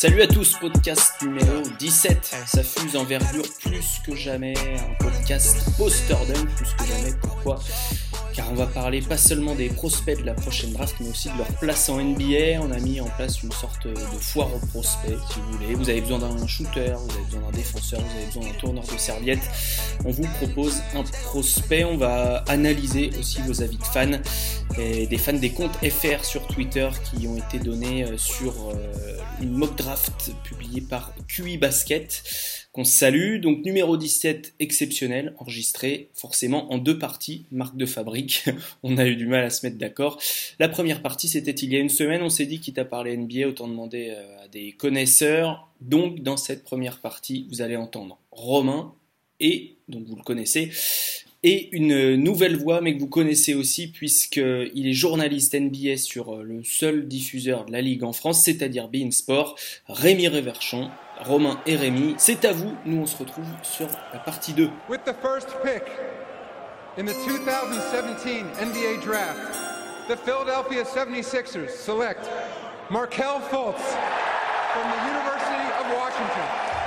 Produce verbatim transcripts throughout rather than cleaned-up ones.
Salut à tous, podcast numéro dix-sept, ça fuse envergure plus que jamais, un podcast post-Dunk plus que jamais, pourquoi ? Car on va parler pas seulement des prospects de la prochaine draft, mais aussi de leur place en N B A. On a mis en place une sorte de foire aux prospects, si vous voulez. Vous avez besoin d'un shooter, vous avez besoin d'un défenseur, vous avez besoin d'un tourneur de serviette. On vous propose un prospect. On va analyser aussi vos avis de fans, et des fans des comptes F R sur Twitter qui ont été donnés sur une mock draft publiée par Q I Basket, qu'on salue. Donc numéro dix-sept exceptionnel, enregistré forcément en deux parties, marque de fabrique. On a eu du mal à se mettre d'accord. La première partie, c'était il y a une semaine. On s'est dit, quitte à parler N B A, autant demander à des connaisseurs. Donc dans cette première partie, vous allez entendre Romain, et donc vous le connaissez, et une nouvelle voix, mais que vous connaissez aussi, puisqu'il est journaliste N B A sur le seul diffuseur de la Ligue en France, c'est-à-dire beIN Sport, Rémi Reverchon. Romain et Rémi, c'est à vous. Nous, on se retrouve sur la partie deux. With the first pick in the two thousand seventeen N B A Draft, the Philadelphia seventy-sixers select Markelle Fultz from the University of Washington.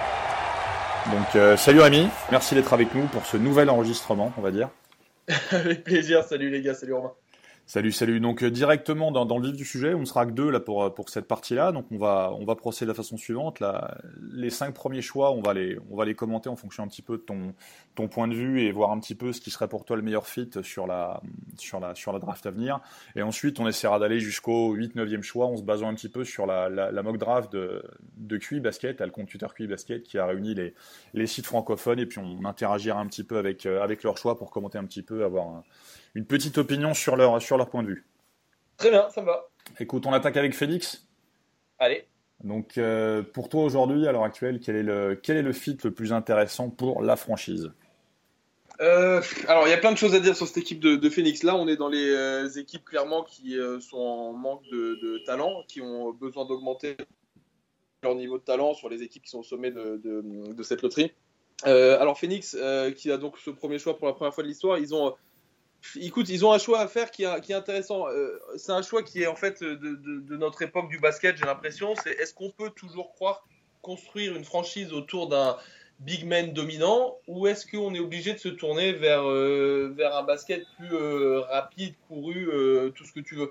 Donc euh, salut Rémi, merci d'être avec nous pour ce nouvel enregistrement, on va dire. Avec plaisir, salut les gars, salut Romain. Salut, salut. Donc euh, directement dans, dans le vif du sujet, on ne sera que deux là pour pour cette partie-là. Donc on va on va procéder de la façon suivante. Là, les cinq premiers choix, on va les on va les commenter en fonction un petit peu de ton ton point de vue et voir un petit peu ce qui serait pour toi le meilleur fit sur la sur la sur la draft à venir. Et ensuite, on essaiera d'aller jusqu'au huit neuvième choix, en se basant un petit peu sur la la, la mock draft de de Q I Basket, le compte Twitter Q I Basket qui a réuni les les sites francophones, et puis on interagira un petit peu avec euh, avec leurs choix pour commenter un petit peu, avoir un une petite opinion sur leur, sur leur point de vue. Très bien, ça me va. Écoute, on attaque avec Félix. Allez. Donc, euh, pour toi aujourd'hui, à l'heure actuelle, quel est, le, quel est le fit le plus intéressant pour la franchise ? euh, Alors, il y a plein de choses à dire sur cette équipe de, de Phoenix. Là, on est dans les euh, équipes clairement qui euh, sont en manque de, de talent, qui ont besoin d'augmenter leur niveau de talent sur les équipes qui sont au sommet de, de, de cette loterie. Euh, alors, Phoenix, euh, qui a donc ce premier choix pour la première fois de l'histoire, ils ont... Écoute, ils ont un choix à faire qui est, qui est intéressant. Euh, c'est un choix qui est en fait de, de, de notre époque du basket, j'ai l'impression. C'est est-ce qu'on peut toujours croire construire une franchise autour d'un big man dominant, ou est-ce qu'on est obligé de se tourner vers, euh, vers un basket plus euh, rapide, couru, euh, tout ce que tu veux.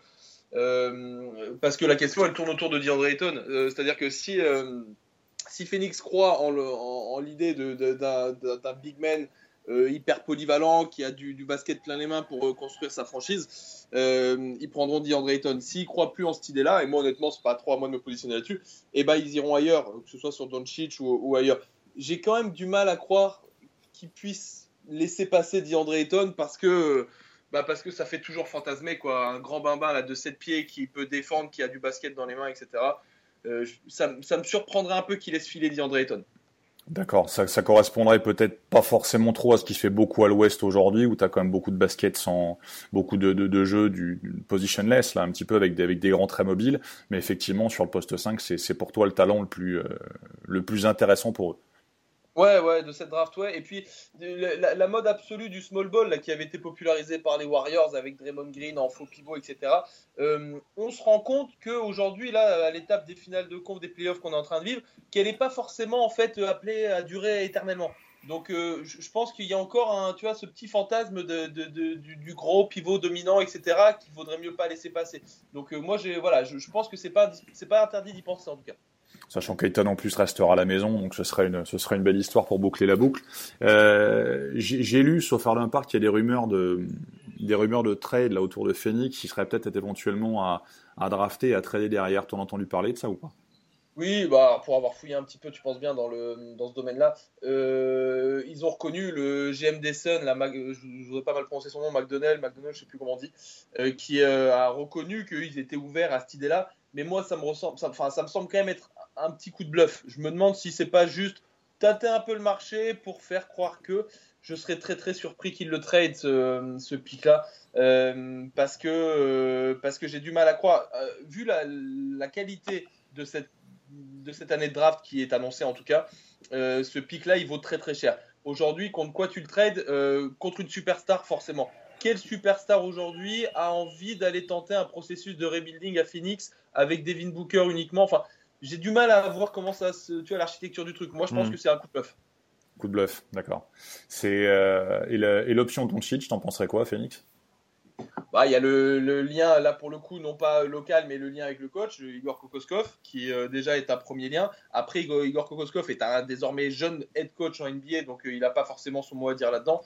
Euh, parce que la question, elle tourne autour de DeAndre Ayton. Euh, c'est-à-dire que si, euh, si Phoenix croit en, le, en, en l'idée de, de, d'un, d'un big man Euh, hyper polyvalent, qui a du, du basket plein les mains pour euh, construire sa franchise, euh, ils prendront DeAndre Ayton. S'ils ne croient plus en cette idée-là, et moi honnêtement c'est pas trop à moi de me positionner là-dessus, et ben ils iront ailleurs, que ce soit sur Doncic ou, ou ailleurs. J'ai quand même du mal à croire qu'ils puissent laisser passer DeAndre Ayton, parce que bah parce que ça fait toujours fantasmer, quoi. Un grand bambin là de sept pieds qui peut défendre, qui a du basket dans les mains, et cetera. Euh, ça, ça me surprendrait un peu qu'il laisse filer DeAndre Ayton. D'accord, ça, ça correspondrait peut-être pas forcément trop à ce qui se fait beaucoup à l'Ouest aujourd'hui, où tu as quand même beaucoup de basket sans beaucoup de, de, de jeux du, du positionless, là, un petit peu avec des, avec des grands très mobiles, mais effectivement sur le poste cinq, c'est, c'est pour toi le talent le plus, euh, le plus intéressant pour eux. Ouais, ouais, de cette draft, ouais. Et puis, la, la mode absolue du small ball, là, qui avait été popularisée par les Warriors avec Draymond Green en faux pivot, et cetera. Euh, on se rend compte qu'aujourd'hui, là, à l'étape des finales de conf, des playoffs qu'on est en train de vivre, qu'elle n'est pas forcément, en fait, appelée à durer éternellement. Donc, euh, je pense qu'il y a encore un, tu vois, ce petit fantasme de, de, de, du, du gros pivot dominant, et cetera, qu'il vaudrait mieux pas laisser passer. Donc, euh, moi, j'ai, voilà, je, je pense que c'est pas, c'est pas interdit d'y penser, en tout cas. Sachant qu'Ayton en plus restera à la maison, donc ce serait une, ce serait une belle histoire pour boucler la boucle. Euh, j'ai, j'ai lu, sauf Arlen Park, qu'il y a des rumeurs de, des rumeurs de trade là autour de Phoenix, qui seraient peut-être éventuellement à, à drafter, à trader derrière. T'en as entendu parler de ça ou pas ? Oui, bah, pour avoir fouillé un petit peu, tu penses bien, dans, le, dans ce domaine-là, euh, ils ont reconnu le G M des Suns, la Mag, je ne voudrais pas mal prononcer son nom, McDonnell, McDonnell, je ne sais plus comment on dit, euh, qui euh, a reconnu qu'ils étaient ouverts à cette idée-là. Mais moi, ça me, ressemble, ça, ça me semble quand même être un petit coup de bluff. Je me demande si c'est pas juste tâter un peu le marché pour faire croire que je serais très très surpris qu'ils le trade, ce, ce pic-là, euh, parce, que, euh, parce que j'ai du mal à croire. Euh, vu la, la qualité de cette, de cette année de draft qui est annoncée en tout cas, euh, ce pic-là, il vaut très très cher. Aujourd'hui, contre quoi tu le trades ? euh, Contre une superstar, forcément. Quel superstar aujourd'hui a envie d'aller tenter un processus de rebuilding à Phoenix avec Devin Booker uniquement ? Enfin, j'ai du mal à voir comment ça se, tu vois, l'architecture du truc. Moi, je pense mmh. que c'est un coup de bluff. Coup de bluff, d'accord. C'est, euh, et, le, et l'option Doncic, t'en penserais quoi, Phoenix? Bah, il y a le, le lien, là pour le coup, non pas local, mais le lien avec le coach, Igor Kokoskov, qui euh, déjà est un premier lien. Après, Igor, Igor Kokoskov est un désormais jeune head coach en N B A, donc euh, il n'a pas forcément son mot à dire là-dedans.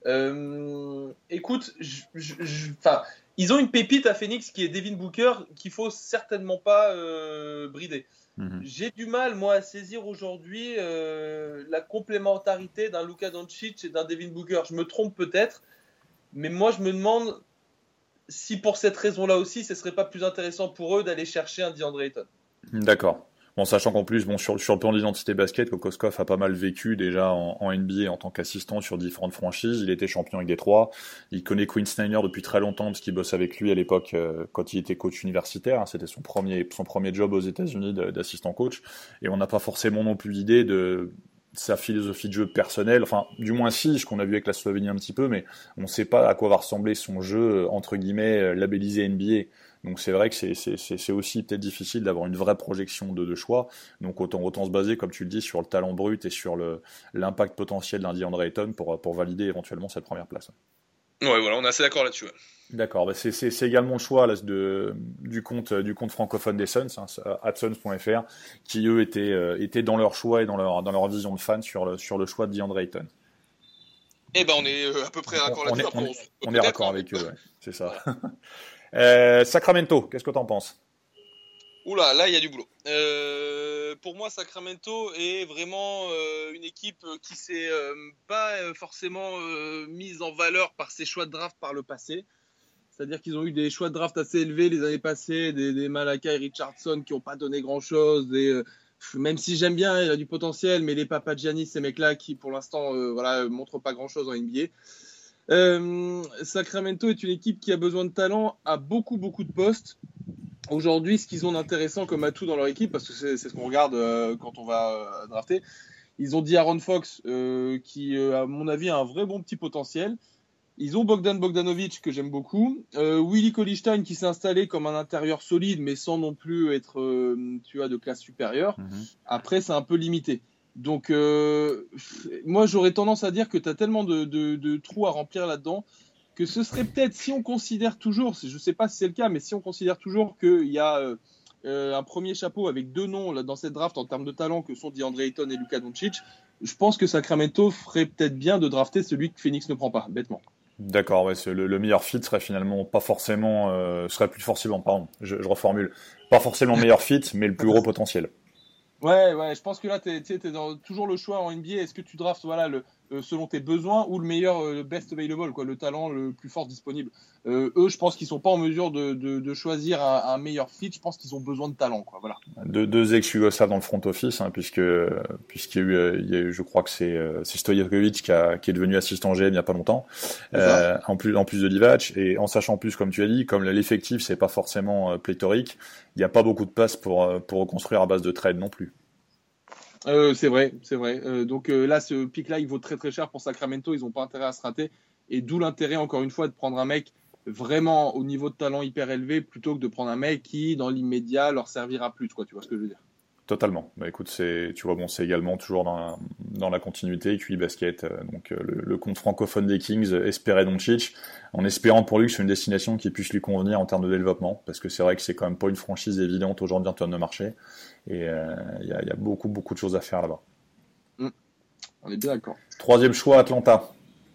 Euh, écoute, j, j, j, ils ont une pépite à Phoenix qui est Devin Booker, qu'il ne faut certainement pas euh, brider. Mm-hmm. J'ai du mal, moi, à saisir aujourd'hui euh, la complémentarité d'un Luka Doncic et d'un Devin Booker. Je me trompe peut-être, mais moi, je me demande si pour cette raison-là aussi, ce ne serait pas plus intéressant pour eux d'aller chercher un DeAndre Ayton. D'accord. Bon, sachant qu'en plus, bon, sur, sur le plan d'identité basket, Kokoskov a pas mal vécu déjà en, en N B A en tant qu'assistant sur différentes franchises. Il était champion avec Détroit. Il connaît Quinn Snyder depuis très longtemps parce qu'il bosse avec lui à l'époque euh, quand il était coach universitaire. C'était son premier, son premier job aux États-Unis de, d'assistant coach. Et on n'a pas forcément non plus l'idée de sa philosophie de jeu personnelle, enfin du moins si, ce qu'on a vu avec la Slovénie un petit peu, mais on ne sait pas à quoi va ressembler son jeu entre guillemets labellisé N B A. Donc c'est vrai que c'est, c'est, c'est aussi peut-être difficile d'avoir une vraie projection de, de choix. Donc autant, autant se baser, comme tu le dis, sur le talent brut et sur le, l'impact potentiel d'un DeAndre Ayton pour, pour valider éventuellement cette première place. Ouais, voilà, on est assez d'accord là-dessus. Ouais. D'accord, bah c'est, c'est, c'est également le choix là, de, du, compte, du compte francophone des Suns, hein, at suns point f r, qui eux étaient, euh, étaient dans leur choix et dans leur, dans leur vision de fan sur le, sur le choix de DeAndre Ayton. Eh ben on est à peu près raccord là-dessus. On est, on est, on est raccord avec eux, ouais, c'est ça. euh, Sacramento, qu'est-ce que t'en penses? Oula, là il y a du boulot. Euh, pour moi, Sacramento est vraiment euh, une équipe qui s'est euh, pas forcément euh, mise en valeur par ses choix de draft par le passé. C'est-à-dire qu'ils ont eu des choix de draft assez élevés les années passées, des, des Malakai Richardson qui n'ont pas donné grand-chose. Des, euh, même si j'aime bien, il a du potentiel, mais les Papagiannis, ces mecs-là qui pour l'instant euh, voilà, montrent pas grand-chose en N B A. Euh, Sacramento est une équipe qui a besoin de talent à beaucoup, beaucoup de postes. Aujourd'hui, ce qu'ils ont d'intéressant comme atout dans leur équipe, parce que c'est, c'est ce qu'on regarde euh, quand on va euh, drafter, ils ont dit Aaron Fox, euh, qui, euh, à mon avis, a un vrai bon petit potentiel. Ils ont Bogdan Bogdanovic, que j'aime beaucoup. Euh, Willie Cauley-Stein, qui s'est installé comme un intérieur solide, mais sans non plus être euh, tu vois, de classe supérieure. Mm-hmm. Après, c'est un peu limité. Donc, euh, moi, j'aurais tendance à dire que tu as tellement de, de, de trous à remplir là-dedans que ce serait peut-être, si on considère toujours, je ne sais pas si c'est le cas, mais si on considère toujours qu'il y a euh, euh, un premier chapeau avec deux noms là, dans cette draft en termes de talent que sont DeAndre Ayton et Luka Doncic, je pense que Sacramento ferait peut-être bien de drafter celui que Phoenix ne prend pas, bêtement. D'accord, ouais, c'est le, le meilleur fit serait finalement pas forcément, euh, serait plus forcément, pardon, je, je reformule, pas forcément le meilleur fit, mais le plus gros potentiel. Ouais, ouais, je pense que là, t'es, t'es dans toujours le choix en N B A. Est-ce que tu draftes voilà, le, euh, selon tes besoins ou le meilleur, euh, le best available, quoi, le talent le plus fort disponible. Euh, eux, je pense qu'ils sont pas en mesure de, de, de choisir un, un meilleur fit. Je pense qu'ils ont besoin de talent, quoi. Voilà. De, deux ex-Yougoslaves dans le front office, hein, puisque puisqu'il y a eu, il y a eu, je crois que c'est, c'est Stojkovic qui, a, qui est devenu assistant G M il y a pas longtemps. Euh, en plus, en plus de Divac, et en sachant plus, comme tu as dit, comme l'effectif c'est pas forcément pléthorique, il n'y a pas beaucoup de place pour pour reconstruire à base de trade non plus. Euh, c'est vrai, c'est vrai. Euh, donc euh, là, ce pic-là, il vaut très très cher pour Sacramento. Ils n'ont pas intérêt à se rater. Et d'où l'intérêt, encore une fois, de prendre un mec vraiment au niveau de talent hyper élevé plutôt que de prendre un mec qui, dans l'immédiat, leur servira plus. Quoi, tu vois ce que je veux dire? Totalement. Bah écoute, c'est, tu vois, bon, c'est également toujours dans la, dans la continuité, Q I Basket, euh, donc euh, le, le compte francophone des Kings, espérait Doncic, en espérant pour lui que c'est une destination qui puisse lui convenir en termes de développement, parce que c'est vrai que c'est quand même pas une franchise évidente aujourd'hui en termes de marché, et il euh, y, a, y a beaucoup, beaucoup de choses à faire là-bas. Mmh. On est bien d'accord. Troisième choix, Atlanta.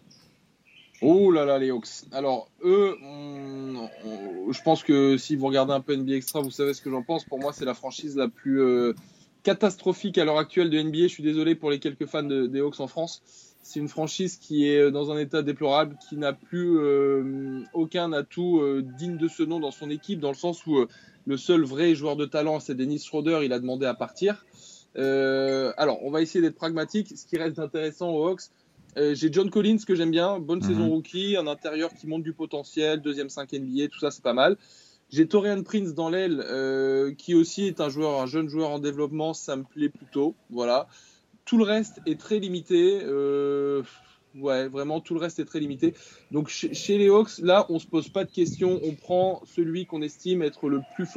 Oh là là, les Hawks. Alors, eux, on, on, je pense que si vous regardez un peu N B A Extra, vous savez ce que j'en pense. Pour moi, c'est la franchise la plus euh, catastrophique à l'heure actuelle de N B A. Je suis désolé pour les quelques fans de, des Hawks en France. C'est une franchise qui est dans un état déplorable, qui n'a plus euh, aucun atout euh, digne de ce nom dans son équipe, dans le sens où euh, le seul vrai joueur de talent, c'est Dennis Schroeder. Il a demandé à partir. Euh, alors, on va essayer d'être pragmatique. Ce qui reste intéressant aux Hawks, Euh, j'ai John Collins que j'aime bien, bonne mmh. saison rookie, un intérieur qui monte du potentiel, deuxième cinq N B A, tout ça c'est pas mal. J'ai Taurean Prince dans l'aile euh, qui aussi est un joueur, un jeune joueur en développement, ça me plaît plutôt, voilà. Tout le reste est très limité, euh, ouais vraiment tout le reste est très limité. Donc chez, chez les Hawks, là on se pose pas de questions, on prend celui qu'on estime être le plus fort.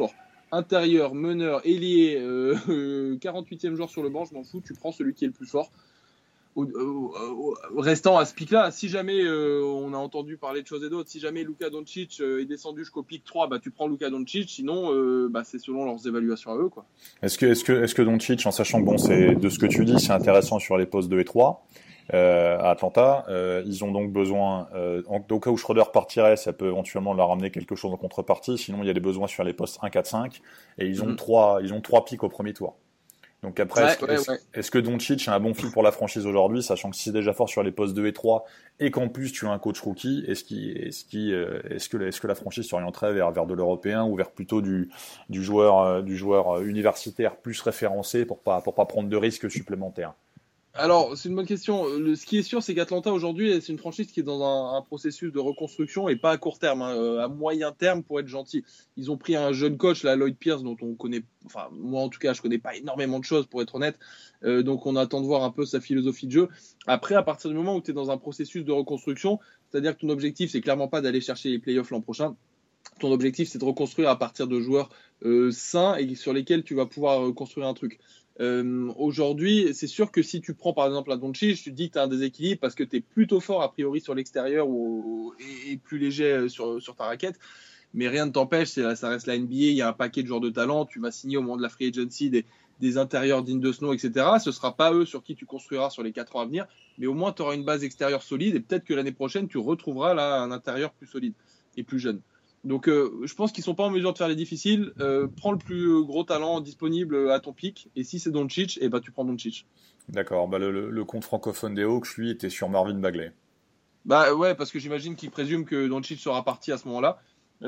intérieur, meneur, ailier, euh, euh, quarante-huitième joueur sur le banc, je m'en fous, tu prends celui qui est le plus fort. Au, au, au, restant à ce pic-là, si jamais euh, on a entendu parler de choses et d'autres, si jamais Luka Doncic euh, est descendu jusqu'au pic trois, bah, tu prends Luka Doncic, sinon euh, bah, c'est selon leurs évaluations à eux, quoi. Est-ce que, est-ce que, est-ce que Doncic, en sachant que bon, c'est de ce que tu dis, c'est intéressant sur les postes deux et trois euh, à Atlanta, euh, ils ont donc besoin, euh, en, au cas où Schroeder partirait, ça peut éventuellement leur ramener quelque chose en contrepartie. Sinon, il y a des besoins sur les postes un, quatre, cinq, et ils ont mm-hmm. trois, ils ont trois pics au premier tour. Donc après, ouais, est-ce, ouais, est-ce, ouais. est-ce que Doncic a un bon fit pour la franchise aujourd'hui, sachant que si c'est déjà fort sur les postes deux et trois, et qu'en plus tu as un coach rookie, est-ce, qu'il, est-ce, qu'il, est-ce, que, est-ce que la franchise s'orienterait vers, vers de l'européen ou vers plutôt du, du, joueur, du joueur universitaire plus référencé pour pas, pour pas prendre de risques supplémentaires? Alors, c'est une bonne question. Le, ce qui est sûr, c'est qu'Atlanta, aujourd'hui, c'est une franchise qui est dans un, un processus de reconstruction et pas à court terme, hein, à moyen terme pour être gentil. Ils ont pris un jeune coach, là, Lloyd Pierce, dont on connaît, enfin, moi en tout cas, je connais pas énormément de choses pour être honnête. Euh, donc, on attend de voir un peu sa philosophie de jeu. Après, à partir du moment où tu es dans un processus de reconstruction, c'est-à-dire que ton objectif, c'est clairement pas d'aller chercher les playoffs l'an prochain. Ton objectif, c'est de reconstruire à partir de joueurs euh, sains et sur lesquels tu vas pouvoir euh, construire un truc. Euh, aujourd'hui, c'est sûr que si tu prends par exemple un Doncic, tu te dis que tu as un déséquilibre parce que tu es plutôt fort a priori sur l'extérieur ou, et, et plus léger sur, sur ta raquette, mais rien ne t'empêche, c'est, ça reste la N B A, il y a un paquet de joueurs de talent, tu vas signer au moment de la free agency des, des intérieurs dignes de ce nom, et cetera. Ce ne sera pas eux sur qui tu construiras sur les quatre ans à venir, mais au moins tu auras une base extérieure solide et peut-être que l'année prochaine tu retrouveras là un intérieur plus solide et plus jeune. Donc euh, je pense qu'ils sont pas en mesure de faire les difficiles. Euh, prends le plus gros talent disponible à ton pic. Et si c'est Doncic, eh ben, tu prends Doncic. D'accord. Bah, le, le, le compte francophone des Hawks, lui, était sur Marvin Bagley. Bah ouais, parce que j'imagine qu'il présume que Doncic sera parti à ce moment-là.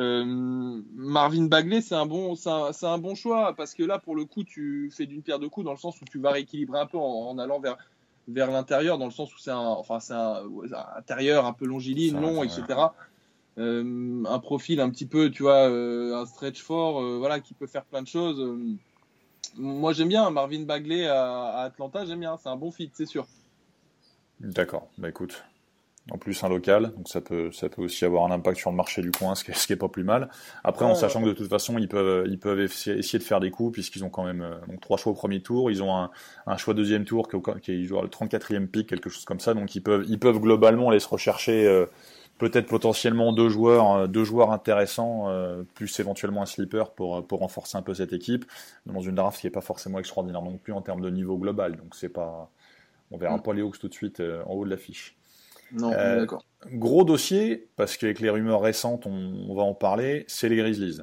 Euh, Marvin Bagley, c'est un, bon, c'est, un, c'est un bon choix. Parce que là, pour le coup, tu fais d'une pierre deux coups dans le sens où tu vas rééquilibrer un peu en, en allant vers, vers l'intérieur. Dans le sens où c'est un, enfin, c'est un, un intérieur un peu longiligne, ça, long, et cetera. Euh, un profil un petit peu, tu vois, euh, un stretch fort, euh, voilà, qui peut faire plein de choses. Euh, moi, j'aime bien Marvin Bagley à, à Atlanta, j'aime bien, c'est un bon fit, c'est sûr. D'accord, bah écoute, en plus un local, donc ça peut, ça peut aussi avoir un impact sur le marché du coin, ce qui est, ce qui est pas plus mal. Après, ouais, en sachant ouais. que de toute façon, ils peuvent, ils peuvent essayer de faire des coups, puisqu'ils ont quand même euh, donc trois choix au premier tour, ils ont un, un choix deuxième tour qui, qui joue le trente-quatrième pick, quelque chose comme ça, donc ils peuvent, ils peuvent globalement aller se rechercher. Euh, Peut-être potentiellement deux joueurs, deux joueurs intéressants, euh, plus éventuellement un sleeper pour pour renforcer un peu cette équipe dans une draft qui est pas forcément extraordinaire non plus en termes de niveau global. Donc c'est pas, on verra mm. pas les Hawks tout de suite euh, en haut de l'affiche. Non, euh, d'accord. Gros dossier parce qu'avec les rumeurs récentes, on, on va en parler. C'est les Grizzlies.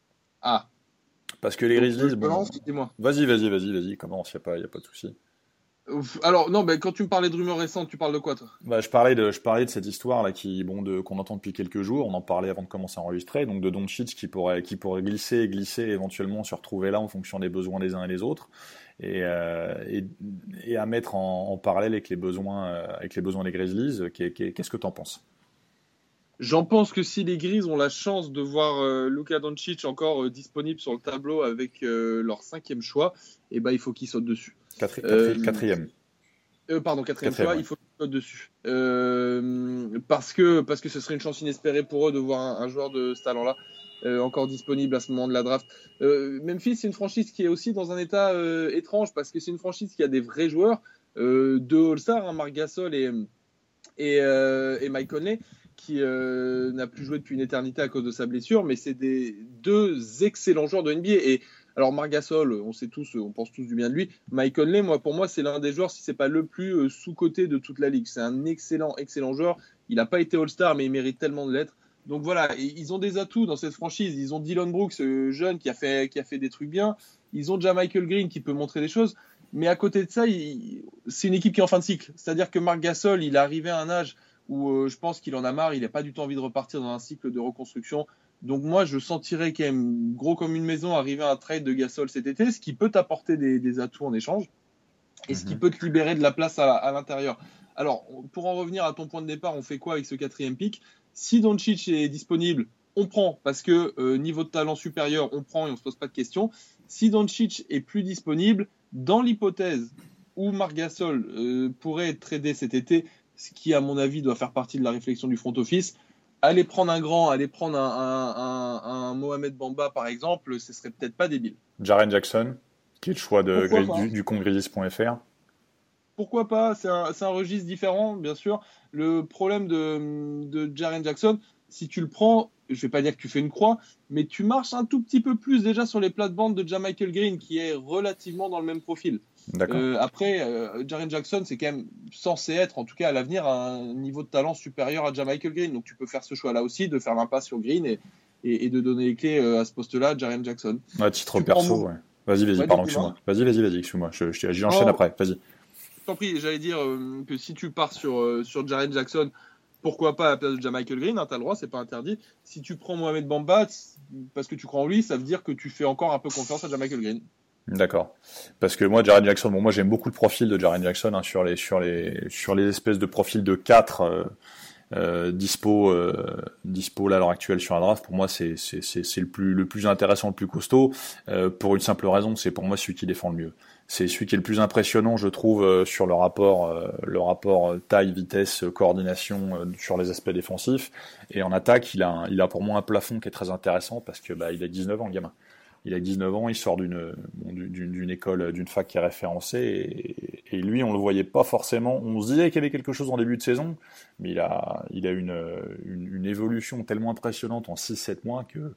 Ah. Parce que les Donc, Grizzlies, bon, bon, dis-moi. Vas-y, vas-y, vas-y, vas-y. Commence, y a pas, y a pas de souci. Alors non, ben quand tu me parlais de rumeurs récentes, tu parles de quoi toi ? Bah, je parlais de, je parlais de cette histoire là qui, bon, de qu'on entend depuis quelques jours. On en parlait avant de commencer à enregistrer, donc de Doncic qui pourrait, qui pourrait glisser, et glisser, éventuellement se retrouver là en fonction des besoins des uns et des autres, et euh, et, et à mettre en, en parallèle avec les besoins, euh, avec les besoins des Grizzlies. Qu'est-ce que t'en penses ? J'en pense que si les Grizzlies ont la chance de voir euh, Luka Doncic encore euh, disponible sur le tableau avec euh, leur cinquième choix, eh ben il faut qu'ils sautent dessus. Quatri- quatri- euh, quatrième. Euh, pardon, quatrième, quatrième choix, ouais. Il faut qu'ils sautent dessus. Euh, parce que parce que ce serait une chance inespérée pour eux de voir un, un joueur de ce talent-là euh, encore disponible à ce moment de la draft. Euh, Memphis, c'est une franchise qui est aussi dans un état euh, étrange parce que c'est une franchise qui a des vrais joueurs, euh, deux All-Stars, hein, Marc Gasol et et, euh, et Mike Conley, qui euh, n'a plus joué depuis une éternité à cause de sa blessure, mais c'est des deux excellents joueurs de N B A. Et alors Marc Gasol, on sait tous, on pense tous du bien de lui. Mike Conley, moi, pour moi, c'est l'un des joueurs, si c'est pas le plus euh, sous-coté de toute la ligue. C'est un excellent, excellent joueur. Il n'a pas été All-Star, mais il mérite tellement de l'être. Donc voilà, ils ont des atouts dans cette franchise. Ils ont Dillon Brooks, euh, jeune, qui a fait, qui a fait des trucs bien. Ils ont déjà Michael Green qui peut montrer des choses. Mais à côté de ça, il... c'est une équipe qui est en fin de cycle. C'est-à-dire que Marc Gasol, il est arrivé à un âge où euh, je pense qu'il en a marre, il n'a pas du tout envie de repartir dans un cycle de reconstruction. Donc moi, je sentirais quand même gros comme une maison arriver à un trade de Gasol cet été, ce qui peut t'apporter des, des atouts en échange et mm-hmm. ce qui peut te libérer de la place à, à l'intérieur. Alors, pour en revenir à ton point de départ, on fait quoi avec ce quatrième pick ? Si Doncic est disponible, on prend parce que euh, niveau de talent supérieur, on prend et on ne se pose pas de questions. Si Doncic est plus disponible, dans l'hypothèse où Marc Gasol euh, pourrait être tradé cet été, ce qui, à mon avis, doit faire partie de la réflexion du front office, aller prendre un grand, aller prendre un, un, un, un Mohamed Bamba par exemple, ce serait peut-être pas débile. Jaren Jackson, qui est le choix de, du, du compte Grizzlies point F R. Pourquoi pas, c'est un, c'est un registre différent, bien sûr. Le problème de, de Jaren Jackson, si tu le prends, je vais pas dire que tu fais une croix, mais tu marches un tout petit peu plus déjà sur les plates-bandes de Jamichael Green, qui est relativement dans le même profil. D'accord. Euh, après, euh, Jaren Jackson, c'est quand même censé être, en tout cas à l'avenir, à un niveau de talent supérieur à Jamichael Green. Donc tu peux faire ce choix-là aussi, de faire l'impasse sur Green et, et, et de donner les clés euh, à ce poste-là à Jaren Jackson. À titre tu perso, mon... ouais. Vas-y, vas-y, ouais, pardon, excuse-moi. Vas-y, vas-y, vas-y, excuse-moi. Je, je, j'y enchaîne oh. après, vas-y. Je t'en prie, j'allais dire euh, que si tu pars sur, euh, sur Jaren Jackson, pourquoi pas à la place de Jamichael Green, hein, t'as le droit, c'est pas interdit. Si tu prends Mohamed Bamba, parce que tu crois en lui, ça veut dire que tu fais encore un peu confiance à Jamichael Green. D'accord. Parce que moi, Jaren Jackson, bon, moi j'aime beaucoup le profil de Jaren Jackson hein, sur les sur les sur les espèces de profils de quatre euh, euh, dispo euh, dispo là à l'heure actuelle sur la draft. Pour moi, c'est c'est c'est c'est le plus le plus intéressant, le plus costaud. Euh, pour une simple raison, c'est pour moi celui qui défend le mieux. C'est celui qui est le plus impressionnant, je trouve, euh, sur le rapport euh, le rapport euh, taille, vitesse, euh, coordination euh, sur les aspects défensifs. Et en attaque, il a un, il a pour moi un plafond qui est très intéressant parce que bah il a dix-neuf ans, le gamin. Il a dix-neuf ans, il sort d'une, d'une, d'une école, d'une fac qui est référencée, et, et lui, on le voyait pas forcément. On se disait qu'il y avait quelque chose en début de saison, mais il a, il a une, une, une évolution tellement impressionnante en six sept mois que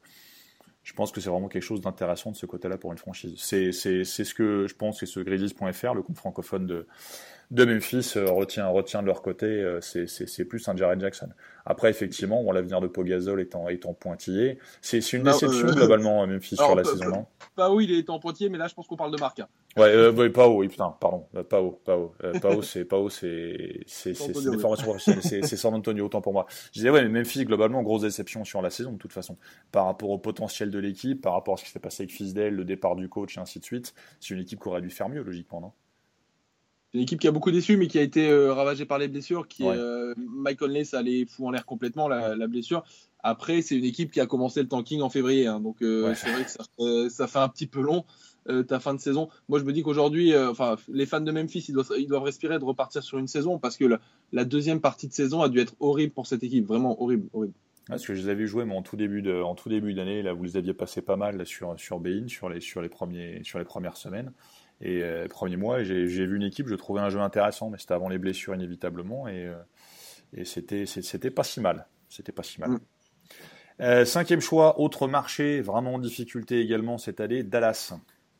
je pense que c'est vraiment quelque chose d'intéressant de ce côté-là pour une franchise. C'est, c'est, c'est ce que je pense, c'est ce Grizzlies point F R, le compte francophone de, de Memphis, euh, retient, retient de leur côté, euh, c'est, c'est, c'est plus un Jaren Jackson. Après, effectivement, bon, l'avenir de Pau Gasol étant, étant pointillé, c'est, c'est une non, déception euh, globalement à Memphis alors, sur la pas, saison, non? Pau, il est en pointillé, mais là, je pense qu'on parle de marque. Hein. Ouais, euh, ouais, Pau, oui, putain, pardon, Pau, Pau, euh, Pau, c'est, Pau, c'est, c'est, c'est, c'est des formations professionnelles, c'est, c'est San Antonio, autant pour moi. Je disais, ouais, mais Memphis, globalement, grosse déception sur la saison, de toute façon, par rapport au potentiel de l'équipe, par rapport à ce qui s'est passé avec Fisdale, le départ du coach, et ainsi de suite. C'est une équipe qui aurait dû faire mieux, logiquement, non? C'est une équipe qui a beaucoup déçu, mais qui a été euh, ravagée par les blessures. Qui ouais. est, euh, Mike Conley, ça les fout en l'air complètement, la, la blessure. Après, c'est une équipe qui a commencé le tanking en février. Hein, donc, euh, ouais. c'est vrai que ça, euh, ça fait un petit peu long, euh, ta fin de saison. Moi, je me dis qu'aujourd'hui, euh, enfin, les fans de Memphis, ils doivent, ils doivent respirer de repartir sur une saison parce que la, la deuxième partie de saison a dû être horrible pour cette équipe. Vraiment horrible, horrible. Ouais, parce que je les avais joués, mais en tout début de, en tout début d'année, là, vous les aviez passé pas mal là, sur, sur Bein, sur les, sur les premiers, sur les premières semaines. Et euh, premier mois, j'ai, j'ai vu une équipe, je trouvais un jeu intéressant, mais c'était avant les blessures inévitablement, et, euh, et c'était, c'était pas si mal. C'était pas si mal. Mm. Euh, cinquième choix, autre marché, vraiment en difficulté également cette année, Dallas.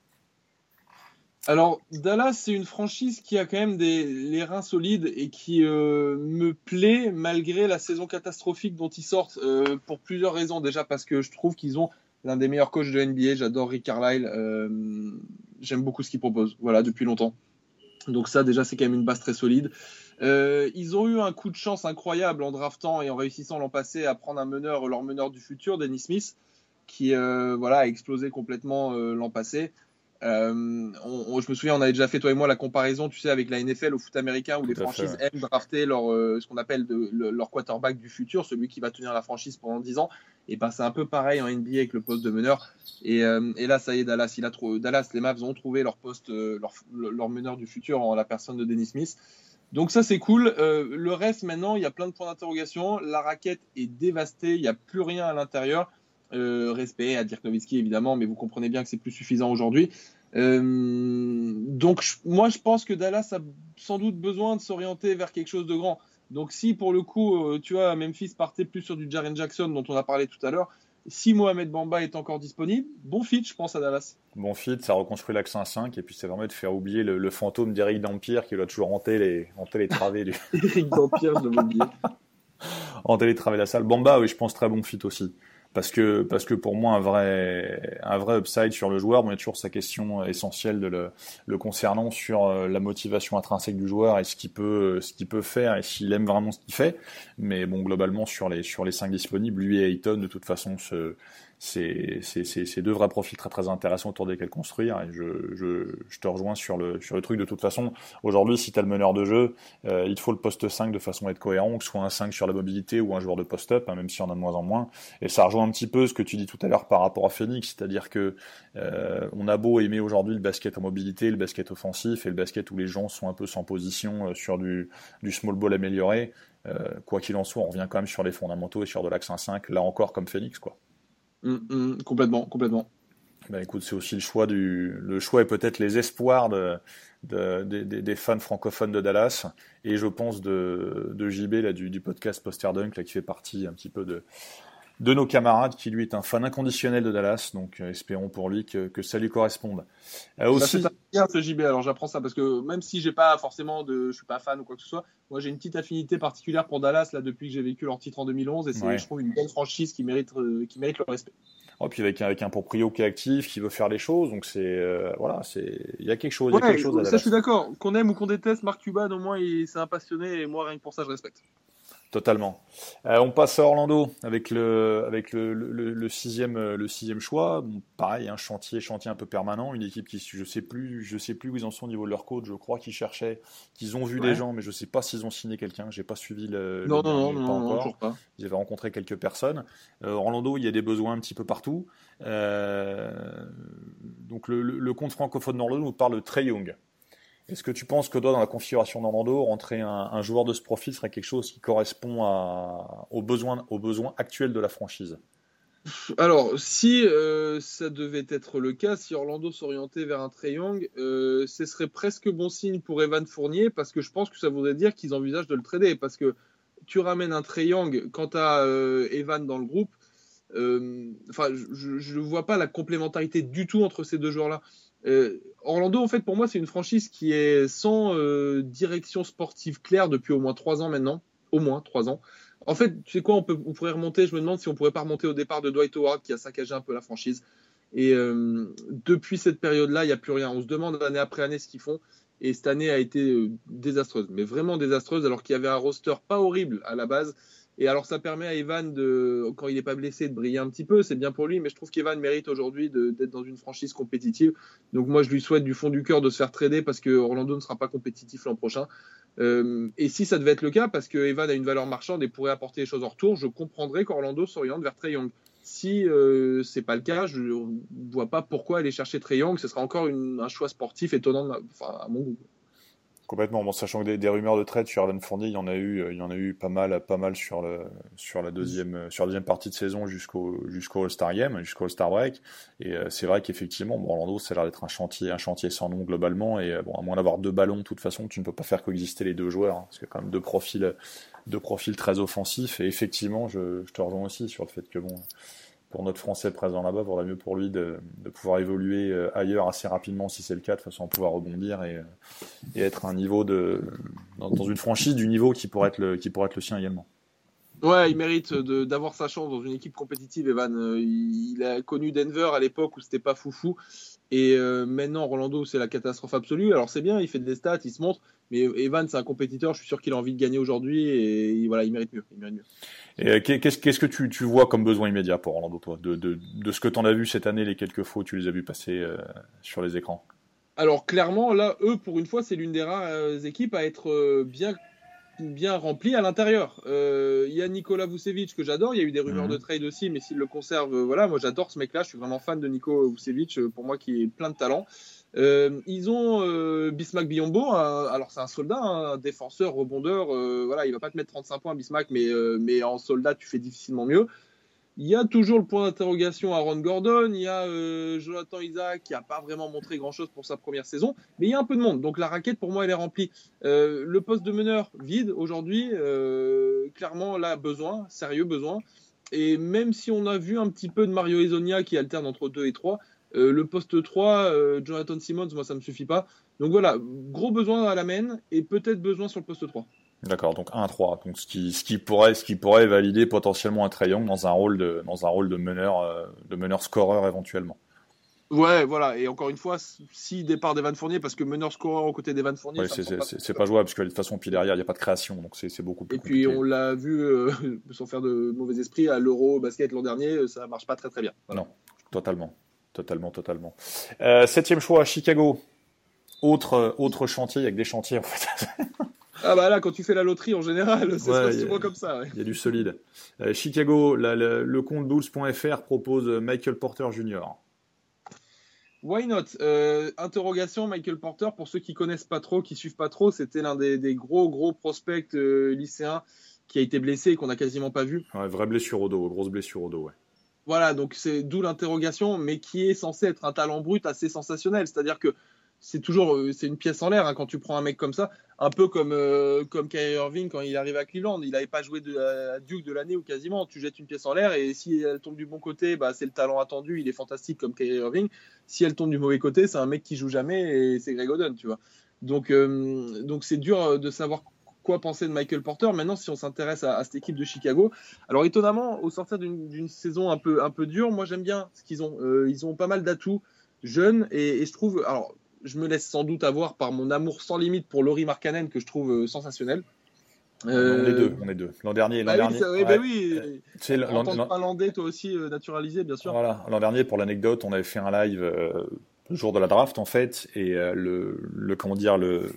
Alors, Dallas, c'est une franchise qui a quand même des, les reins solides et qui euh, me plaît malgré la saison catastrophique dont ils sortent, euh, pour plusieurs raisons. Déjà parce que je trouve qu'ils ont l'un des meilleurs coachs de N B A, j'adore Rick Carlisle, euh, j'aime beaucoup ce qu'il propose, voilà, depuis longtemps. Donc ça, déjà, c'est quand même une base très solide. Euh, ils ont eu un coup de chance incroyable en draftant et en réussissant l'an passé à prendre un meneur, leur meneur du futur, Dennis Smith, qui euh, voilà, a explosé complètement euh, l'an passé. Euh, on, on, je me souviens, on avait déjà fait toi et moi la comparaison, tu sais, avec la N F L au foot américain où Tout les franchises fait, ouais. aiment drafter leur, euh, ce qu'on appelle de, le, leur quarterback du futur, celui qui va tenir la franchise pendant dix ans. Et ben c'est un peu pareil en N B A avec le poste de meneur. Et, euh, et là, ça y est, Dallas, il a trouvé, Dallas, les Mavs ont trouvé leur poste, euh, leur, leur meneur du futur en la personne de Dennis Smith. Donc ça c'est cool. Euh, le reste maintenant, il y a plein de points d'interrogation. La raquette est dévastée, il n'y a plus rien à l'intérieur. Euh, respect à Dirk Nowitzki évidemment, mais vous comprenez bien que c'est plus suffisant aujourd'hui. Euh, donc je, moi je pense que Dallas a sans doute besoin de s'orienter vers quelque chose de grand. Donc si pour le coup euh, tu vois Memphis partait plus sur du Jaren Jackson dont on a parlé tout à l'heure, si Mohamed Bamba est encore disponible, bon fit je pense à Dallas. Bon fit, ça reconstruit l'axe un cinq et puis c'est vraiment de faire oublier le, le fantôme d'Eric Dampier qui doit toujours hanter les, hanter les travées du... Eric Dampier, je l'ai oublié. hanter les travées de la salle. Bamba oui je pense très bon fit aussi. Parce que, parce que pour moi, un vrai, un vrai upside sur le joueur, bon, il y a toujours sa question essentielle de le, le concernant sur la motivation intrinsèque du joueur et ce qu'il peut, ce qu'il peut faire et s'il aime vraiment ce qu'il fait. Mais bon, globalement, sur les, sur les cinq disponibles, lui et Ayton, de toute façon, se, c'est, c'est, c'est, c'est deux vrais profils très très intéressants autour desquels construire. Et je, je, je te rejoins sur le, sur le truc. De toute façon, aujourd'hui, si tu as le meneur de jeu, euh, il te faut le poste cinq de façon à être cohérent, que ce soit un cinq sur la mobilité ou un joueur de post-up, hein, même si on en a de moins en moins. Et ça rejoint un petit peu ce que tu dis tout à l'heure par rapport à Phoenix, c'est-à-dire que euh, on a beau aimer aujourd'hui le basket en mobilité, le basket offensif et le basket où les gens sont un peu sans position euh, sur du, du small ball amélioré. Euh, quoi qu'il en soit, on revient quand même sur les fondamentaux et sur de l'axe un cinq, là encore comme Phoenix, quoi. Mmh, mmh, complètement, complètement. Ben écoute, c'est aussi le choix du, le choix et peut-être les espoirs de, de, de, de des fans francophones de Dallas et je pense de, de J B là du, du podcast Poster Dunk là qui fait partie un petit peu de de nos camarades, qui lui est un fan inconditionnel de Dallas, donc euh, espérons pour lui que, que ça lui corresponde. Euh, aussi... Ça fait bien ce J B, alors j'apprends ça, parce que même si j'ai pas forcément de, je suis pas fan ou quoi que ce soit, moi j'ai une petite affinité particulière pour Dallas là depuis que j'ai vécu leur titre en deux mille onze, et c'est, ouais. je trouve, une belle franchise qui mérite, euh, qui mérite le respect. Oh, puis avec, avec un proprio qui est actif, qui veut faire les choses, donc c'est euh, voilà, c'est il y a quelque chose, ouais, il y a quelque chose à ça Dallas. Je suis d'accord. Qu'on aime ou qu'on déteste, Mark Cuban au moins il, c'est un passionné, et moi rien que pour ça je respecte. Totalement. Euh, on passe à Orlando avec le avec le, le, le sixième le sixième choix. Bon, pareil, un chantier chantier un peu permanent, une équipe qui je sais plus je sais plus où ils en sont au niveau de leur coach. Je crois qu'ils cherchaient, qu'ils ont vu ouais. des gens, mais je sais pas s'ils ont signé quelqu'un. J'ai pas suivi le. Non le non dernier, non pas non, encore. toujours pas. Ils avaient rencontré quelques personnes. Euh, Orlando, il y a des besoins un petit peu partout. Euh, donc le, le, le compte francophone d'Orlando nous parle de Trae Young. Est-ce que tu penses que toi, dans la configuration d'Orlando, rentrer un, un joueur de ce profil serait quelque chose qui correspond à, aux, besoins, aux besoins actuels de la franchise ? Alors, si euh, ça devait être le cas, si Orlando s'orientait vers un Trae Young, euh, ce serait presque bon signe pour Evan Fournier, parce que je pense que ça voudrait dire qu'ils envisagent de le trader, parce que tu ramènes un Trae Young quand tu as euh, Evan dans le groupe, enfin, euh, je ne vois pas la complémentarité du tout entre ces deux joueurs-là. Euh, Orlando, en fait, pour moi, c'est une franchise qui est sans euh, direction sportive claire depuis au moins trois ans maintenant. Au moins trois ans. En fait, tu sais quoi, on, peut, on pourrait remonter, je me demande si on pourrait pas remonter au départ de Dwight Howard qui a saccagé un peu la franchise. Et euh, depuis cette période-là, il n'y a plus rien. On se demande année après année ce qu'ils font. Et cette année a été euh, désastreuse, mais vraiment désastreuse, alors qu'il y avait un roster pas horrible à la base. Et alors, ça permet à Evan, de, quand il n'est pas blessé, de briller un petit peu. C'est bien pour lui, mais je trouve qu'Evan mérite aujourd'hui de, d'être dans une franchise compétitive. Donc, moi, je lui souhaite du fond du cœur de se faire trader parce que Orlando ne sera pas compétitif l'an prochain. Euh, et si ça devait être le cas, parce que Evan a une valeur marchande et pourrait apporter des choses en retour, je comprendrais qu'Orlando s'oriente vers Trae Young. Si euh, c'est pas le cas, je ne vois pas pourquoi aller chercher Trae Young. Ce sera encore une, un choix sportif étonnant, de ma, enfin, à mon goût. Complètement. Bon, sachant que des, des rumeurs de trade sur Evan Fournier, il y en a eu, il y en a eu pas mal, pas mal sur le, sur la deuxième, sur la deuxième partie de saison jusqu'au, jusqu'au All-Star Game, jusqu'au All-Star Break. Et euh, c'est vrai qu'effectivement, bon, Orlando, ça a l'air d'être un chantier, un chantier sans nom globalement. Et bon, à moins d'avoir deux ballons, de toute façon, tu ne peux pas faire coexister les deux joueurs, hein, parce qu'il y a quand même deux profils, deux profils très offensifs. Et effectivement, je, je te rejoins aussi sur le fait que bon. Pour notre Français présent là-bas, il vaudrait mieux pour lui de, de pouvoir évoluer ailleurs assez rapidement si c'est le cas, de façon à pouvoir rebondir et, et être à un niveau de, dans, dans une franchise du niveau qui pourrait être le, qui pourrait être le sien également. Ouais, il mérite de, d'avoir sa chance dans une équipe compétitive, Evan. Il, il a connu Denver à l'époque où c'était pas foufou. Et euh, maintenant, Orlando, c'est la catastrophe absolue. Alors c'est bien, il fait des stats, il se montre. Mais Evan, c'est un compétiteur, je suis sûr qu'il a envie de gagner aujourd'hui. Et voilà, il mérite mieux. Il mérite mieux. Et qu'est-ce, qu'est-ce que tu, tu vois comme besoin immédiat pour Orlando, toi, de, de, de ce que tu en as vu cette année, les quelques fois où tu les as vus passer euh, sur les écrans? Alors clairement, là, eux, pour une fois, c'est l'une des rares euh, équipes à être euh, bien, bien remplie à l'intérieur. Il euh, y a Nikola Vucevic que j'adore, il y a eu des rumeurs mmh. de trade aussi, mais s'il le conserve, euh, voilà, moi j'adore ce mec-là, je suis vraiment fan de Niko Vucevic, pour moi qui est plein de talent. Euh, ils ont euh, Bismack Biyombo, un, alors c'est un soldat, un défenseur, rebondeur, euh, voilà, il va pas te mettre trente-cinq points Bismack, mais, euh, mais en soldat tu fais difficilement mieux. Il y a toujours le point d'interrogation Aaron Gordon, il y a euh, Jonathan Isaac qui n'a pas vraiment montré grand-chose pour sa première saison, mais il y a un peu de monde, donc la raquette pour moi elle est remplie. Euh, le poste de meneur vide aujourd'hui, euh, clairement là besoin, sérieux besoin, et même si on a vu un petit peu de Mario Hezonja qui alterne entre deux et trois, Euh, le poste trois, euh, Jonathan Simmons, moi ça me suffit pas. Donc voilà, gros besoin à la main et peut-être besoin sur le poste trois. D'accord, donc un trois, donc ce qui, ce qui pourrait, ce qui pourrait valider potentiellement un Trae Young dans un rôle de, dans un rôle de meneur, euh, de meneur scoreur éventuellement. Ouais, voilà. Et encore une fois, si départ d'Evan Fournier, parce que meneur scoreur aux côtés d'Evan Fournier, ouais, ça c'est, me semble c'est, pas c'est, c'est pas jouable parce que de toute façon, puis derrière, il n'y a pas de création, donc c'est, c'est beaucoup plus Et compliqué. puis on l'a vu, euh, sans faire de mauvais esprit, à l'Euro basket l'an dernier, ça marche pas très très bien. Voilà. Non, totalement, totalement, totalement. Euh, septième choix, Chicago. Autre, autre chantier, avec des chantiers en fait. Ah bah là, quand tu fais la loterie en général, c'est Ouais, souvent y a- comme ça. Ouais. Il y a du solide. Euh, Chicago, la- la- le compte bulls point f r propose Michael Porter junior Why not? Euh, interrogation, Michael Porter, pour ceux qui connaissent pas trop, qui suivent pas trop, c'était l'un des, des gros gros prospects euh, lycéens qui a été blessé et qu'on a quasiment pas vu. Ouais, vraie blessure au dos, grosse blessure au dos, ouais. Voilà, donc c'est d'où l'interrogation, mais qui est censé être un talent brut assez sensationnel. C'est-à-dire que c'est toujours euh, c'est une pièce en l'air hein, quand tu prends un mec comme ça, un peu comme euh, comme Kyrie Irving quand il arrive à Cleveland, il n'avait pas joué de la Duke de l'année ou quasiment. Tu jettes une pièce en l'air et si elle tombe du bon côté, bah c'est le talent attendu, il est fantastique comme Kyrie Irving. Si elle tombe du mauvais côté, c'est un mec qui joue jamais et c'est Greg Oden, tu vois. Donc euh, donc c'est dur de savoir quoi penser de Michael Porter. Maintenant, si on s'intéresse à, à cette équipe de Chicago, alors étonnamment, au sortir d'une, d'une saison un peu, un peu dure, moi j'aime bien ce qu'ils ont. Euh, ils ont pas mal d'atouts jeunes et, et je trouve, alors je me laisse sans doute avoir par mon amour sans limite pour Lauri Markkanen que je trouve euh, sensationnel. Euh, on est deux, on est deux. L'an dernier, l'an bah dernier. Oui, ça, oui, ouais. bah oui. Tu sais, En l'an, tant que l'an- finlandais, toi aussi euh, naturalisé, bien sûr. voilà, l'an dernier, pour l'anecdote, on avait fait un live euh, le jour de la draft en fait, et euh, le, le comment dire le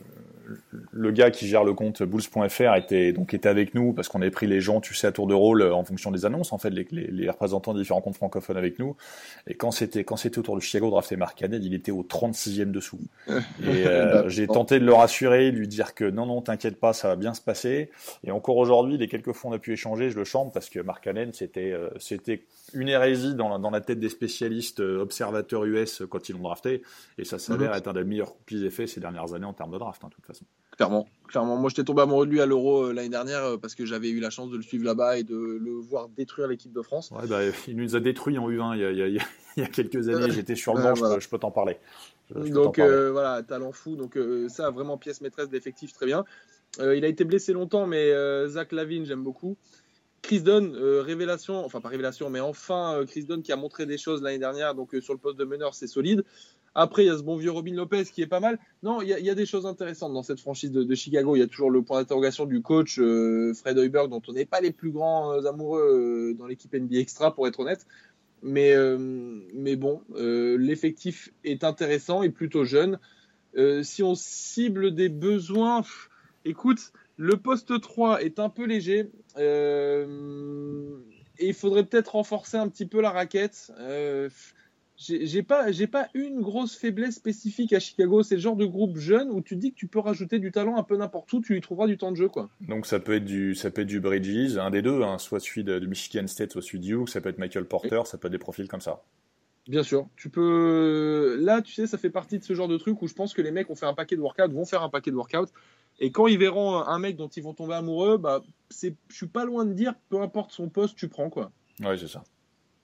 le gars qui gère le compte bulls point f r était donc était avec nous parce qu'on avait pris les gens, tu sais, à tour de rôle en fonction des annonces en fait, les, les, les représentants des différents comptes francophones avec nous. Et quand c'était quand c'était au tour de Chicago de drafter Markkanen, il était au trente-sixième dessous. Et euh, j'ai tenté de le rassurer, lui dire que non non, t'inquiète pas, ça va bien se passer. Et encore aujourd'hui, les quelques fois on a pu échanger, je le chante parce que Markkanen c'était euh, c'était une hérésie dans la, dans la tête des spécialistes euh, observateurs U S quand ils l'ont drafté, et ça s'avère Mhm. être un des meilleurs coups qu'ils aient fait ces dernières années en termes de draft, hein, de toute façon. Clairement, clairement. Moi, j'étais tombé amoureux de lui à l'Euro euh, l'année dernière euh, parce que j'avais eu la chance de le suivre là-bas et de le voir détruire l'équipe de France. Ouais, bah, il nous a détruits en U un il y a, il y a, il y a- il y a quelques années, j'étais sur le Ouais, banc, je, voilà. peux, je peux t'en parler. Je, je peux Donc t'en parler. euh, voilà, talent fou. Donc euh, ça, vraiment pièce maîtresse d'effectif, très bien. Euh, il a été blessé longtemps, mais euh, Zach Lavine, j'aime beaucoup. Chris Dunn, euh, révélation, enfin pas révélation, mais enfin euh, Chris Dunn qui a montré des choses l'année dernière, donc euh, sur le poste de meneur, c'est solide. Après, il y a ce bon vieux Robin Lopez qui est pas mal. Non, il y a, il y a des choses intéressantes dans cette franchise de, de Chicago. Il y a toujours le point d'interrogation du coach euh, Fred Hoiberg, dont on n'est pas les plus grands euh, amoureux euh, dans l'équipe N B A Extra, pour être honnête. Mais, euh, mais bon, euh, l'effectif est intéressant et plutôt jeune. Euh, si on cible des besoins, pff, écoute, le poste trois est un peu léger. Euh, et il faudrait peut-être renforcer un petit peu la raquette. Euh, j'ai, j'ai pas, j'ai pas une grosse faiblesse spécifique à Chicago. C'est le genre de groupe jeune où tu te dis que tu peux rajouter du talent un peu n'importe où, tu lui trouveras du temps de jeu, quoi. Donc ça peut être du, ça peut être du Bridges, un des deux, hein, soit celui de, de Michigan State, soit celui de Duke, ça peut être Michael Porter, ça peut être des profils comme ça. Bien sûr, tu peux. Là, tu sais, ça fait partie de ce genre de truc où je pense que les mecs ont fait un paquet de workouts, vont faire un paquet de workouts, et quand ils verront un mec dont ils vont tomber amoureux, bah, c'est, je suis pas loin de dire, peu importe son poste, tu prends, quoi. Ouais, c'est ça.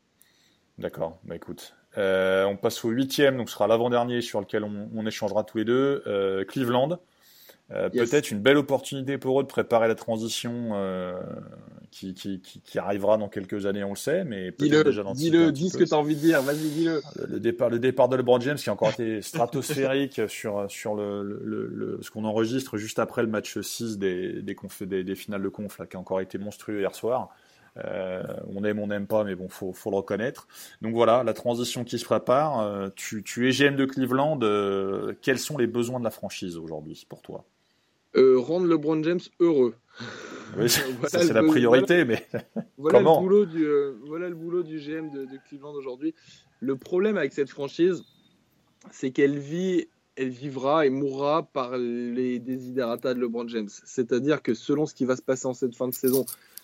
D'accord, bah écoute. Euh, on passe au huitième, donc ce sera l'avant-dernier sur lequel on, on échangera tous les deux. Euh, Cleveland. Euh, Yes. Peut-être une belle opportunité pour eux de préparer la transition euh, qui, qui, qui, qui arrivera dans quelques années, on le sait, mais peut-être Dis-le, déjà d'anticiper dis-le, un petit dis ce peu. que tu as envie de dire, vas-y, dis-le. Le, le départ, le départ de LeBron James qui a encore été stratosphérique sur, sur le, le, le, ce qu'on enregistre juste après le match six des, des, conf, des, des finales de conf, là, qui a encore été monstrueux hier soir. Euh, on aime, on n'aime pas, mais bon, faut, faut le reconnaître. Donc voilà, la transition qui se prépare. Euh, tu, tu es G M de Cleveland. Euh, quels sont les besoins de la franchise aujourd'hui pour toi? Euh, rendre LeBron James heureux. Oui, ça, Voilà ça, c'est le la be- priorité, mais Voilà comment le boulot du, euh, voilà le boulot du G M de, de Cleveland aujourd'hui. Le problème avec cette franchise, c'est qu'elle vit, elle vivra et mourra par les desiderata de LeBron James. C'est-à-dire que selon ce qui va se passer en cette fin de saison,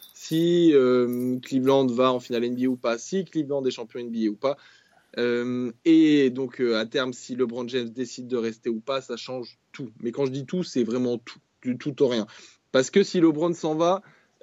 si euh, Cleveland va en finale N B A ou pas, si Cleveland est champion N B A ou pas, euh, et donc euh, à terme, si LeBron James décide de rester ou pas, ça change tout. Mais quand je dis tout, c'est vraiment tout, du tout au rien. Parce que si LeBron s'en va,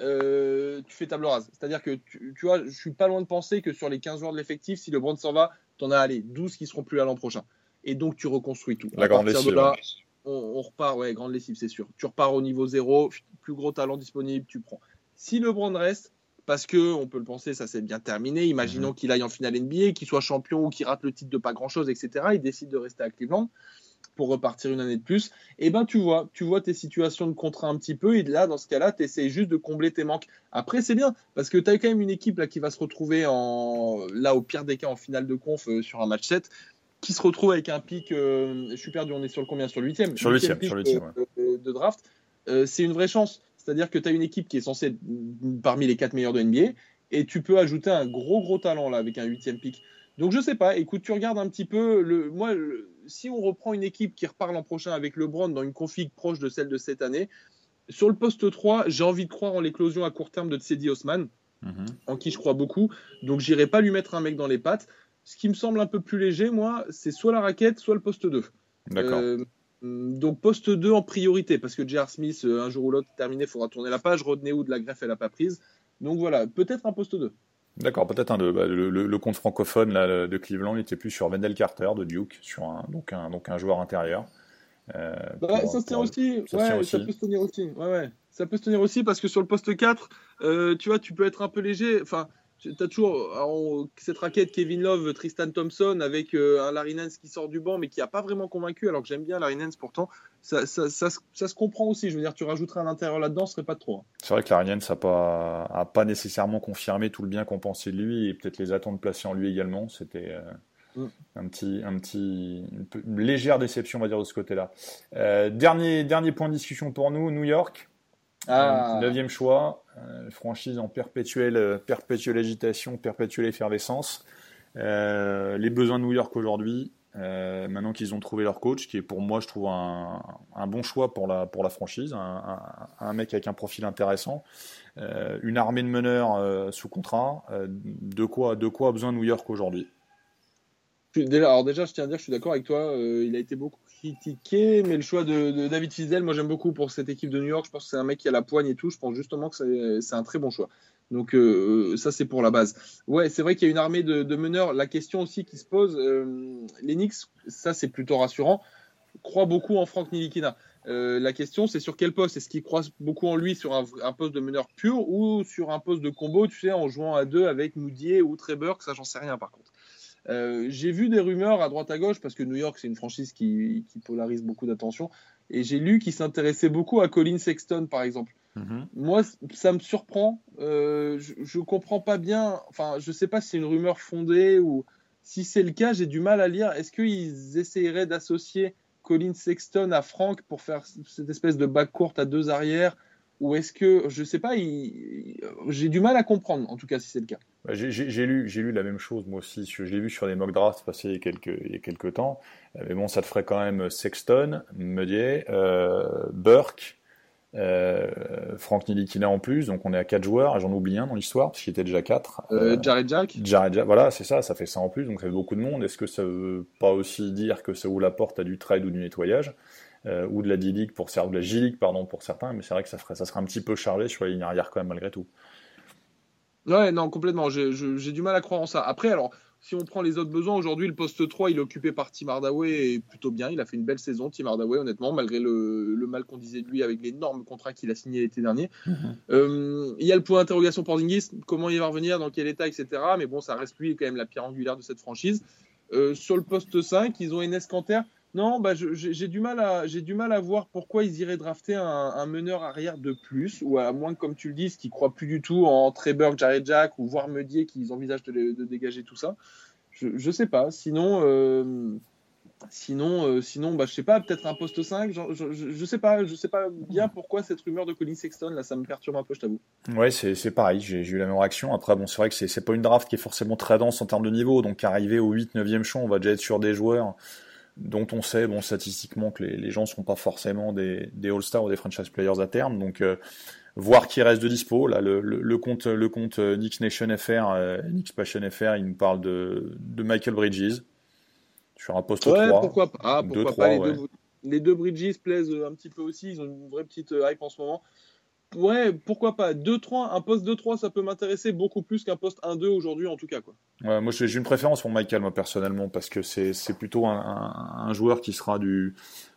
euh, tu fais table rase. C'est-à-dire que tu, tu vois, je suis pas loin de penser que sur les quinze joueurs de l'effectif, si LeBron s'en va, tu en as allez, douze qui seront plus là l'an prochain. Et donc tu reconstruis tout. la À grande partir lessive. de là, Ouais. on, on repart, ouais, grande lessive, c'est sûr. Tu repars au niveau zéro, plus gros talent disponible, tu prends. Si LeBron reste, parce que, on peut le penser, ça s'est bien terminé. Imaginons mmh. qu'il aille en finale N B A, qu'il soit champion ou qu'il rate le titre de pas grand-chose, et cetera. Il décide de rester à Cleveland pour repartir une année de plus. Et ben tu vois, tu vois tes situations de contrat un petit peu, et là, dans ce cas-là, tu essaies juste de combler tes manques. Après, c'est bien, parce que tu as quand même une équipe là, qui va se retrouver, en, là, au pire des cas, en finale de conf euh, sur un match sept, qui se retrouve avec un pic, euh, je suis perdu, on est sur le combien? Sur le huitième Sur le huitième, pic sur le huitième, euh, ouais. de draft. Euh, c'est une vraie chance. C'est-à-dire que tu as une équipe qui est censée être parmi les quatre meilleurs de N B A, et tu peux ajouter un gros, gros talent là, avec un huitième pic. Donc, je sais pas. Écoute, tu regardes un petit peu. Le, moi, le, si on reprend une équipe qui repart l'an prochain avec LeBron dans une config proche de celle de cette année, sur le poste trois, j'ai envie de croire en l'éclosion à court terme de Cedi Osman, mm-hmm. en qui je crois beaucoup. Donc, j'irai pas lui mettre un mec dans les pattes. Ce qui me semble un peu plus léger, moi, c'est soit la raquette, soit le poste deux. D'accord. Euh, donc, poste deux en priorité, parce que J R. Smith, un jour ou l'autre, terminé, il faudra tourner la page. Rodney Hood, la greffe, elle n'a pas prise. Donc, voilà, peut-être un poste deux. D'accord, peut-être un de, bah, le, le, le compte francophone là, de Cleveland, il était plus sur Wendell Carter de Duke, sur un, donc, un, donc un joueur intérieur. Euh, bah, pour, ça se tient aussi, ça, ouais, tient aussi. Ça peut se tenir aussi. Ouais, ouais. Ça peut se tenir aussi parce que sur le poste quatre, euh, tu vois, tu peux être un peu léger. Enfin, tu as toujours alors, cette raquette Kevin Love, Tristan Thompson avec euh, un Larry Nance qui sort du banc mais qui n'a pas vraiment convaincu, alors que j'aime bien Larry Nance pourtant. Ça, ça, ça, ça, ça se comprend aussi. Je veux dire, tu rajouterais un intérieur là-dedans, ce serait pas trop. Hein. C'est vrai que Larry Nance n'a pas, a pas nécessairement confirmé tout le bien qu'on pensait de lui et peut-être les attentes placées en lui également. C'était euh, mm. un petit, un petit, une, peu, une légère déception, on va dire, de ce côté-là. Euh, dernier, dernier point de discussion pour nous, New York. Ah. Neuvième choix, euh, franchise en perpétuelle, euh, perpétuelle agitation, perpétuelle effervescence. Euh, les besoins de New York aujourd'hui, euh, maintenant qu'ils ont trouvé leur coach, qui est pour moi, je trouve, un, un bon choix pour la, pour la franchise, un, un, un mec avec un profil intéressant, euh, une armée de meneurs euh, sous contrat. Euh, de quoi, de quoi a besoin New York aujourd'hui? Alors déjà, je tiens à dire, je suis d'accord avec toi, euh, il a été beaucoup critiqué, mais le choix de, de David Fizdale, moi j'aime beaucoup pour cette équipe de New York, je pense que c'est un mec qui a la poigne et tout, je pense justement que c'est, c'est un très bon choix. Donc euh, ça c'est pour la base. Ouais, c'est vrai qu'il y a une armée de, de meneurs, la question aussi qui se pose, euh, les Knicks, ça c'est plutôt rassurant, croient beaucoup en Frank Ntilikina. Euh, la question c'est sur quel poste, est-ce qu'ils croient beaucoup en lui sur un, un poste de meneur pur ou sur un poste de combo, tu sais, en jouant à deux avec Moutier ou Trey Burke, ça j'en sais rien par contre. Euh, j'ai vu des rumeurs à droite à gauche parce que New York c'est une franchise qui, qui polarise beaucoup d'attention et j'ai lu qu'ils s'intéressaient beaucoup à Colin Sexton par exemple. Mm-hmm. Moi ça me surprend, euh, je, je comprends pas bien, enfin je sais pas si c'est une rumeur fondée ou si c'est le cas, j'ai du mal à lire. Est-ce qu'ils essaieraient d'associer Colin Sexton à Frank pour faire cette espèce de backcourt à deux arrières, ou est-ce que, je sais pas, il, il, j'ai du mal à comprendre, en tout cas, si c'est le cas. Bah, j'ai, j'ai, j'ai, lu, j'ai lu la même chose, moi aussi. Je l'ai vu sur des mock drafts passés il y a quelques, il y a quelques temps. Mais bon, ça te ferait quand même Sexton, Meunier, euh, Burke, euh, Frank Ntilikina en plus. Donc on est à quatre joueurs, et j'en oublie un dans l'histoire, parce qu'il était déjà quatre. Euh, euh, Jarrett Jack. Jarrett Jack, voilà, c'est ça, ça fait ça en plus, donc ça fait beaucoup de monde. Est-ce que ça veut pas aussi dire que ça ouvre la porte à du trade ou du nettoyage? Euh, ou de la D-League pour certains, ou de la J-League pardon pour certains, mais c'est vrai que ça ferait, ça serait un petit peu chargé sur la ligne arrière quand même malgré tout. Ouais, non, complètement. J'ai, je, j'ai du mal à croire en ça. Après, alors, si on prend les autres besoins, aujourd'hui, le poste trois, il est occupé par Tim Hardaway et plutôt bien. Il a fait une belle saison, Tim Hardaway, honnêtement, malgré le, le mal qu'on disait de lui avec l'énorme contrat qu'il a signé l'été dernier. Mm-hmm. Euh, il y a le point d'interrogation pour Porzingis, comment il va revenir, dans quel état, et cetera. Mais bon, ça reste lui quand même la pierre angulaire de cette franchise. Euh, sur le poste cinq, ils ont Enes Kanter. Non, bah je, j'ai, j'ai, du mal à, j'ai du mal à voir pourquoi ils iraient drafter un, un meneur arrière de plus, ou à moins que, comme tu le dises, qu'ils ne croient plus du tout en Trey Burke, Jarrett Jack, ou voire Meunier, qu'ils envisagent de, de dégager tout ça. Je ne sais pas. Sinon, euh, sinon, euh, sinon bah, je ne sais pas, peut-être un poste cinq. Je ne sais pas, je sais pas bien pourquoi cette rumeur de Colin Sexton, là, ça me perturbe un peu, je t'avoue. Ouais, c'est, c'est pareil, j'ai, j'ai eu la même réaction. Après, bon, c'est vrai que ce n'est pas une draft qui est forcément très dense en termes de niveau, donc arrivé au huit neuvième champ, on va déjà être sur des joueurs dont on sait, bon, statistiquement, que les, les gens ne seront pas forcément des, des All-Stars ou des franchise players à terme. Donc, euh, voir qui reste de dispo. Là, le, le, le compte, le compte Knicks Nation F R, euh, Knicks Passion F R, il nous parle de, de Michael Bridges sur un poste ouais, trois. Pourquoi pas, ah, pourquoi deux, pas. trois, les, ouais. deux, les deux Bridges plaisent un petit peu aussi. Ils ont une vraie petite hype en ce moment. Ouais, pourquoi pas. deux trois, un poste deux trois, ça peut m'intéresser beaucoup plus qu'un poste un deux aujourd'hui, en tout cas, quoi. Ouais, moi, j'ai une préférence pour Michael, moi, personnellement, parce que c'est, c'est plutôt un, un, un joueur qui sera du,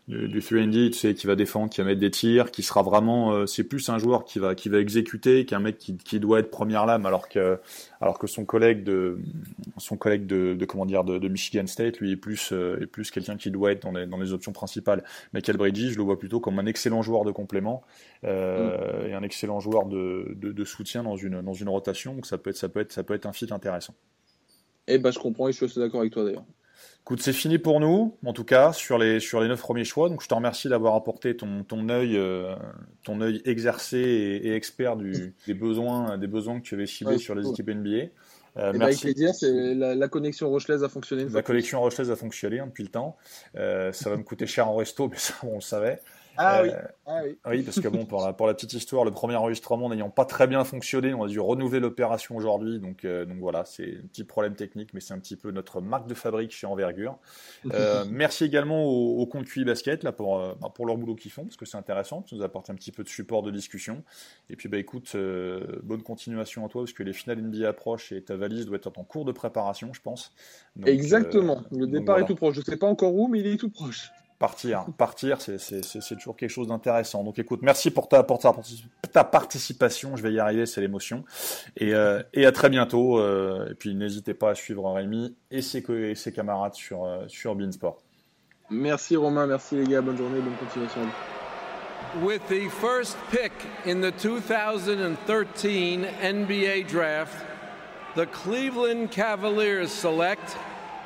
du, du trois and D, tu sais, qui va défendre, qui va mettre des tirs, qui sera vraiment, euh, c'est plus un joueur qui va, qui va exécuter qu'un mec qui, qui doit être première lame, alors que, alors que son collègue de, son collègue de, de comment dire, de, de Michigan State, lui est plus, euh, est plus quelqu'un qui doit être dans les, dans les options principales. Michael Bridges, je le vois plutôt comme un excellent joueur de complément, euh, mm. et un excellent joueur de, de, de soutien dans une, dans une rotation. Donc ça peut être, ça peut être, ça peut être un fit intéressant. Eh ben, je comprends et je suis assez d'accord avec toi d'ailleurs. Écoute, c'est fini pour nous, en tout cas, sur les, sur les neuf premiers choix. Donc, je te remercie d'avoir apporté ton, ton œil, euh, ton œil exercé et, et expert du, des besoins, des besoins que tu avais ciblés ouais, sur les cool. équipes N B A. Euh, merci. Bah avec plaisir, c'est la, la connexion rochelaise a fonctionné. La connexion rochelaise a fonctionné hein, depuis le temps. Euh, ça va me coûter cher en resto, mais ça, on le savait. Ah, euh, oui. ah oui. Oui, parce que bon, pour la, pour la petite histoire, le premier enregistrement n'ayant pas très bien fonctionné, on a dû renouveler l'opération aujourd'hui. Donc, euh, donc voilà, c'est un petit problème technique, mais c'est un petit peu notre marque de fabrique chez Envergure. Euh, merci également au, au compte Q I Basket là, pour, euh, pour leur boulot qu'ils font, parce que c'est intéressant. Ça nous apporte un petit peu de support de discussion. Et puis, bah, écoute, euh, bonne continuation à toi, parce que les finales N B A approchent et ta valise doit être en cours de préparation, je pense. Donc, Exactement. Euh, le départ voilà. est tout proche. Je ne sais pas encore où, mais il est tout proche. Partir, partir, c'est, c'est, c'est, c'est toujours quelque chose d'intéressant. Donc écoute, merci pour ta, pour ta, ta participation, je vais y arriver, c'est l'émotion. Et, euh, et à très bientôt. Euh, et puis n'hésitez pas à suivre Rémi et ses, et ses camarades sur, euh, sur Beansport. Merci Romain, merci les gars, bonne journée, bonne continuation. With the first pick in the two thousand thirteen N B A draft, the Cleveland Cavaliers select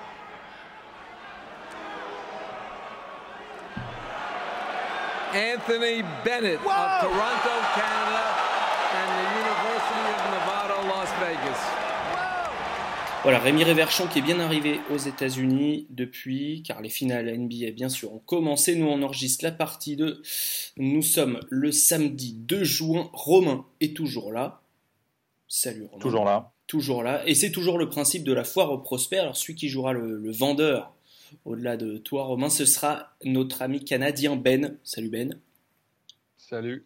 Anthony Bennett Whoa! Of Toronto, Canada, and the University of Nevada, Las Vegas. Voilà, Rémi Réverchon qui est bien arrivé aux États-Unis depuis, car les finales N B A, bien sûr, ont commencé. Nous, on enregistre la partie deux. Nous sommes le samedi deux juin. Romain est toujours là. Salut Romain. Toujours là. Toujours là. Et c'est toujours le principe de la foire aux prospects. Alors, celui qui jouera le, le vendeur, au-delà de toi, Romain, ce sera notre ami canadien Ben. Salut Ben. Salut.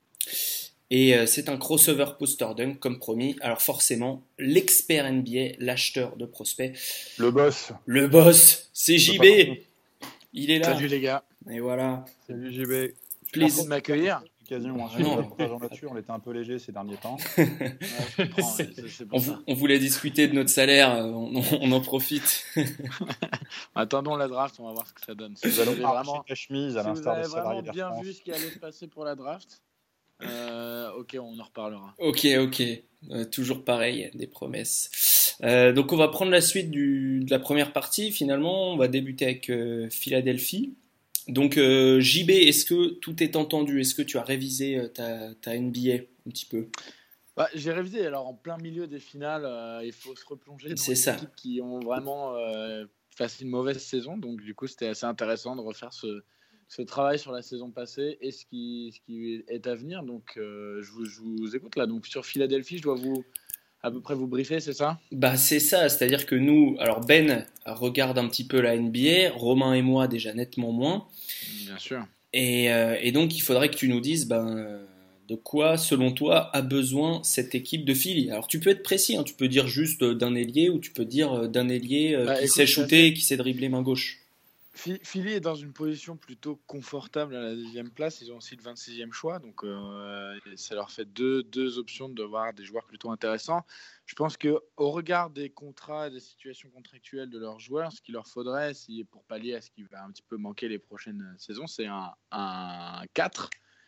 Et euh, c'est un crossover poster dunk, comme promis. Alors forcément, l'expert N B A, l'acheteur de prospects. Le boss. Le boss, c'est J B. Il est là. Salut les gars. Et voilà. Salut J B. Merci de m'accueillir. Occasion, ah non. là-dessus, on était un peu léger ces derniers temps. Ouais, je comprends, c'est, c'est on, vou- on voulait discuter de notre salaire, on, on, on en profite. Attendons la draft, on va voir ce que ça donne. Si vous allez vraiment ta chemise à si l'instar des salariés vous avez d'Air bien France. vu ce qui allait se passer pour la draft, euh, ok, on en reparlera. Ok, ok. Euh, toujours pareil, des promesses. Euh, donc on va prendre la suite du, de la première partie. Finalement, on va débuter avec euh, Philadelphie. Donc euh, J B, est-ce que tout est entendu ? Est-ce que tu as révisé euh, ta, ta N B A un petit peu ? Bah, j'ai révisé. Alors en plein milieu des finales, euh, il faut se replonger dans C'est les ça. équipes qui ont vraiment euh, fait une mauvaise saison. Donc du coup, c'était assez intéressant de refaire ce, ce travail sur la saison passée et ce qui, ce qui est à venir. Donc euh, je, vous, je vous écoute là. Donc sur Philadelphie, je dois vous à peu près vous briefer, c'est ça ? Bah c'est ça, c'est-à-dire que nous, alors Ben regarde un petit peu la N B A, Romain et moi déjà nettement moins. Bien sûr. Et, euh, et donc il faudrait que tu nous dises ben, de quoi, selon toi, a besoin cette équipe de Philly. Alors tu peux être précis, hein, tu peux dire juste d'un ailier ou tu peux dire d'un ailier euh, bah, qui écoute, sait shooter et qui sait dribbler main gauche. Philly est dans une position plutôt confortable à la deuxième place. Ils ont aussi le vingt-sixième choix, donc euh, ça leur fait deux, deux options de voir des joueurs plutôt intéressants. Je pense qu'au regard des contrats et des situations contractuelles de leurs joueurs, ce qu'il leur faudrait, si, pour pallier à ce qui va un petit peu manquer les prochaines saisons, c'est un, un quatre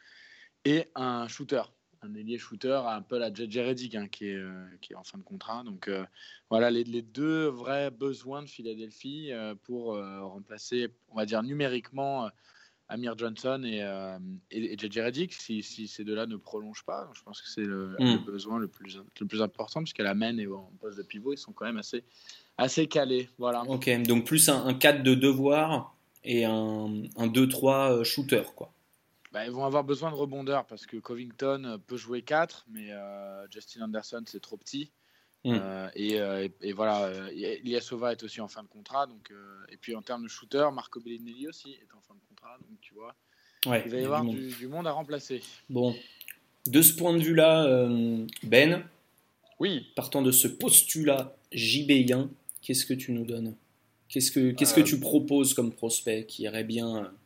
et un shooter. Un ailier shooter un peu la J J Redick hein, qui, est, euh, qui est en fin de contrat. Donc euh, voilà les, les deux vrais besoins de Philadelphie euh, pour euh, remplacer, on va dire numériquement, euh, Amir Johnson et, euh, et, et J J Redick si, si ces deux-là ne prolongent pas. Donc, je pense que c'est le, mm. le besoin le plus, le plus important puisqu'à la main et en poste de pivot, ils sont quand même assez, assez calés. Voilà. Ok, donc plus un, un quatre de devoir et un, un deux trois shooter quoi. Bah, ils vont avoir besoin de rebondeurs parce que Covington peut jouer quatre, mais euh, Justin Anderson, c'est trop petit. Mm. Euh, et, euh, et, et voilà, euh, Ilyasova est aussi en fin de contrat. Donc, euh, et puis en termes de shooter, Marco Bellinelli aussi est en fin de contrat. Donc tu vois, ouais, il va y avoir du, du, du monde à remplacer. Bon, de ce point de vue-là, euh, Ben, oui. Partant de ce postulat J B-ien, qu'est-ce que tu nous donnes ? Qu'est-ce que, qu'est-ce euh, que tu proposes comme prospect qui irait bien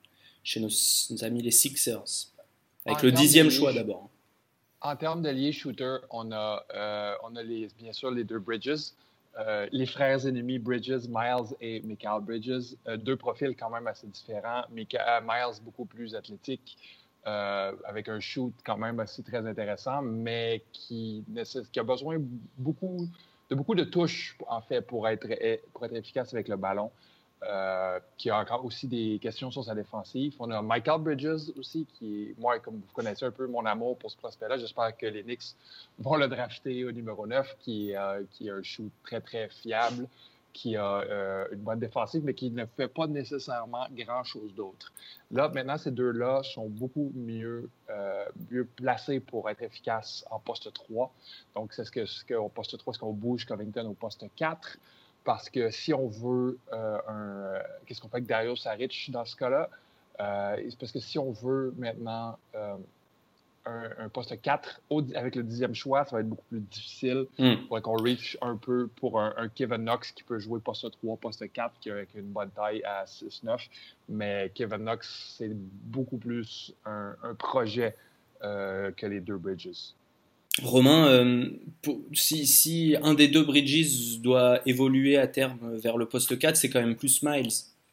chez nos, nos amis les Sixers. Avec En le termes dixième de choix lié- d'abord. En termes d'alliés shooter, on a, euh, on a les, bien sûr les deux Bridges, euh, les frères ennemis Bridges, Miles et Mikal Bridges, euh, deux profils quand même assez différents. Mika, Miles beaucoup plus athlétique, euh, avec un shoot quand même aussi très intéressant, mais qui, nécess- qui a besoin beaucoup, de beaucoup de touches en fait pour être, pour être efficace avec le ballon. Euh, qui a encore aussi des questions sur sa défensive. On a Mikal Bridges aussi, qui est, moi, comme vous connaissez un peu mon amour pour ce prospect-là, j'espère que les Knicks vont le drafter au numéro neuf, qui, euh, qui a un shoot très, très fiable, qui a euh, une bonne défensive, mais qui ne fait pas nécessairement grand-chose d'autre. Là, maintenant, ces deux-là sont beaucoup mieux, euh, mieux placés pour être efficaces en poste trois. Donc, c'est ce que, ce qu'au poste trois, est-ce qu'on bouge Covington au poste quatre? Parce que si on veut euh, un... euh, qu'est-ce qu'on fait avec Dario Saric dans ce cas-là? Euh, c'est parce que si on veut maintenant euh, un, un poste quatre au, avec le dixième choix, ça va être beaucoup plus difficile. Mm. Il faudrait qu'on reach un peu pour un, un Kevin Knox qui peut jouer poste trois, poste quatre, qui a avec une bonne taille à six neuf. Mais Kevin Knox, c'est beaucoup plus un, un projet euh, que les deux Bridges. Romain, euh, pour- si, si un des deux Bridges doit évoluer à terme vers le poste quatre, c'est quand même plus Miles.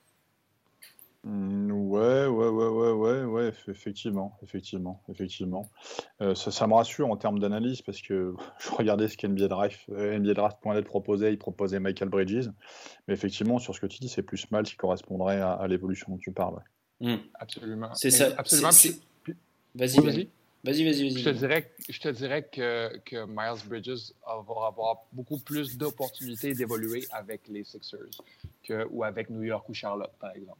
Mm, Ouais, ouais, ouais, ouais, ouais, ouais, eff- effectivement, effectivement, effectivement. Euh, ça, ça me rassure en termes d'analyse parce que je regardais ce qu'N B A Draft, euh, N B A Draft point net proposait, il proposait Michael Bridges, mais effectivement, sur ce que tu dis, c'est plus Miles qui correspondrait à, à l'évolution dont tu parles. Ouais. Mm. Absolument. C'est Et ça. Absolument. c'est- Puis- c'est- Vas-y, Oui, Ben. vas-y. Vas-y, vas-y, Je te vas-y. dirais, je te dirais que, que Miles Bridges va avoir beaucoup plus d'opportunités d'évoluer avec les Sixers que, ou avec New York ou Charlotte, par exemple.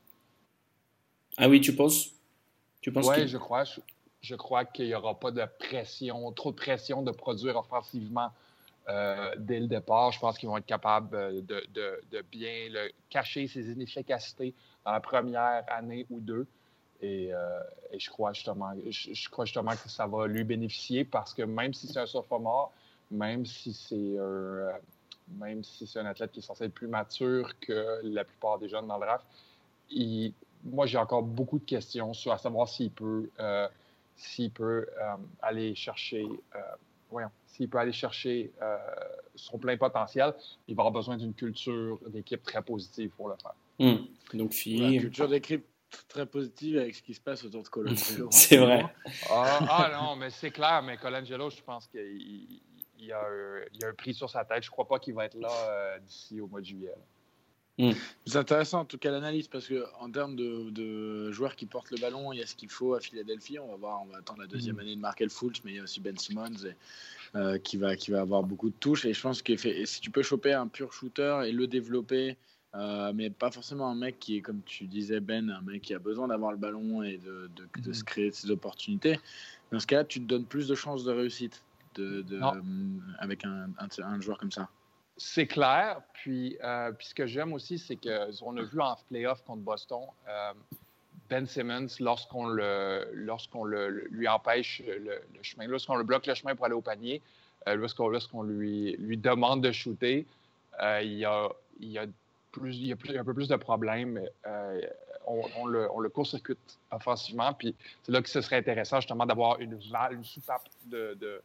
Ah oui, tu penses? Tu penses Oui, qu'il- je crois. Je, je crois qu'il n'y aura pas de pression, trop de pression de produire offensivement euh, dès le départ. Je pense qu'ils vont être capables de, de, de bien le, cacher ses inefficacités dans la première année ou deux. Et, euh, et je, crois justement, je, je crois justement que ça va lui bénéficier parce que même si c'est un sophomore, même si c'est un, euh, même si c'est un athlète qui est censé être plus mature que la plupart des jeunes dans le draft, il, moi j'ai encore beaucoup de questions sur à savoir s'il peut, euh, s'il peut euh, aller chercher, euh, voyons, s'il peut aller chercher euh, son plein potentiel. Il va avoir besoin d'une culture d'équipe très positive pour le faire. Hmm. Donc, La fille. culture d'équipe très positive avec ce qui se passe autour de Colangelo. C'est vrai. Ah, ah non, mais c'est clair, mais Colangelo, je pense qu'il il, il a, un, il a un prix sur sa tête. Je ne crois pas qu'il va être là euh, d'ici au mois de juillet. Hmm. C'est intéressant en tout cas l'analyse parce qu'en termes de, de joueurs qui portent le ballon, il y a ce qu'il faut à Philadelphie. On va voir, on va attendre la deuxième Mm. année de Markel Fultz, mais il y a aussi Ben Simmons et, euh, qui, va, qui va avoir beaucoup de touches. Et je pense que fait, si tu peux choper un pur shooter et le développer, euh, mais pas forcément un mec qui est, comme tu disais Ben, un mec qui a besoin d'avoir le ballon et de, de, de Mm. se créer ses opportunités, dans ce cas-là, tu te donnes plus de chances de réussite de, de, euh, avec un, un, un joueur comme ça. C'est clair. Puis, euh, puis ce que j'aime aussi, c'est qu'on a vu en playoff contre Boston, euh, Ben Simmons, lorsqu'on, le, lorsqu'on le, lui empêche le, le chemin, lorsqu'on le bloque le chemin pour aller au panier, euh, lorsqu'on, lorsqu'on lui, lui demande de shooter, euh, il, y a, il, y a plus, il y a plus, un peu plus de problèmes. Euh, on, on, le, on le court-circuite offensivement. Puis c'est là que ce serait intéressant justement d'avoir une, valve, une soupape de... de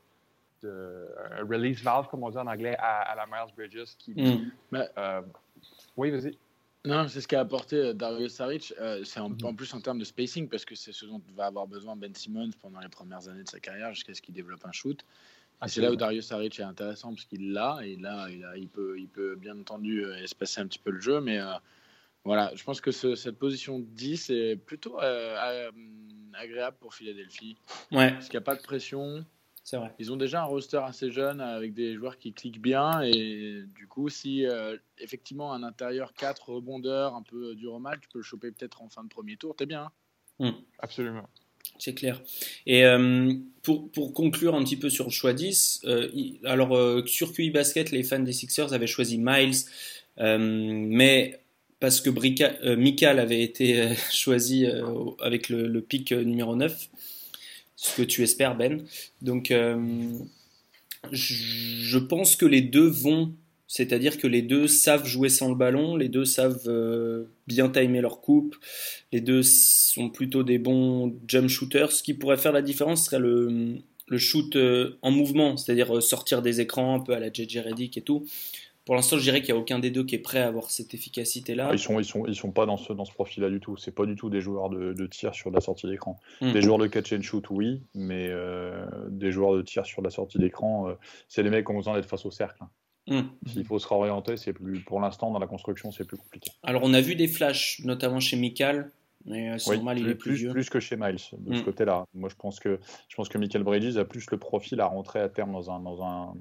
de un release valve, comme on dit en anglais, à, à la Miles Bridges. Qui, Mm. euh, oui, vas-y. Non, c'est ce qu'a apporté Dario Saric. Euh, c'est en, en plus en termes de spacing, parce que c'est ce dont va avoir besoin Ben Simmons pendant les premières années de sa carrière, jusqu'à ce qu'il développe un shoot. Et c'est là où Dario Saric est intéressant, parce qu'il l'a, et là, il, a, il, peut, il peut bien entendu euh, espacer un petit peu le jeu, mais euh, voilà, je pense que ce, cette position dix est plutôt euh, euh, agréable pour Philadelphie. Ouais. Parce qu'il n'y a pas de pression. C'est vrai. Ils ont déjà un roster assez jeune avec des joueurs qui cliquent bien et du coup, si euh, effectivement un intérieur quatre rebondeurs un peu dur au mal, tu peux le choper peut-être en fin de premier tour, t'es bien. Mm. Absolument. C'est clair. Et euh, pour, pour conclure un petit peu sur le choix dix, euh, il, alors euh, sur Q I Basket, les fans des Sixers avaient choisi Miles, euh, mais parce que Brica, euh, Mikal avait été euh, choisi euh, avec le, le pick euh, numéro neuf. Ce que tu espères, Ben. Donc, euh, je pense que les deux vont C'est-à-dire que les deux savent jouer sans le ballon, les deux savent euh, bien timer leur coupe, les deux sont plutôt des bons jump shooters. Ce qui pourrait faire la différence serait le, le shoot euh, en mouvement, c'est-à-dire euh, sortir des écrans un peu à la J J Redick et tout. Pour l'instant, je dirais qu'il n'y a aucun des deux qui est prêt à avoir cette efficacité-là. Ils sont, ils sont, ils sont pas dans ce, dans ce profil-là du tout. C'est pas du tout des joueurs de, de tir sur la sortie d'écran. Mmh. Des joueurs de catch and shoot, oui, mais euh, des joueurs de tir sur la sortie d'écran, euh, c'est les mecs qui ont besoin d'être face au cercle. Mmh. S'il faut se réorienter, c'est plus, pour l'instant, dans la construction, c'est plus compliqué. Alors, on a vu des flashs, notamment chez Mikal, mais c'est oui, normal, il plus, est plus, plus vieux. Plus que chez Miles, de mmh. ce côté-là. Moi, je pense que, je pense que Michael Bridges a plus le profil à rentrer à terme dans un, dans un,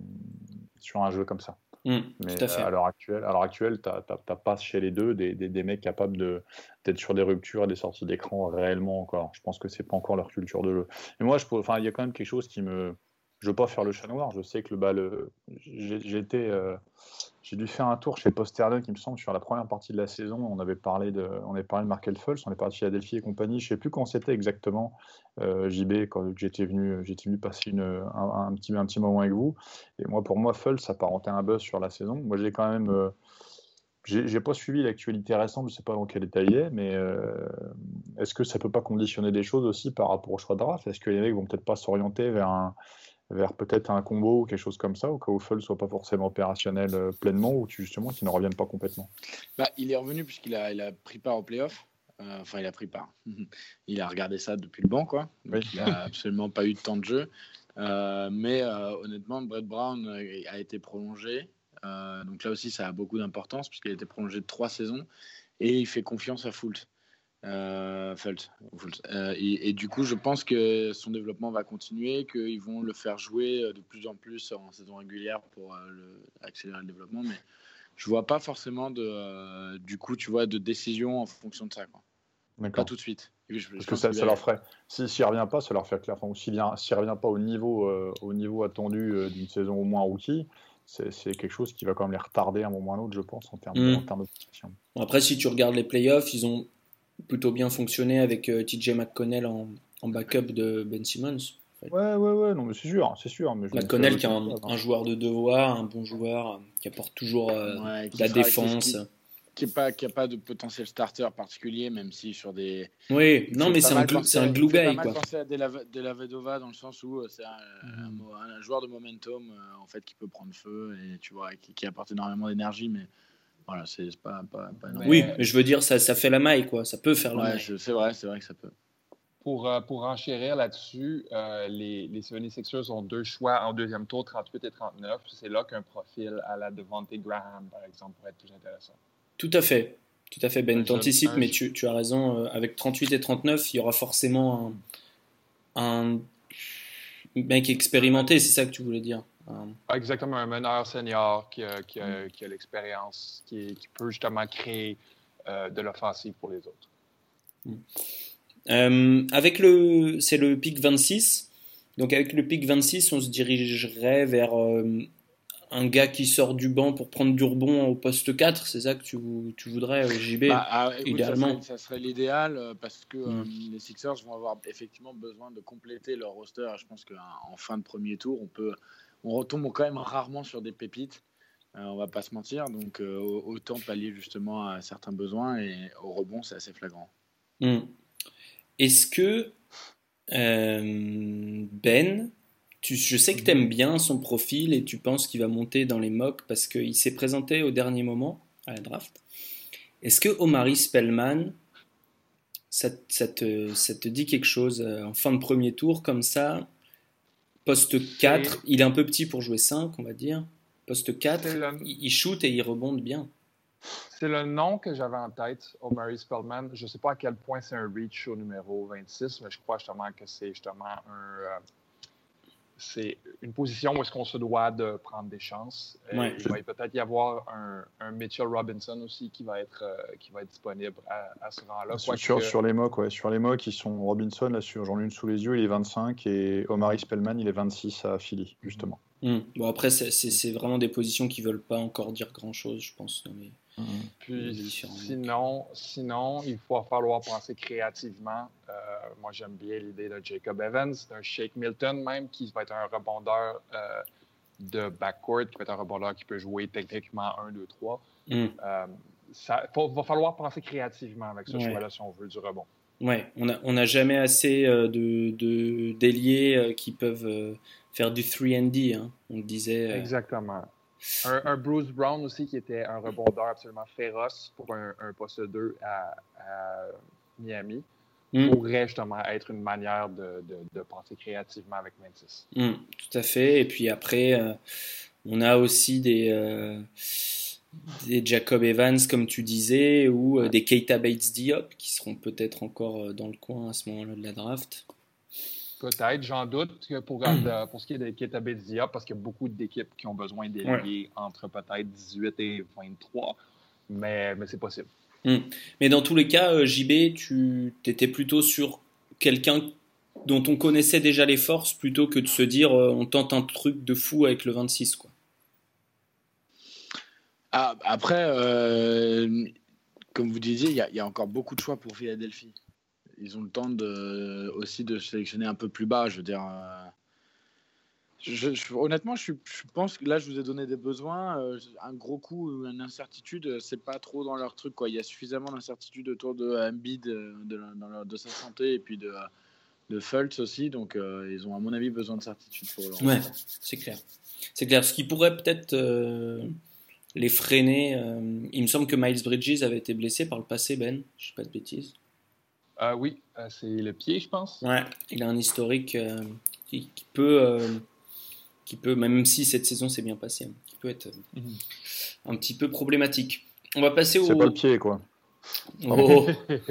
sur un jeu comme ça. Mmh, mais tout à fait. à l'heure actuelle, à l'heure actuelle, t'as, t'as, t'as pas chez les deux des, des, des mecs capables de, d'être sur des ruptures et des sorties d'écran réellement encore. Je pense que c'est pas encore leur culture de jeu. Mais moi, je, enfin, il y a quand même quelque chose qui me, je veux pas faire le chat noir. Je sais que le bas, le, j'ai, j'ai été, euh, j'ai dû faire un tour chez Posterdon, qui me semble, sur la première partie de la saison. On avait parlé de, on avait parlé de Markel Fultz, on est parti de Philadelphie et compagnie. Je sais plus quand c'était exactement, euh, J B, quand j'étais venu, j'étais venu passer une, un, un petit, un petit moment avec vous. Et moi, pour moi, Fultz s'apparentait à un buzz sur la saison. Moi, j'ai quand même, euh, j'ai, j'ai pas suivi l'actualité récente. Je sais pas dans quel état il est, mais euh, est-ce que ça peut pas conditionner des choses aussi par rapport au choix de draft? Est-ce que les mecs vont peut-être pas s'orienter vers un vers peut-être un combo ou quelque chose comme ça, au cas où Fultz soit pas forcément opérationnel euh, pleinement, ou tu, justement qu'il ne revienne pas complètement? Bah, il est revenu puisqu'il a, il a pris part au playoff. Euh, enfin, il a pris part. Il a regardé ça depuis le banc, quoi. Donc, oui. Il n'a absolument pas eu de temps de jeu. Euh, mais euh, honnêtement, Brett Brown a été prolongé. Euh, donc là aussi, ça a beaucoup d'importance puisqu'il a été prolongé de trois saisons. Et il fait confiance à Fultz. Euh, Fultz. Euh, et, et du coup, je pense que son développement va continuer, qu'ils vont le faire jouer de plus en plus en saison régulière pour euh, le, accélérer le développement. Mais je vois pas forcément de, euh, du coup, tu vois, de décision en fonction de ça, quoi. D'accord. Pas tout de suite. Je, je Parce que ça, ça leur ferait. Si, s'il ne revient pas, ça leur fait clair. Enfin, ou s'il ne revient pas au niveau, euh, au niveau attendu euh, d'une saison au moins rookie, c'est, c'est quelque chose qui va quand même les retarder à un moment ou à un autre, je pense, en termes, mmh. en termes de position. Après, si tu regardes les playoffs, ils ont plutôt bien fonctionné avec euh, T J McConnell en, en backup de Ben Simmons. En fait. Ouais, ouais, ouais, non, mais c'est sûr, c'est sûr. Mais McConnell qui est un, un joueur de devoir, un bon joueur, qui apporte toujours euh, ouais, de la défense. Qui n'a pas, pas de potentiel starter particulier, même si sur des. Oui, non, mais c'est un, glou, c'est un glue guy. J'ai pas mal quoi. pensé à Della Vedova dans le sens où c'est un, mm. un, un joueur de momentum euh, en fait, qui peut prendre feu et tu vois, qui, qui apporte énormément d'énergie, mais. Voilà, c'est, c'est pas, pas, pas énorme. Oui, mais je veux dire, ça, ça fait la maille, quoi. Ça peut faire la ouais, maille. C'est, c'est vrai, c'est vrai que ça peut. Pour, euh, pour enchérir là-dessus, euh, les, les seventy-sixers ont deux choix en deuxième tour, trente-huit et trente-neuf. C'est là qu'un profil à la Devontae Graham, par exemple, pourrait être plus intéressant. Tout à fait. Tout à fait, Ben. T'anticipes, mais tu, tu as raison. Euh, avec trente-huit et trente-neuf, il y aura forcément un, un mec expérimenté, c'est ça que tu voulais dire. Um... Exactement, un meneur senior qui a, qui a, qui a l'expérience, qui, qui peut justement créer euh, de l'offensive pour les autres. Mm. Euh, avec le, c'est le pick vingt-six. Donc avec le pick vingt-six, on se dirigerait vers euh, un gars qui sort du banc pour prendre du rebond au poste quatre. C'est ça que tu, tu voudrais, J B, bah, ah, écoute, idéalement. Ça serait, ça serait l'idéal parce que mm. euh, les Sixers vont avoir effectivement besoin de compléter leur roster. Je pense qu'en fin de premier tour, on peut on retombe quand même rarement sur des pépites, euh, on va pas se mentir, donc euh, autant pallier justement à certains besoins, et au rebond c'est assez flagrant. Mm. Est-ce que euh, Ben, tu, je sais que tu aimes bien son profil et tu penses qu'il va monter dans les mocks parce qu'il s'est présenté au dernier moment à la draft. Est-ce que Omari Spellman, ça, ça, te, ça te dit quelque chose en fin de premier tour comme ça? Poste quatre, c'est... il est un peu petit pour jouer cinq, on va dire. Poste quatre, le... il shoot et il rebonde bien. C'est le nom que j'avais en tête, Omari Spellman. Je ne sais pas à quel point c'est un reach au numéro vingt-six, mais je crois justement que c'est justement un... Euh, c'est une position où est-ce qu'on se doit de prendre des chances. Ouais. Il va peut-être y avoir un, un Mitchell Robinson aussi qui va être, euh, qui va être disponible à, à ce rang-là. Sur, que... sur les mocks, ouais. Sur les mocks, ils sont Robinson, là, sur, j'en ai une sous les yeux, il est vingt-cinq, et Omari Spellman, il est vingt-six à Philly, justement. Mmh. Bon, après, c'est, c'est, c'est vraiment des positions qui ne veulent pas encore dire grand-chose, je pense. Dans les... Mmh. Puis sinon, sinon, il va falloir penser créativement. Euh, moi, j'aime bien l'idée de Jacob Evans, d'un Shake Milton même, qui va être un rebondeur euh, de backcourt, qui peut être un rebondeur qui peut jouer techniquement un, deux, trois. Mm. Euh, ça, faut, va falloir penser créativement avec ce Ouais. choix-là si on veut du rebond. Ouais, on n'a on a jamais assez euh, de, de d'ailiers euh, qui peuvent euh, faire du trois and D, hein, on le disait. Euh... Exactement. Un, un Bruce Brown aussi qui était un rebondeur absolument féroce pour un, un poste deux à, à Miami Mm. pourrait justement être une manière de, de, de penser créativement avec Memphis. Mm, tout à fait. Et puis après, euh, on a aussi des, euh, des Jacob Evans, comme tu disais, ou euh, des Keita Bates-Diop qui seront peut-être encore euh, dans le coin à ce moment-là de la draft. Peut-être, j'en doute que pour, mm. pour ce qui est de Keita Bates-Diop, parce qu'il y a beaucoup d'équipes qui ont besoin d'ailier ouais. entre peut-être dix-huit et vingt-trois, mais, mais c'est possible. Mm. Mais dans tous les cas, euh, J B, tu étais plutôt sur quelqu'un dont on connaissait déjà les forces plutôt que de se dire euh, on tente un truc de fou avec le vingt-six, quoi. Ah, après, euh, comme vous disiez, il y, y a encore beaucoup de choix pour Philadelphie. Ils ont le temps de, aussi de sélectionner un peu plus bas, je veux dire. Euh, Je, je, honnêtement, je, je pense que là, je vous ai donné des besoins. Euh, un gros coup, une incertitude, c'est pas trop dans leur truc, quoi. Il y a suffisamment d'incertitude autour de Embiid, de, de, dans leur, de sa santé, et puis de, de Fultz aussi. Donc, euh, ils ont, à mon avis, besoin de certitude pour leur. Ouais, c'est clair. C'est clair. Ce qui pourrait peut-être euh, les freiner. Euh, il me semble que Miles Bridges avait été blessé par le passé, Ben. Je sais pas de bêtises. Euh, oui, euh, c'est le pied, je pense. Ouais, il a un historique euh, qui, qui peut. Euh, qui peut, même si cette saison s'est bien passée, hein, qui peut être euh, mmh. un petit peu problématique. On va passer au... C'est pas le pied, quoi. Oh.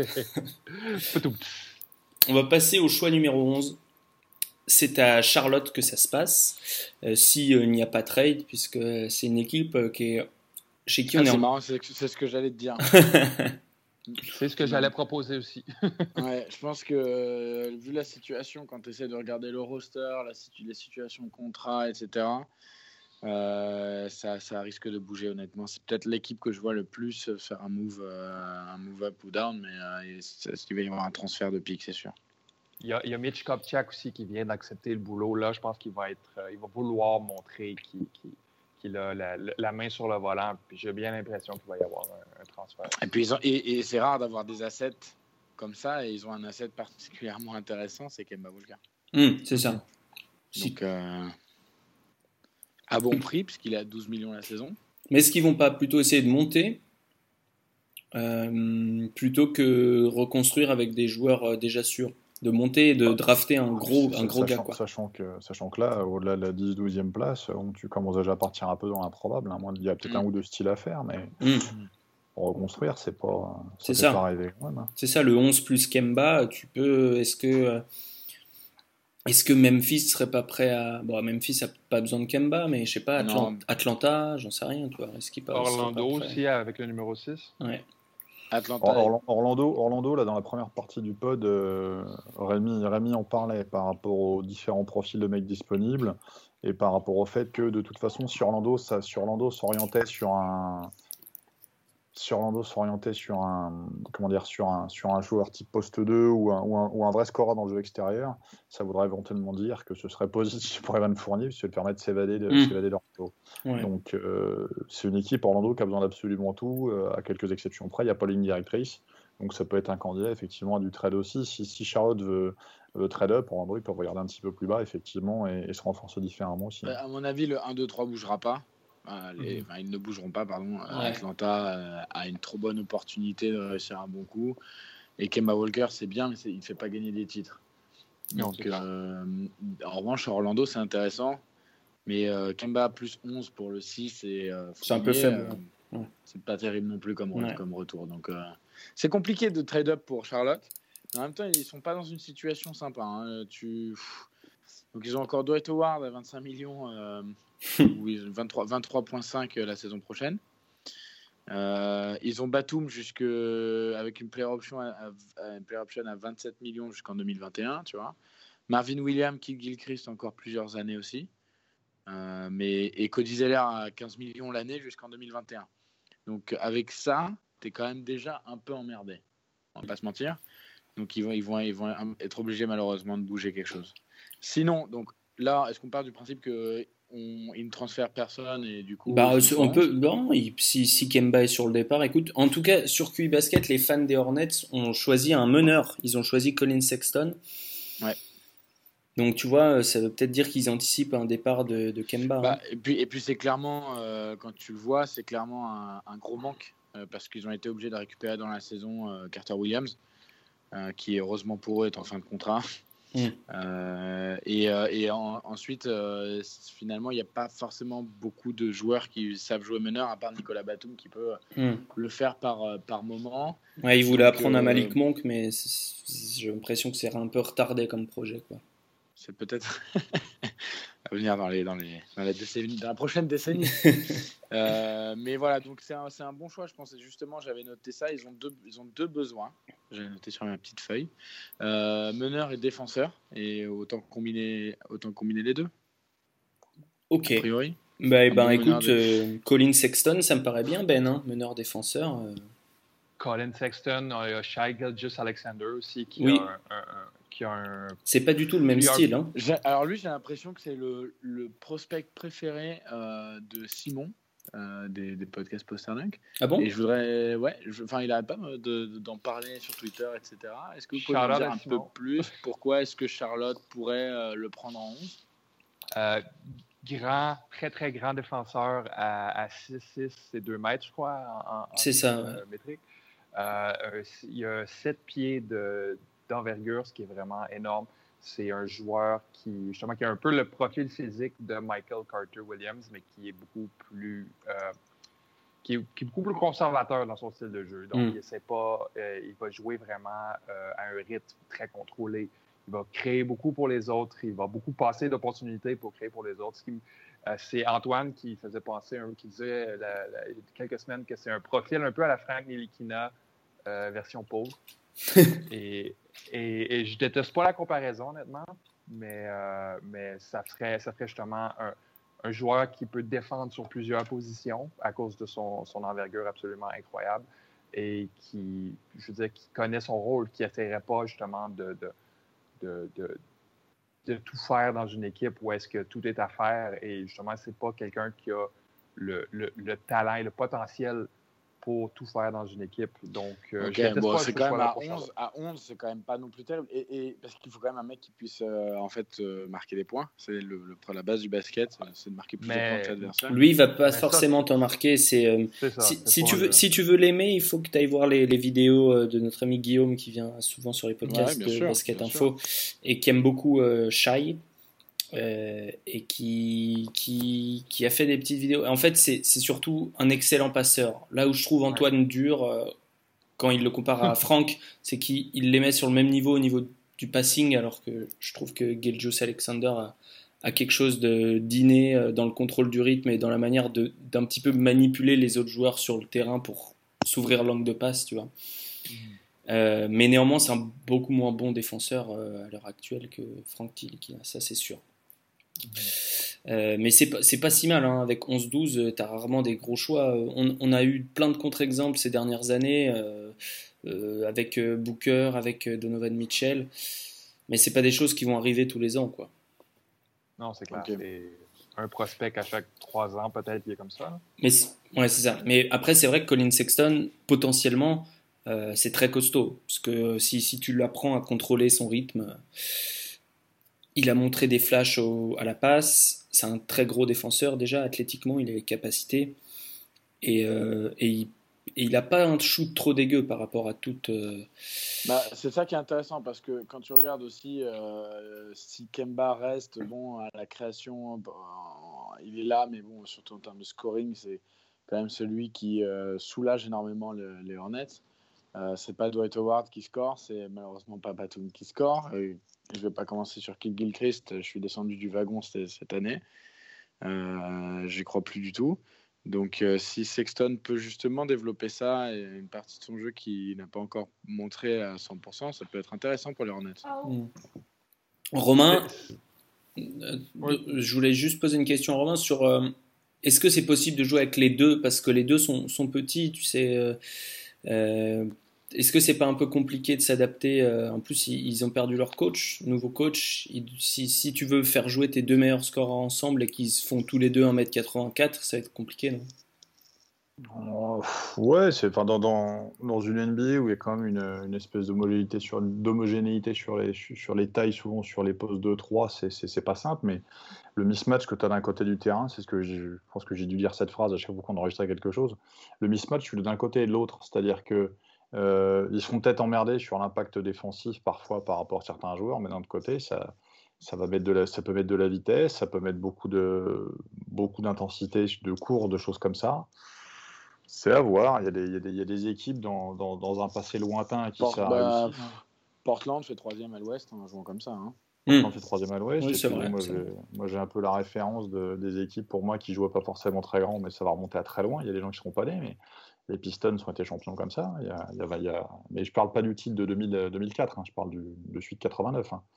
On va passer au choix numéro onze. C'est à Charlotte que ça se passe, euh, s'il euh, n'y a pas trade, puisque c'est une équipe euh, qui est... chez qui ah, on c'est est... C'est marrant, c'est, c'est ce que j'allais te dire. C'est ce que j'allais proposer aussi. Ouais, je pense que euh, vu la situation, quand tu essaies de regarder le roster, la situ- les situations de contrat, et cetera, euh, ça, ça risque de bouger honnêtement. C'est peut-être l'équipe que je vois le plus faire un move, euh, un move up ou down, mais euh, il va y avoir un transfert de pick, c'est sûr. Il y a, il y a Mitch Kupchak aussi qui vient d'accepter le boulot. Là, je pense qu'il va être, euh, il va vouloir montrer qu'il, qu'il, qu'il a la, la main sur le volant. Puis j'ai bien l'impression qu'il va y avoir un, un transfert. Et puis ils ont, et, et c'est rare d'avoir des assets comme ça. Et ils ont un asset particulièrement intéressant, c'est Kemba Walker. Mmh, c'est ça. Donc euh, à bon prix puisqu'il est à douze millions la saison. Mais est-ce qu'ils vont pas plutôt essayer de monter euh, plutôt que reconstruire avec des joueurs euh, déjà sûrs? De monter et de drafter un gros, un gros sachant, gars. Quoi. Sachant, que, sachant que là, au-delà de la dix douzième place, on, tu commences déjà à partir un peu dans l'improbable. Hein. Il y a peut-être mmh. un ou deux styles à faire, mais mmh. pour reconstruire, c'est pas, ça c'est ça. pas arriver quand même. Hein. C'est ça, le onze plus Kemba, tu peux. Est-ce que, est-ce que Memphis serait pas prêt à. Bon, Memphis n'a pas besoin de Kemba, mais je sais pas, Atlant... Atlanta, j'en sais rien, tu vois. Est-ce qu'il pas, Orlando pas aussi, avec le numéro six. Ouais. Atlanta. Or, Orlando, Orlando, là, dans la première partie du pod, euh, Rémi, Rémi en parlait par rapport aux différents profils de mecs disponibles et par rapport au fait que, de toute façon, si Orlando, ça, si Orlando s'orientait sur un, si Orlando s'orientait sur un, comment dire, sur un, sur un joueur type poste deux ou un, ou un, ou un vrai scorer dans le jeu extérieur, ça voudrait éventuellement dire que ce serait positif pour Evan Fournier, puisque ça lui permet de s'évader de, mmh. s'évader d'Orlando. Ouais. Donc, euh, c'est une équipe Orlando qui a besoin d'absolument tout, euh, à quelques exceptions près. Il n'y a pas de ligne directrice, donc ça peut être un candidat effectivement à du trade aussi. Si, si Charlotte veut, veut trade up, Orlando ils peuvent regarder un petit peu plus bas effectivement et, et se renforcer différemment aussi. Bah, à mon avis, le un deux trois ne bougera pas. Euh, les, mmh. enfin, ils ne bougeront pas, pardon. Ouais. Atlanta euh, a une trop bonne opportunité de réussir un bon coup. Et Kemba Walker, c'est bien, mais c'est, il ne fait pas gagner des titres. Donc, non, euh, en revanche, Orlando, c'est intéressant. Mais euh, Kemba plus onze pour le six, et, euh, c'est un peu faible. Euh, ouais. C'est pas terrible non plus comme, ouais. comme retour. Donc, euh, c'est compliqué de trade up pour Charlotte. Mais en même temps, ils ne sont pas dans une situation sympa. Hein. Tu... Donc, ils ont encore Dwight Howard à vingt-cinq millions. Euh... oui, vingt-trois virgule cinq la saison prochaine. Euh, ils ont Batum jusque, avec une player option à, à, une player option à vingt-sept millions jusqu'en deux mille vingt et un, tu vois. Marvin Williams, Kid Gilchrist encore plusieurs années aussi. Euh, mais, et Cody Zeller à quinze millions l'année jusqu'en deux mille vingt et un. Donc avec ça, tu es quand même déjà un peu emmerdé. On va pas se mentir. Donc ils vont, ils vont, ils vont être obligés malheureusement de bouger quelque chose. Sinon, donc là, est-ce qu'on part du principe que on, ils ne transfèrent personne et du coup. Bah, on peut, non, il, si, si Kemba est sur le départ, écoute, en tout cas, sur Q I Basket, les fans des Hornets ont choisi un meneur. Ils ont choisi Colin Sexton. Ouais. Donc, tu vois, ça veut peut-être dire qu'ils anticipent un départ de, de Kemba. Bah, hein. et, puis, et puis, c'est clairement, euh, quand tu le vois, c'est clairement un, un gros manque euh, parce qu'ils ont été obligés de récupérer dans la saison euh, Carter Williams, euh, qui, heureusement pour eux, est en fin de contrat. Mmh. Euh, et, euh, et en, ensuite, euh, finalement, il n'y a pas forcément beaucoup de joueurs qui savent jouer meneur, à part Nicolas Batum qui peut mmh. le faire par, par moment. Ouais, il voulait Donc, apprendre euh, à Malik Monk, mais j'ai l'impression que c'est un peu retardé comme projet, quoi. C'est peut-être à venir dans, les, dans, les, dans, la, décennie, dans la prochaine décennie. euh, mais voilà, donc c'est un, c'est un bon choix, je pense. Et justement, j'avais noté ça. Ils ont deux, ils ont deux besoins. J'avais noté sur ma petite feuille. Euh, meneur et défenseur. Et autant combiner, autant combiner les deux. Ok. A priori. Bah, ben, bon écoute, de... euh, Colin Sexton, ça me paraît bien, Ben, hein, meneur-défenseur. Euh... Colin Sexton, il y a Shai Gilgeous-Alexander aussi qui oui. a un... un, un... Un... C'est pas du tout le même style. Hein. Alors lui, j'ai l'impression que c'est le, le prospect préféré euh, de Simon euh, des, des podcasts Posterdunk. Ah bon? Et je voudrais, ouais, enfin, il arrête pas de, de, d'en parler sur Twitter, et cetera. Est-ce que vous pouvez Charlotte me dire un Simon. peu plus pourquoi est-ce que Charlotte pourrait euh, le prendre en onze? euh, Grand, très très grand défenseur à, à six six et deux mètres, je crois, en, en, c'est ça. Euh, métrique. Euh, il y a sept pieds de d'envergure, ce qui est vraiment énorme. C'est un joueur qui, justement, qui a un peu le profil physique de Michael Carter Williams, mais qui est beaucoup plus, euh, qui, est, qui est beaucoup plus conservateur dans son style de jeu. Donc, mm. il essaie pas, euh, il va jouer vraiment euh, à un rythme très contrôlé. Il va créer beaucoup pour les autres. Il va beaucoup passer d'opportunités pour créer pour les autres. Ce qui, euh, c'est Antoine qui faisait penser, hein, qui disait la, la, il y a quelques semaines que c'est un profil un peu à la Frank Ntilikina euh, version pauvre. et, et, et je déteste pas la comparaison, honnêtement, mais, euh, mais ça ferait, ça ferait justement un, un joueur qui peut défendre sur plusieurs positions à cause de son, son envergure absolument incroyable et qui, je veux dire, qui connaît son rôle, qui n'essaierait pas justement de, de, de, de, de tout faire dans une équipe où est-ce que tout est à faire et justement, c'est pas quelqu'un qui a le, le, le talent et le potentiel pour tout faire dans une équipe. Donc, euh, okay, bon, c'est quand même à onze, à onze, c'est quand même pas non plus terrible. Et, et parce qu'il faut quand même un mec qui puisse euh, en fait euh, marquer des points. C'est le, le, la base du basket, c'est de marquer plus mais, de points que l'adversaire. Lui, il va pas mais forcément ça, t'en marquer. C'est, euh, c'est ça, si, c'est si tu veux, le... si tu veux l'aimer, il faut que tu ailles voir les, les vidéos de notre ami Guillaume qui vient souvent sur les podcasts ouais, de sûr, Basket Info sûr. Et qui aime beaucoup euh, Shai. Euh, et qui, qui, qui a fait des petites vidéos. En fait, c'est, c'est surtout un excellent passeur. Là où je trouve Antoine ouais. dur, euh, quand il le compare à Frank, c'est qu'il il les met sur le même niveau au niveau du passing, alors que je trouve que Gilgeous-Alexander a, a quelque chose de, d'inné dans le contrôle du rythme et dans la manière de, d'un petit peu manipuler les autres joueurs sur le terrain pour s'ouvrir l'angle de passe, tu vois. Mmh. Euh, mais néanmoins, c'est un beaucoup moins bon défenseur euh, à l'heure actuelle que Frank Ntilikina, ça c'est sûr. Euh, mais c'est pas, c'est pas si mal, hein. Avec onze douze, tu as rarement des gros choix. On, on a eu plein de contre-exemples ces dernières années, euh, euh, avec Booker, avec Donovan Mitchell, mais c'est pas des choses qui vont arriver tous les ans, quoi. Non, c'est clair. Okay. C'est un prospect à chaque trois ans, peut-être, il est comme ça. Mais c'est, ouais, c'est ça. Mais après, c'est vrai que Colin Sexton, potentiellement, euh, c'est très costaud. Parce que si, si tu l'apprends à contrôler son rythme. Il a montré des flashs au, à la passe. C'est un très gros défenseur déjà. Athlétiquement, il a les capacités. Et, euh, et, il, et il n'a pas un shoot trop dégueu par rapport à toute... Euh... Bah, c'est ça qui est intéressant parce que quand tu regardes aussi euh, si Kemba reste bon, à la création, bon, il est là, mais bon, surtout en termes de scoring, c'est quand même celui qui euh, soulage énormément le, les Hornets. Euh, c'est pas Dwight Howard qui score, c'est malheureusement pas Batum qui score. Et je vais pas commencer sur Kid Gilchrist, je suis descendu du wagon cette, cette année. Euh, j'y crois plus du tout. Donc euh, si Sexton peut justement développer ça et une partie de son jeu qu'il n'a pas encore montré à cent pour cent, ça peut être intéressant pour les Hornets. Mmh. Romain, euh, oui. je voulais juste poser une question à Romain sur euh, est-ce que c'est possible de jouer avec les deux parce que les deux sont, sont petits, tu sais. Euh, Euh, est-ce que c'est pas un peu compliqué de s'adapter euh, En plus, ils, ils ont perdu leur coach, nouveau coach. Il, si, si tu veux faire jouer tes deux meilleurs scoreurs ensemble et qu'ils se font tous les deux un mètre quatre-vingt-quatre, ça va être compliqué, non? Oh, ouais, c'est enfin, dans, dans, dans une N B A où il y a quand même une, une espèce d'homogénéité sur, d'homogénéité sur les, sur les tailles, souvent sur les postes deux trois, c'est, c'est, c'est pas simple, mais le mismatch que tu as d'un côté du terrain, c'est ce que j'ai, je pense que j'ai dû dire cette phrase à chaque fois qu'on enregistrait quelque chose. Le mismatch, tu l'as d'un côté et de l'autre, c'est-à-dire que euh, ils seront peut-être emmerdés sur l'impact défensif parfois par rapport à certains joueurs, mais d'un autre côté, ça. Ça, va mettre de la, ça peut mettre de la vitesse, ça peut mettre beaucoup, de, beaucoup d'intensité de cours, de choses comme ça. C'est à voir. Il y a des, il y a des, il y a des équipes dans, dans, dans un passé lointain qui Port, ça bah, réussi. Portland fait troisième à l'Ouest en jouant comme ça. Hein. Portland mmh. fait troisième à l'Ouest. Oui, c'est vrai, moi, c'est j'ai, vrai. moi, j'ai un peu la référence de, des équipes pour moi qui jouaient pas forcément très grand, mais ça va remonter à très loin. Il y a des gens qui seront pas nés, mais les Pistons ont été champions comme ça. Il y a, il y a, il y a... Mais je parle pas du titre de deux mille, deux mille quatre. Hein. Je parle du, de celui de quatre-vingt-neuf. Hein.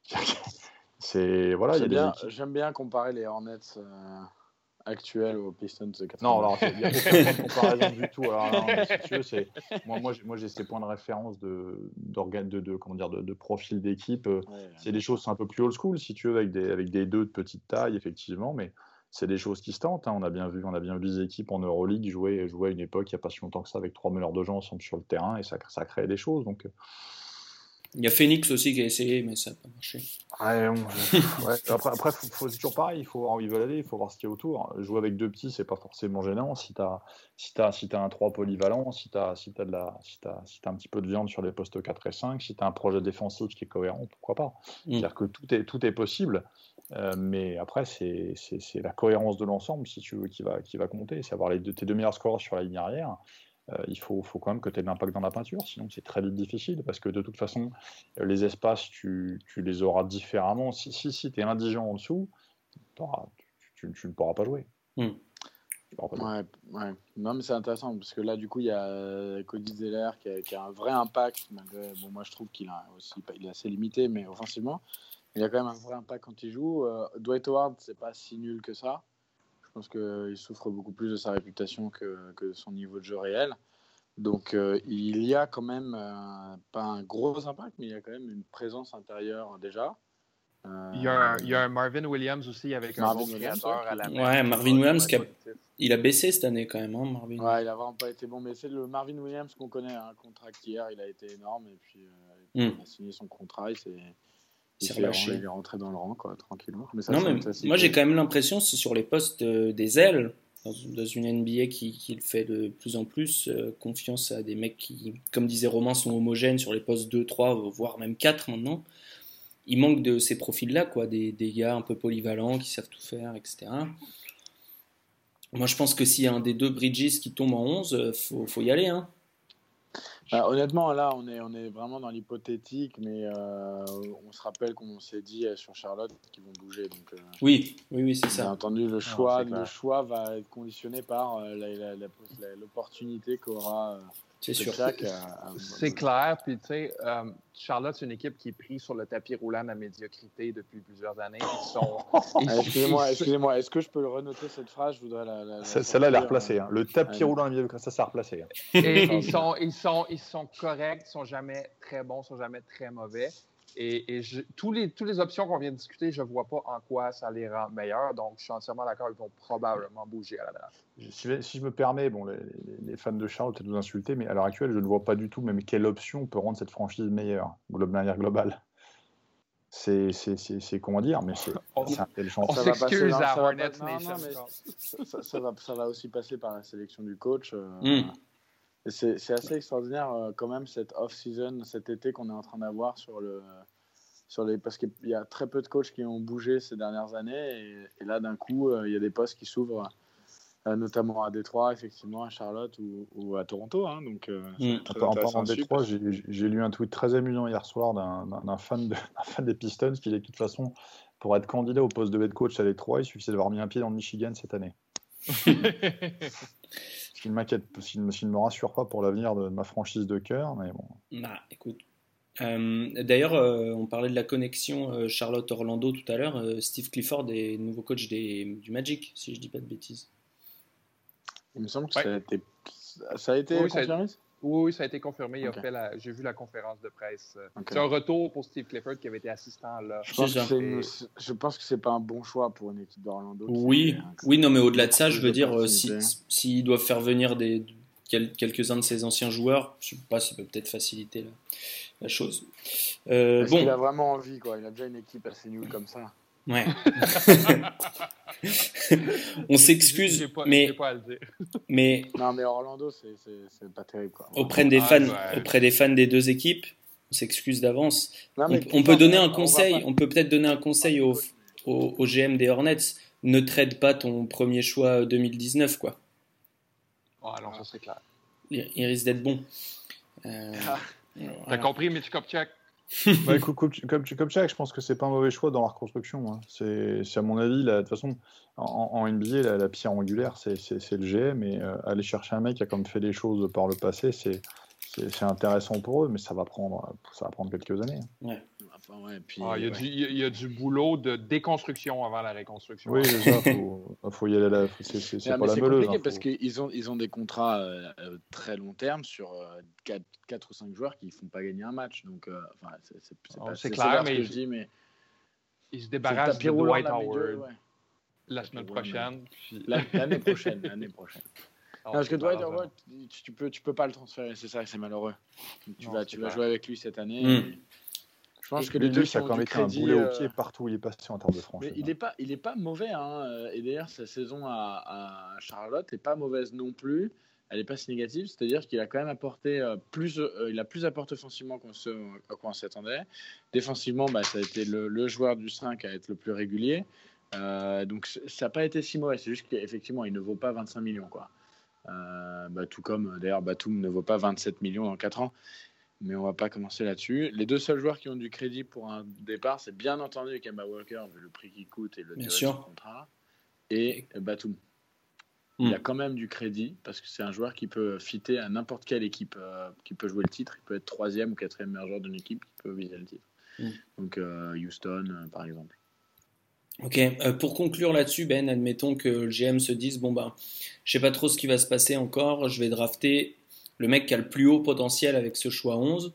C'est voilà. Il y a bien, des équipes... J'aime bien comparer les Hornets. Euh... actuel aux Pistons de quatre-vingt-dix. Non, alors il n'y a aucun point de comparaison du tout. Alors, non, mais si tu veux, c'est... Moi, moi, j'ai, moi, j'ai ces points de référence de, d'organes, de, de, comment dire, de, de profil d'équipe. Ouais, c'est des choses un peu plus old school, si tu veux, avec des, avec des deux de petite taille, effectivement, mais c'est des choses qui se tentent. Hein. On a bien vu, on a bien vu des équipes en Euroleague jouer, jouer à une époque, il n'y a pas si longtemps que ça, avec trois meneurs de jeu ensemble sur le terrain, et ça, ça crée des choses. Donc... Il y a Phoenix aussi qui a essayé, mais ça n'a pas marché. Ouais, ouais. Après, après faut, faut, c'est toujours pareil, il faut voir où ils veulent aller, il faut voir ce qu'il y a autour. Jouer avec deux petits, c'est pas forcément gênant. Si tu as si t'as, si t'as un trois polyvalent, si tu as si t'as de la, si t'as, si t'as un petit peu de viande sur les postes quatre et cinq, si tu as un projet défensif qui est cohérent, pourquoi pas. Mm. C'est-à-dire que tout est, tout est possible, euh, mais après, c'est, c'est, c'est la cohérence de l'ensemble, si tu veux, qui va, qui va compter. C'est avoir les deux, tes deux meilleurs scoreurs sur la ligne arrière. Euh, il faut, faut quand même que tu aies de l'impact dans la peinture, sinon c'est très vite difficile, parce que de toute façon, les espaces, tu, tu les auras différemment. Si, si, si tu es indigent en dessous, tu, tu, tu ne pourras pas jouer. Mm. Tu pourras pas jouer. Ouais, ouais. Non, mais c'est intéressant, parce que là, du coup, il y a Cody Zeller qui a, qui a un vrai impact. Malgré, bon, moi, je trouve qu'il a aussi, il est assez limité, mais offensivement, il a quand même un vrai impact quand il joue. Euh, Dwight Howard, c'est pas si nul que ça. Je pense qu'il souffre beaucoup plus de sa réputation que, que de son niveau de jeu réel. Donc, euh, il y a quand même, euh, pas un gros impact, mais il y a quand même une présence intérieure déjà. Euh, il, y a un, il y a un Marvin Williams aussi avec Marvin un bon Williams, créateur à la main. Ouais, Marvin Williams, qui a, il a baissé cette année quand même, hein, Marvin. Ouais, il a vraiment pas été bon, mais c'est le Marvin Williams qu'on connaît, un hein, contrat hier, il a été énorme, et puis, euh, et puis mm. il a signé son contrat, il s'est... Il, il, fait, il est rentré dans le rang, quoi, tranquillement. Mais ça, non, mais moi, j'ai quand même l'impression, c'est sur les postes euh, des ailes, dans, dans une N B A qui, qui le fait de plus en plus, euh, confiance à des mecs qui, comme disait Romain, sont homogènes sur les postes deux, trois, voire même quatre maintenant. Il manque de ces profils-là, quoi, des, des gars un peu polyvalents qui savent tout faire, et cetera. Moi, je pense que s'il y a un des deux Bridges qui tombe en onze, il faut, faut y aller, hein. Bah, honnêtement, là, on est, on est vraiment dans l'hypothétique, mais euh, on se rappelle qu'on s'est dit sur Charlotte qu'ils vont bouger. Donc, euh, oui, oui, oui, c'est ça. Bien entendu, le choix, non, le choix va être conditionné par euh, la, la, la, la, l'opportunité qu'aura euh, c'est sûr. Jack. À, à... C'est clair. Puis, tu sais, euh, Charlotte, c'est une équipe qui est prise sur le tapis roulant de la médiocrité depuis plusieurs années. Ils sont. Ils... ah, excusez-moi, excusez-moi, est-ce que je peux le renoter cette phrase? Je voudrais la. la, la Celle-là, elle est replacée. Hein. Le tapis roulant de la médiocrité, ça, ça replacé. Hein. Et ils sont, ils sont, ils sont corrects, ils sont jamais très bons, ils sont jamais très mauvais. Et, et je, tous les, toutes les options qu'on vient de discuter, je ne vois pas en quoi ça les rend meilleurs. Donc, je suis entièrement d'accord, ils vont probablement bouger à la draft. Si, si je me permets, bon, les, les fans de Charlotte peut-être nous insulter, mais à l'heure actuelle, je ne vois pas du tout même quelle option peut rendre cette franchise meilleure, de manière globale. C'est, c'est, c'est, c'est comment dire, mais c'est, on, c'est intelligent. On ça s'excuse va passer, à Hornets non, Nation. Non, mais ça, ça, va, ça va aussi passer par la sélection du coach. Euh, mm. et c'est, c'est assez extraordinaire euh, quand même cette off-season, cet été qu'on est en train d'avoir sur le... Sur les, parce qu'il y a très peu de coachs qui ont bougé ces dernières années et, et là d'un coup euh, il y a des postes qui s'ouvrent euh, notamment à Détroit, effectivement à Charlotte ou, ou à Toronto, hein, donc euh, mmh. En parlant de Détroit, j'ai, j'ai lu un tweet très amusant hier soir d'un, d'un, d'un, fan, de, d'un fan des Pistons qui dit que de toute façon pour être candidat au poste de head coach à Détroit il suffisait d'avoir mis un pied dans le Michigan cette année. Ce qui ne m'inquiète, ce qui ne me rassure pas pour l'avenir de ma franchise de cœur, mais bon. Bah écoute. Euh, d'ailleurs, euh, on parlait de la connexion euh, Charlotte-Orlando tout à l'heure. Euh, Steve Clifford est nouveau coach des, du Magic, si je dis pas de bêtises. Il me semble que ouais. ça a été, ça a été oui, confirmé. Ça Oui, oui, ça a été confirmé. Il Okay. a fait la... J'ai vu la conférence de presse. Okay. C'est un retour pour Steve Clifford qui avait été assistant là. Je pense, que c'est une... je pense que c'est pas un bon choix pour une équipe d'Orlando. Oui, oui, non, mais au-delà de ça, je veux dire, s'ils si, si doivent faire venir des, quelques-uns de ses anciens joueurs, je sais pas, ça peut peut-être faciliter la, la chose. Euh, bon. Il a vraiment envie, quoi. Il a déjà une équipe assez nulle comme ça. Ouais. On s'excuse, j'ai pas, mais, j'ai pas à le dire. mais non, mais Orlando, c'est, c'est, c'est pas terrible, quoi. Auprès des fans, ah, ouais. auprès des fans des deux équipes, on s'excuse d'avance. Non, on, on peut donner un conseil, on, on peut peut-être donner un conseil au, au, au G M des Hornets. Ne trade pas ton premier choix deux mille dix-neuf, quoi. Oh, alors ça c'est clair. Il, il risque d'être bon. Euh, ah. T'as voilà. compris, Mitch Kupchak? Bah, comme, comme, comme Chuck, je pense que c'est pas un mauvais choix dans la reconstruction. Hein. C'est, c'est à mon avis, là, de toute façon, en, en N B A, la, la pierre angulaire, c'est, c'est, c'est le G M. Et euh, aller chercher un mec qui a comme fait les choses par le passé, c'est, c'est, c'est intéressant pour eux, mais ça va prendre, ça va prendre quelques années. Ouais. Enfin, ouais, puis, ah, il, y a ouais. du, il y a du boulot de déconstruction avant la reconstruction. Oui, c'est ça. Il faut, faut y aller là. C'est, c'est, c'est non, pas la c'est meuleuse. compliqué hein, parce faut... qu'ils ont, ils ont des contrats euh, très long terme sur euh, quatre ou cinq joueurs qui ne font pas gagner un match. Donc, euh, enfin, c'est, c'est, c'est, oh, pas, c'est c'est clair, mais, que je dis, mais ils se débarrassent de Dwight Howard ouais. la semaine prochaine. Puis... L'année prochaine. L'année prochaine. Non, parce que Dwight Howard, tu peux, tu peux pas le transférer, c'est ça, c'est malheureux. Tu non, vas, tu vas jouer avec lui cette année. Mm. Et... Je pense que les deux ça a quand même été un boulet au pied partout où il est passé en termes de franchise. Mais il est pas, il est pas mauvais, hein. Et d'ailleurs sa saison à, à Charlotte est pas mauvaise non plus. Elle est pas si négative, c'est-à-dire qu'il a quand même apporté plus, euh, il a plus apporté offensivement qu'on se, à quoi on s'attendait. Défensivement, bah, ça a été le, le joueur du cinq à être le plus régulier. Euh, donc ça n'a pas été si mauvais. C'est juste qu'effectivement, il ne vaut pas vingt-cinq millions, quoi. Euh, bah, tout comme d'ailleurs Batum ne vaut pas vingt-sept millions dans quatre ans. Mais on va pas commencer là-dessus. Les deux seuls joueurs qui ont du crédit pour un départ, c'est bien entendu Kemba Walker, vu le prix qu'il coûte et le durée de son contrat, et Batum. Mm. Il a quand même du crédit, parce que c'est un joueur qui peut fitter à n'importe quelle équipe, euh, qui peut jouer le titre. Il peut être troisième ou quatrième meilleur joueur d'une équipe qui peut viser le titre. Mm. Donc euh, Houston, euh, par exemple. Ok, euh, pour conclure là-dessus, Ben, admettons que le G M se dise, bon bah, je sais pas trop ce qui va se passer encore, je vais drafter le mec qui a le plus haut potentiel avec ce choix onze.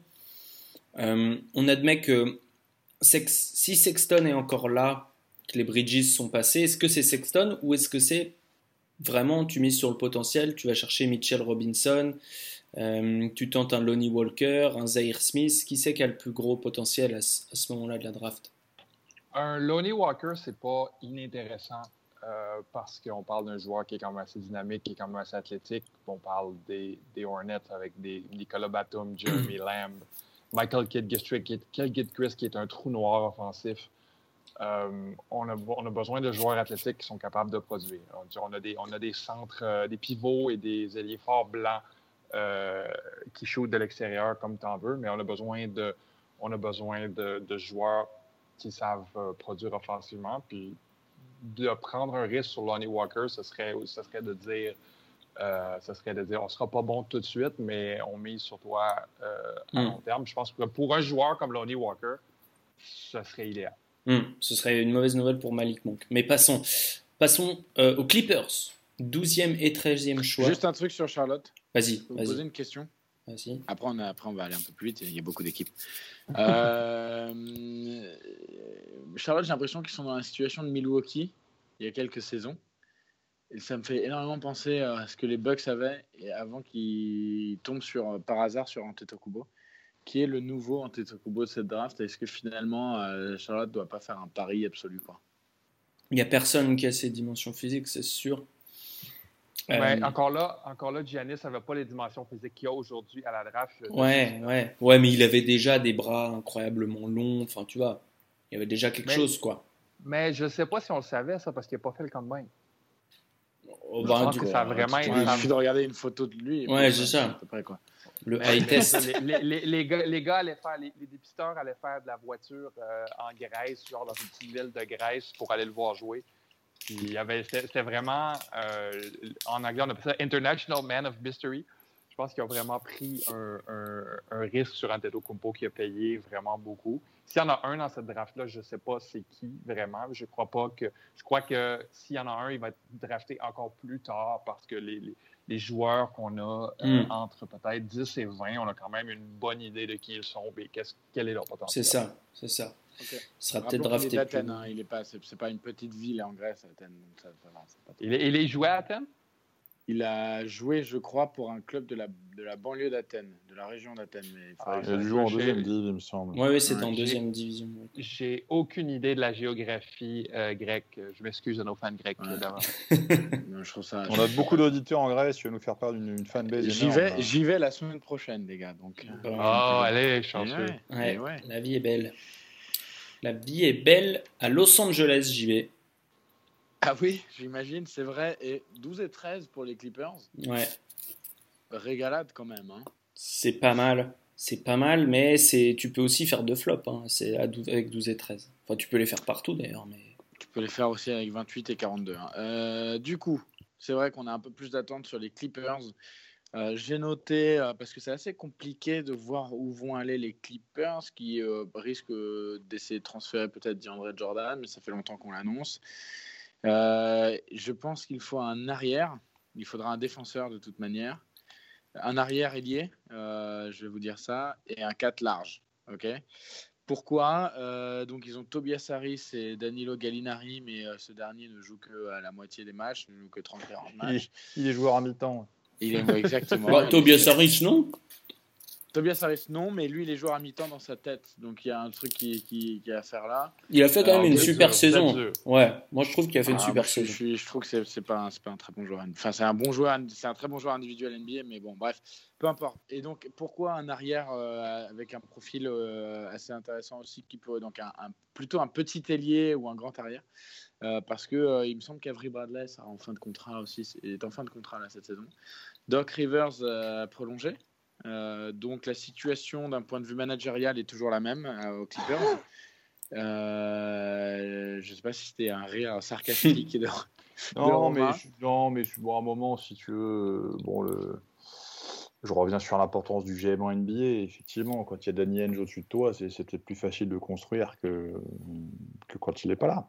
Euh, on admet que Sex- si Sexton est encore là, que les Bridges sont passés, est-ce que c'est Sexton ou est-ce que c'est vraiment, tu mises sur le potentiel, tu vas chercher Mitchell Robinson, euh, tu tentes un Lonnie Walker, un Zaire Smith, qui c'est qui a le plus gros potentiel à ce, à ce moment-là de la draft? Un Lonnie Walker, c'est pas inintéressant. Euh, parce qu'on parle d'un joueur qui est quand même assez dynamique, qui est quand même assez athlétique. On parle des, des Hornets avec des Nicolas Batum, Jeremy Lamb, Michael Kidd-Gilchrist qui, qui est un trou noir offensif. Euh, on, a, on a besoin de joueurs athlétiques qui sont capables de produire. On a des, on a des centres, euh, des pivots et des ailiers forts blancs euh, qui shootent de l'extérieur comme t'en veux, mais on a besoin de, on a besoin de, de joueurs qui savent euh, produire offensivement. Puis de prendre un risque sur Lonnie Walker, ce serait, ce serait de dire, euh, ce serait de dire, on sera pas bon tout de suite, mais on mise sur toi euh, à mm. long terme. Je pense que pour un joueur comme Lonnie Walker, ce serait idéal. Mm. Ce serait une mauvaise nouvelle pour Malik Monk. Mais passons, passons euh, aux Clippers, douzième et treizième choix. Juste un truc sur Charlotte. Vas-y, je peux vas-y. vous poser une question. Vas-y. Après on, a, après, on va aller un peu plus vite. Il y a beaucoup d'équipes. euh, Charlotte, j'ai l'impression qu'ils sont dans la situation de Milwaukee il y a quelques saisons. Et ça me fait énormément penser à ce que les Bucks avaient et avant qu'ils tombent sur, par hasard sur Antetokounmpo. Qui est le nouveau Antetokounmpo de cette draft? Est-ce que finalement euh, Charlotte ne doit pas faire un pari absolu, quoi? Il n'y a personne qui a ces dimensions physiques, c'est sûr. Ouais, euh... encore là, encore là, Giannis n'avait pas les dimensions physiques qu'il y a aujourd'hui à la draft. Ouais, ouais, ouais, mais il avait déjà des bras incroyablement longs. Enfin, tu vois, il y avait déjà quelque mais, chose, quoi. Mais je ne sais pas si on le savait, ça, parce qu'il n'a pas fait le combine. Oh, je ben, pense que ça a vraiment. Il ouais, suffit de regarder une photo de lui. Ouais, c'est ça. À peu près, quoi. Le high test. les, les, les, gars, les gars allaient faire, les, les dépisteurs allaient faire de la voiture euh, en Grèce, genre dans une petite ville de Grèce pour aller le voir jouer. Puis il y avait, c'était, c'était vraiment, euh, en anglais, on appelle ça International Man of Mystery. Je pense qu'ils ont vraiment pris un, un, un risque sur Antetokounmpo qui a payé vraiment beaucoup. S'il y en a un dans cette draft-là, je ne sais pas c'est qui vraiment. Je crois pas que. Je crois que s'il y en a un, il va être drafté encore plus tard parce que les, les, les joueurs qu'on a euh, mm. entre peut-être dix et vingt, on a quand même une bonne idée de qui ils sont et qu'est-ce, quel est leur potentiel. C'est ça, c'est ça. Okay. Il sera peut-être drafté. Il est d'Athènes, hein, il est pas, c'est, c'est pas une petite ville en Grèce, Athènes. Donc ça, ça va, c'est pas il, est, il est joué à Athènes? Il a joué, je crois, pour un club de la, de la banlieue d'Athènes, de la région d'Athènes. Mais ah, il a joué en deuxième division, il me semble. Oui, oui, c'était ouais, en deuxième j'ai, division. Ouais. J'ai aucune idée de la géographie euh, grecque. Je m'excuse à nos fans grecs. Ouais. non, je trouve ça, On a beaucoup d'auditeurs en Grèce, tu vas nous faire part d'une une fanbase j'y énorme. Vais, j'y vais la semaine prochaine, les gars. Donc, oh, euh, allez, chanceux. Ouais, ouais, ouais. La vie est belle. La vie est belle à Los Angeles, j'y vais. Ah oui, j'imagine, c'est vrai. Et douze et treize pour les Clippers. Ouais. Régalade quand même. Hein. C'est pas mal. C'est pas mal, mais c'est... tu peux aussi faire deux flops. Hein. C'est à douze... avec douze et treize. Enfin, tu peux les faire partout d'ailleurs. Mais... Tu peux les faire aussi avec vingt-huit et quarante-deux. Hein. Euh, du coup, c'est vrai qu'on a un peu plus d'attente sur les Clippers. Euh, j'ai noté, euh, parce que c'est assez compliqué de voir où vont aller les Clippers, qui euh, risquent d'essayer de transférer peut-être DeAndre Jordan, mais ça fait longtemps qu'on l'annonce. Euh, je pense qu'il faut un arrière. Il faudra un défenseur de toute manière. Un arrière ailier, euh, je vais vous dire ça, et un quatre large. Okay. Pourquoi euh, donc ils ont Tobias Harris et Danilo Gallinari, mais euh, ce dernier ne joue qu'à la moitié des matchs, ne joue que trente à quarante matchs. Il, il est joueur à mi-temps. Il est exactement. Bah, Tobias Harris, non Tobias Harris, non, mais lui, il est joueur à mi-temps dans sa tête. Donc, il y a un truc qui, qui, qui est à faire là. Il a fait quand même Alors, une super dur, saison. Ouais, moi, je trouve qu'il a fait ah, une super je, saison. Je, je, je trouve que c'est, c'est, pas un, c'est pas un très bon joueur. Enfin, c'est un bon joueur, c'est un très bon joueur individuel N B A, mais bon, bref, peu importe. Et donc, pourquoi un arrière euh, avec un profil euh, assez intéressant aussi, qui peut, donc un, un, plutôt un petit ailier ou un grand arrière euh, parce que euh, il me semble qu'Avery Bradley sera en fin de contrat aussi, est en fin de contrat là cette saison. Doc Rivers euh, a prolongé. Euh, donc la situation d'un point de vue managérial est toujours la même euh, aux Clippers. Euh, je ne sais pas si c'était un rire sarcastique. de, non, de mais je, non, mais je, bon, à un moment, si tu veux, bon, le, je reviens sur l'importance du G M en N B A. Effectivement, quand il y a Danny Ainge au-dessus de toi, c'est, c'est peut-être plus facile de construire que, que quand il n'est pas là.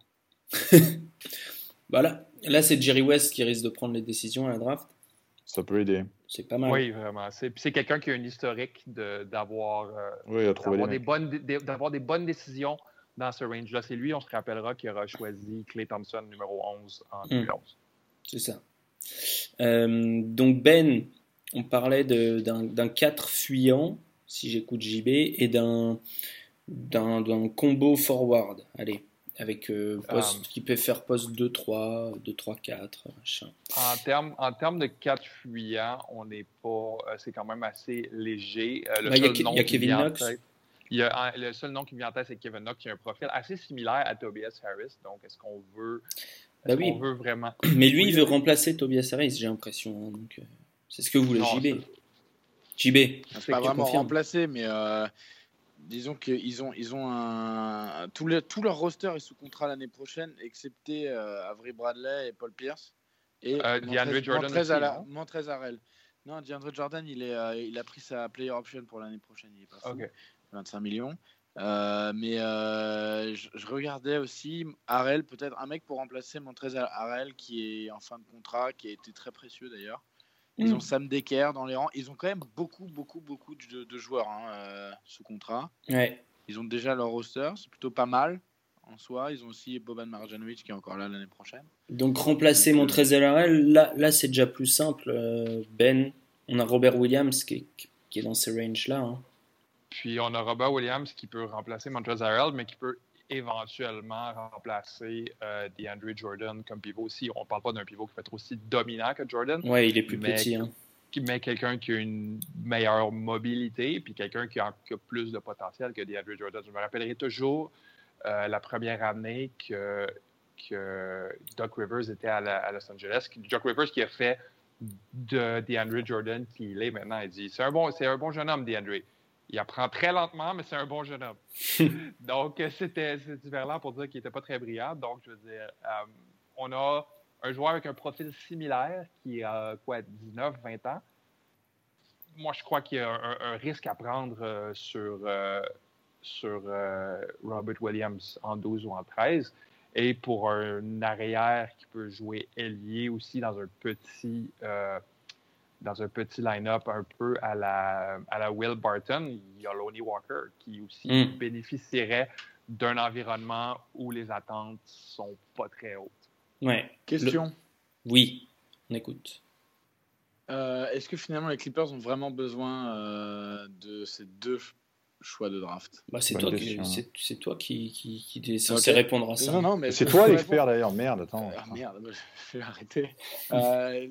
Bah là, là, c'est Jerry West qui risque de prendre les décisions à la draft. Ça peut aider. C'est pas mal. Oui, vraiment. C'est, c'est quelqu'un qui a un historique de, d'avoir, euh, oui, d'avoir, des bonnes, de, d'avoir des bonnes décisions dans ce range-là. C'est lui, on se rappellera, qui aura choisi Klay Thompson numéro onze en deux mille onze. Mmh. C'est ça. Euh, donc Ben, on parlait de, d'un, d'un quatre fuyant, si j'écoute J B, et d'un, d'un, d'un combo forward. Allez. Avec euh, poste, um, qui peut faire poste deux trois, deux trois quatre, machin. En termes en termes de quatre fuyants, on n'est pas. Euh, c'est quand même assez léger. Euh, il bah, y, y a Kevin Knox. Il y a, le seul nom qui me vient en tête, c'est Kevin Knox, qui a un profil assez similaire à Tobias Harris. Donc, est-ce qu'on veut. Est-ce bah oui. qu'on veut vraiment. Mais lui, oui, il veut remplacer Tobias Harris, j'ai l'impression. Donc, euh, c'est ce que vous voulez, non, J B. J B. C'est pas vraiment remplacer, mais. Euh... Disons qu'ils ont, ils ont un. Tout, le, tout leur roster est sous contrat l'année prochaine, excepté euh, Avery Bradley et Paul Pierce. Et euh, DeAndre Jordan. Montrezl Harrell. Non, DeAndre Jordan, il, est, euh, il a pris sa player option pour l'année prochaine. Il est pas fou. Okay. vingt-cinq millions. Euh, mais euh, je, je regardais aussi Harrell, peut-être un mec pour remplacer Montrezl Harrell, qui est en fin de contrat, qui a été très précieux d'ailleurs. Ils mmh. ont Sam Dekker dans les rangs. Ils ont quand même beaucoup, beaucoup, beaucoup de, de joueurs hein, euh, sous contrat. Ouais. Ils ont déjà leur roster. C'est plutôt pas mal en soi. Ils ont aussi Boban Marjanovic qui est encore là l'année prochaine. Donc remplacer Donc, Montrezl Harrell, là, là c'est déjà plus simple. Euh, Ben, on a Robert Williams qui est, qui est dans ces ranges-là. Hein. Puis on a Robert Williams qui peut remplacer Montrezl Harrell, mais qui peut éventuellement remplacer euh, DeAndre Jordan comme pivot aussi. On ne parle pas d'un pivot qui peut être aussi dominant que Jordan. Oui, il est plus mais, petit. Hein. Qui met quelqu'un qui a une meilleure mobilité puis quelqu'un qui a, qui a plus de potentiel que DeAndre Jordan. Je me rappellerai toujours euh, la première année que, que Doc Rivers était à, la, à Los Angeles. Doc Rivers qui a fait de DeAndre Jordan qui il est maintenant. Il dit, c'est un bon, c'est un bon jeune homme, DeAndre. Il apprend très lentement, mais c'est un bon jeune homme. Donc, c'était cet hiver-là pour dire qu'il n'était pas très brillant. Donc, je veux dire, euh, on a un joueur avec un profil similaire qui a, quoi, dix-neuf vingt ans. moi, je crois qu'il y a un, un risque à prendre euh, sur, euh, sur euh, Robert Williams en douze ou en treize. Et pour un arrière qui peut jouer ailier aussi dans un petit, euh, dans un petit line-up un peu à la, à la Will Barton, il y a Lonnie Walker qui aussi mm. bénéficierait d'un environnement où les attentes sont pas très hautes. Ouais. Question. Le... Oui, on écoute. Euh, est-ce que finalement les Clippers ont vraiment besoin euh, de ces deux choix de draft? Bah, c'est, toi qui, c'est, c'est toi qui, qui, qui est censé okay. répondre à ça. Non, non, mais c'est toi l'expert d'ailleurs, merde, attends. Ah, merde, je vais arrêter. euh...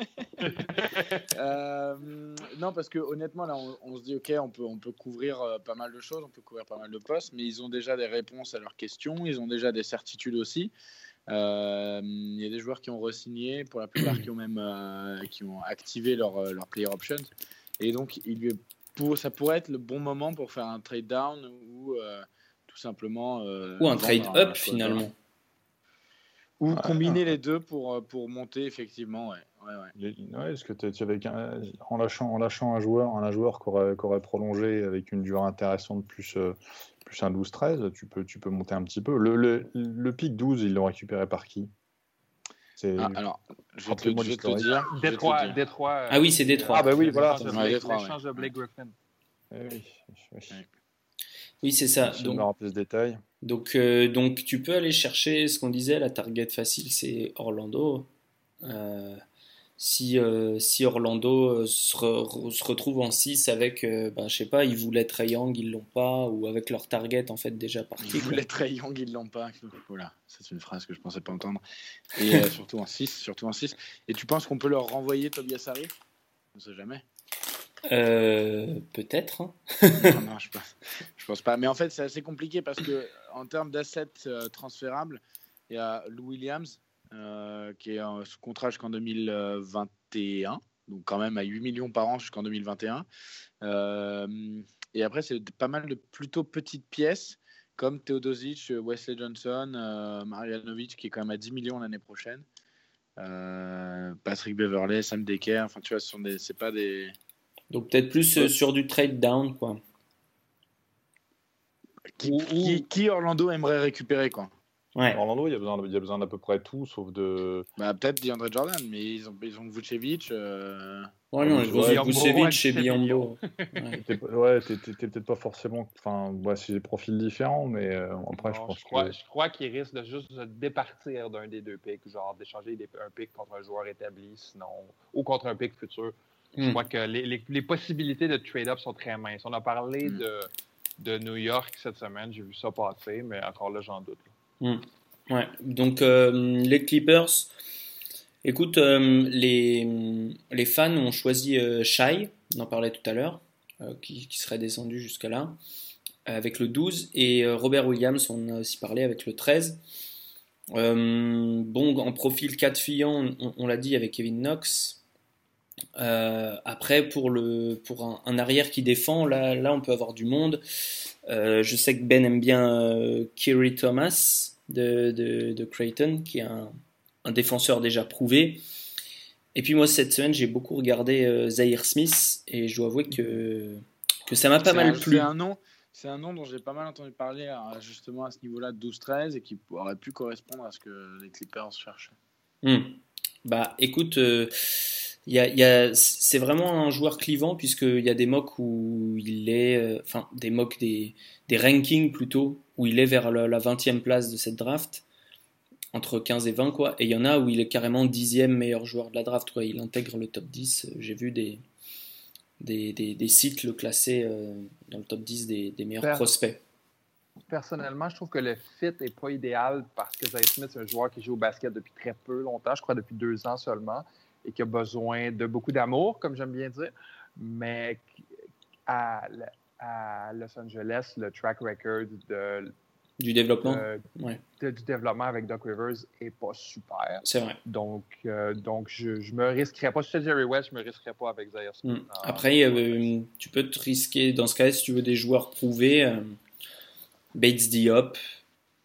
euh, non, parce que honnêtement, là, on, on se dit, ok, on peut, on peut couvrir euh, pas mal de choses, on peut couvrir pas mal de postes, mais ils ont déjà des réponses à leurs questions, ils ont déjà des certitudes aussi. Il euh, y a des joueurs qui ont re-signé, pour la plupart qui ont même euh, qui ont activé leur, leur player options. Et donc, il lui est pour, ça pourrait être le bon moment pour faire un trade down ou euh, tout simplement. Euh, ou un trade un, up finalement. Ou ouais, combiner ouais. les deux pour, pour monter effectivement. Ouais. Ouais, ouais. Les, ouais, est-ce que tu avais un, en, lâchant, en lâchant un joueur, un joueur qui aurait, qui aurait prolongé avec une durée intéressante plus. Euh, plus un douze treize, tu peux, tu peux monter un petit peu. Le, le, le pick douze, ils l'ont récupéré par qui? C'est... Ah, alors, je vais te, je vais te le dire. Détroit, Détroit. Ah oui, c'est Détroit. Ah bah oui, voilà. C'est l'échange de Blake Griffin. Eh oui, oui. Oui, c'est ça. Je me rappelle ce détail. Donc, euh, donc, tu peux aller chercher ce qu'on disait, la target facile, c'est Orlando. Euh, si, euh, si Orlando se, re, se retrouve en six avec, euh, ben, je sais pas, ils voulaient Trae Young, ils l'ont pas, ou avec leur target en fait déjà parti. Ils voulaient Trae Young, ils l'ont pas. Voilà, c'est une phrase que je pensais pas entendre. Et euh, surtout en six, surtout en six. Et tu penses qu'on peut leur renvoyer Tobias Harris? On ne sait jamais. Euh, peut-être. Hein. non, non, je pense, je pense pas. Mais en fait, c'est assez compliqué parce que en termes d'assets euh, transférables, il y a Lou Williams. Euh, qui est euh, sous contrat jusqu'en deux mille vingt et un, donc quand même à huit millions par an jusqu'en deux mille vingt et un. Euh, et après, c'est pas mal de plutôt petites pièces, comme Teodosic, Wesley Johnson, euh, Marjanovic, qui est quand même à dix millions l'année prochaine. Euh, Patrick Beverley, Sam Dekker, enfin tu vois, ce sont des, c'est pas des... Donc peut-être plus euh, sur du trade down, quoi. Qui, qui, qui Orlando aimerait récupérer, quoi. Ouais. Orlando, il y a besoin, il y a besoin d'à peu près tout, sauf de. Bah, peut-être DeAndre Jordan, mais ils ont, ils ont Vucevic. Euh... Ouais, non, ils ont Vucevic chez Biombo. Ouais, t'es, ouais, t'es, t'es, t'es peut-être pas forcément. Enfin, ouais, c'est des profils différents, mais euh, après, non, je pense je crois, que. Je crois qu'ils risquent de juste se départir d'un des deux picks, genre d'échanger des, un pick contre un joueur établi, sinon, ou contre un pick futur. Mm. Je crois que les, les, les possibilités de trade-up sont très minces. On a parlé mm. de, de New York cette semaine, j'ai vu ça passer, mais encore là, j'en doute. Mmh. Ouais, donc euh, les Clippers, écoute, euh, les, les fans ont choisi euh, Shai, on en parlait tout à l'heure, euh, qui, qui serait descendu jusqu'à là, avec le douze, et euh, Robert Williams, on a aussi parlé avec le treize. Euh, bon, en profil quatre fillant, on, on l'a dit avec Kevin Knox. Euh, après, pour, le, pour un, un arrière qui défend, là, là on peut avoir du monde. Euh, je sais que Ben aime bien euh, Kiri Thomas de, de, de Creighton, qui est un, un défenseur déjà prouvé. Et puis moi, cette semaine, j'ai beaucoup regardé euh, Zhaire Smith, et je dois avouer que, que ça m'a pas c'est mal un, plu. C'est un, nom, c'est un nom dont j'ai pas mal entendu parler à, justement à ce niveau-là de douze treize, et qui aurait pu correspondre à ce que les Clippers cherchaient. Mmh. Bah écoute... Euh, Il y a, il y a, c'est vraiment un joueur clivant, puisqu'il y a des mocks où il est, euh, enfin des mocks, des, des rankings plutôt, où il est vers la, la vingtième place de cette draft, entre quinze et vingt quoi, et il y en a où il est carrément dixième meilleur joueur de la draft, quoi. Il intègre le top dix, j'ai vu des, des, des, des sites le classer euh, dans le top dix des, des meilleurs Pers- prospects. Personnellement, je trouve que le fit n'est pas idéal, parce que Zhaire Smith, c'est un joueur qui joue au basket depuis très peu longtemps, je crois depuis deux ans seulement, et qui a besoin de beaucoup d'amour, comme j'aime bien dire, mais à, à Los Angeles, le track record de, du développement, de, ouais. de, du développement avec Doc Rivers n'est pas super. C'est vrai. Donc, euh, donc je ne me risquerais pas, si c'était Jerry West, je ne me risquerais pas avec Zhaire Smith. Mm. Après, euh, tu peux te risquer, dans ce cas-là, si tu veux des joueurs prouvés, euh, Bates Diop,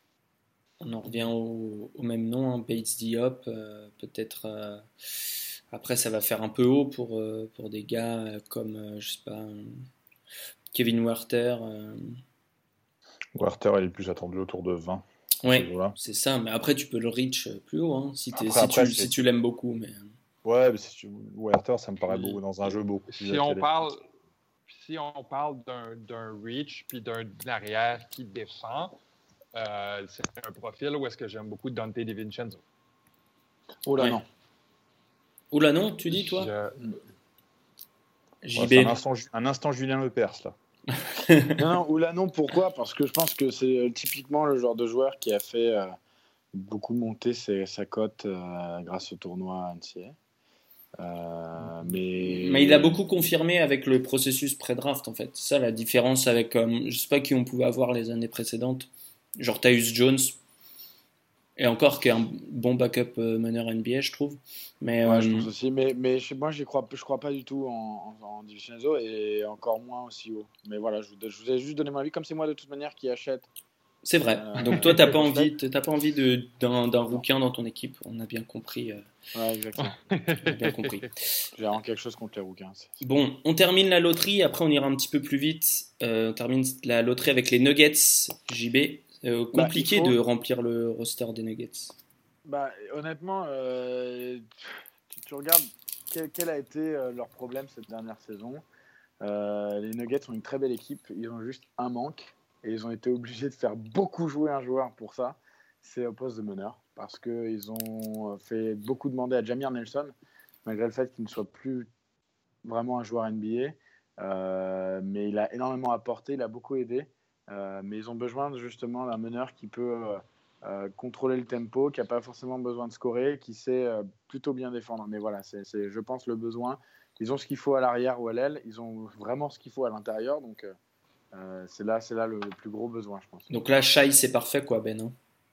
on en revient au, au même nom, hein, Bates Diop, euh, peut-être... Euh, Après, ça va faire un peu haut pour, euh, pour des gars comme, euh, je sais pas, euh, Kevin Werther. Euh... Werther, il est plus attendu autour de vingt. Ouais, c'est ça. Mais après, tu peux le reach plus haut, hein, si, après, si, après, tu, si tu l'aimes beaucoup. Mais... Ouais, mais si tu... Werther, ça me paraît beau, dans un jeu beau. Si on parle, si on parle d'un, d'un reach puis d'un arrière qui défend, euh, c'est un profil où est-ce que j'aime beaucoup Dante DiVincenzo. Oh là ouais. non. Oh là non, tu dis, toi Je... J B. Ouais, c'est un instant, un instant Julien Lepers, là. non, non, ou là non, pourquoi ? Parce que je pense que c'est euh, typiquement le genre de joueur qui a fait euh, beaucoup monter ses, sa cote euh, grâce au tournoi N C A A. Euh, mais... mais il a beaucoup confirmé avec le processus pré-draft, en fait. C'est ça la différence avec, euh, je sais pas qui on pouvait avoir les années précédentes, genre Tyus Jones, et encore qui est un bon backup euh, meneur N B A, je trouve. Mais, ouais, euh... je pense aussi. Mais, mais je, moi, je crois, je crois pas du tout en, en, en DiVincenzo et encore moins aussi haut. Mais voilà, je, je vous ai juste donné mon avis, comme c'est moi de toute manière qui achète. C'est vrai. Euh... Donc toi, t'as pas envie, t'as pas envie de, d'un, d'un rouquin dans ton équipe. On a bien compris. Euh... Ouais, exactement. On a bien compris. J'ai vraiment quelque chose contre les rouquins. C'est... Bon, on termine la loterie. Après, on ira un petit peu plus vite. Euh, on termine la loterie avec les Nuggets, J B. Euh, compliqué bah, faut... de remplir le roster des Nuggets. Bah, honnêtement, euh, tu, tu regardes quel, quel a été euh, leur problème cette dernière saison. Euh, les Nuggets ont une très belle équipe. Ils ont juste un manque. Et ils ont été obligés de faire beaucoup jouer un joueur pour ça. C'est au poste de meneur. Parce qu'ils ont fait beaucoup demander à Jameer Nelson, malgré le fait qu'il ne soit plus vraiment un joueur N B A. Euh, mais il a énormément apporté, il a beaucoup aidé. Euh, mais ils ont besoin justement d'un meneur qui peut euh, euh, contrôler le tempo, qui n'a pas forcément besoin de scorer, qui sait euh, plutôt bien défendre. Mais voilà, c'est, c'est, je pense, le besoin. Ils ont ce qu'il faut à l'arrière ou à l'aile. Ils ont vraiment ce qu'il faut à l'intérieur. Donc, euh, c'est là, c'est là le, le plus gros besoin, je pense. Donc là, Shai, c'est parfait, quoi, Ben, hein?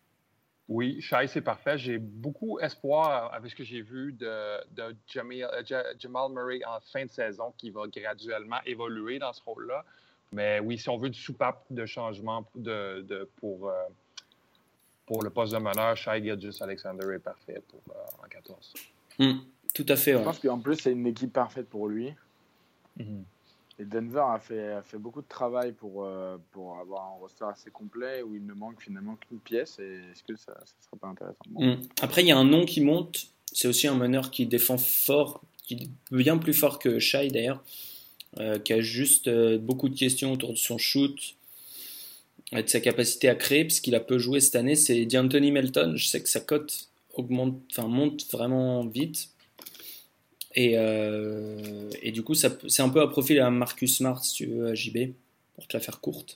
Oui, Shai, c'est parfait. J'ai beaucoup espoir avec ce que j'ai vu de, de Jamal, Jamal Murray en fin de saison, qui va graduellement évoluer dans ce rôle-là. Mais oui, si on veut du soupape de changement de, de, pour, euh, pour le poste de meneur, Shai Gilgeous-Alexander est parfait pour, euh, en quatorze. Mmh, tout à fait. Ouais. Je pense qu'en plus, c'est une équipe parfaite pour lui. Mmh. Et Denver a fait, a fait beaucoup de travail pour, euh, pour avoir un roster assez complet où il ne manque finalement qu'une pièce. Et est-ce que ça ne serait pas intéressant? Bon. Mmh. Après, il y a un nom qui monte. C'est aussi un meneur qui défend fort, qui est bien plus fort que Shai d'ailleurs. Euh, qui a juste euh, beaucoup de questions autour de son shoot et de sa capacité à créer, parce qu'il a peu joué cette année. C'est D'Anthony Melton. Je sais que sa cote augmente, enfin monte vraiment vite. Et, euh, et du coup, ça, c'est un peu à profil à Marcus Smart, si tu veux, à J B, pour te la faire courte.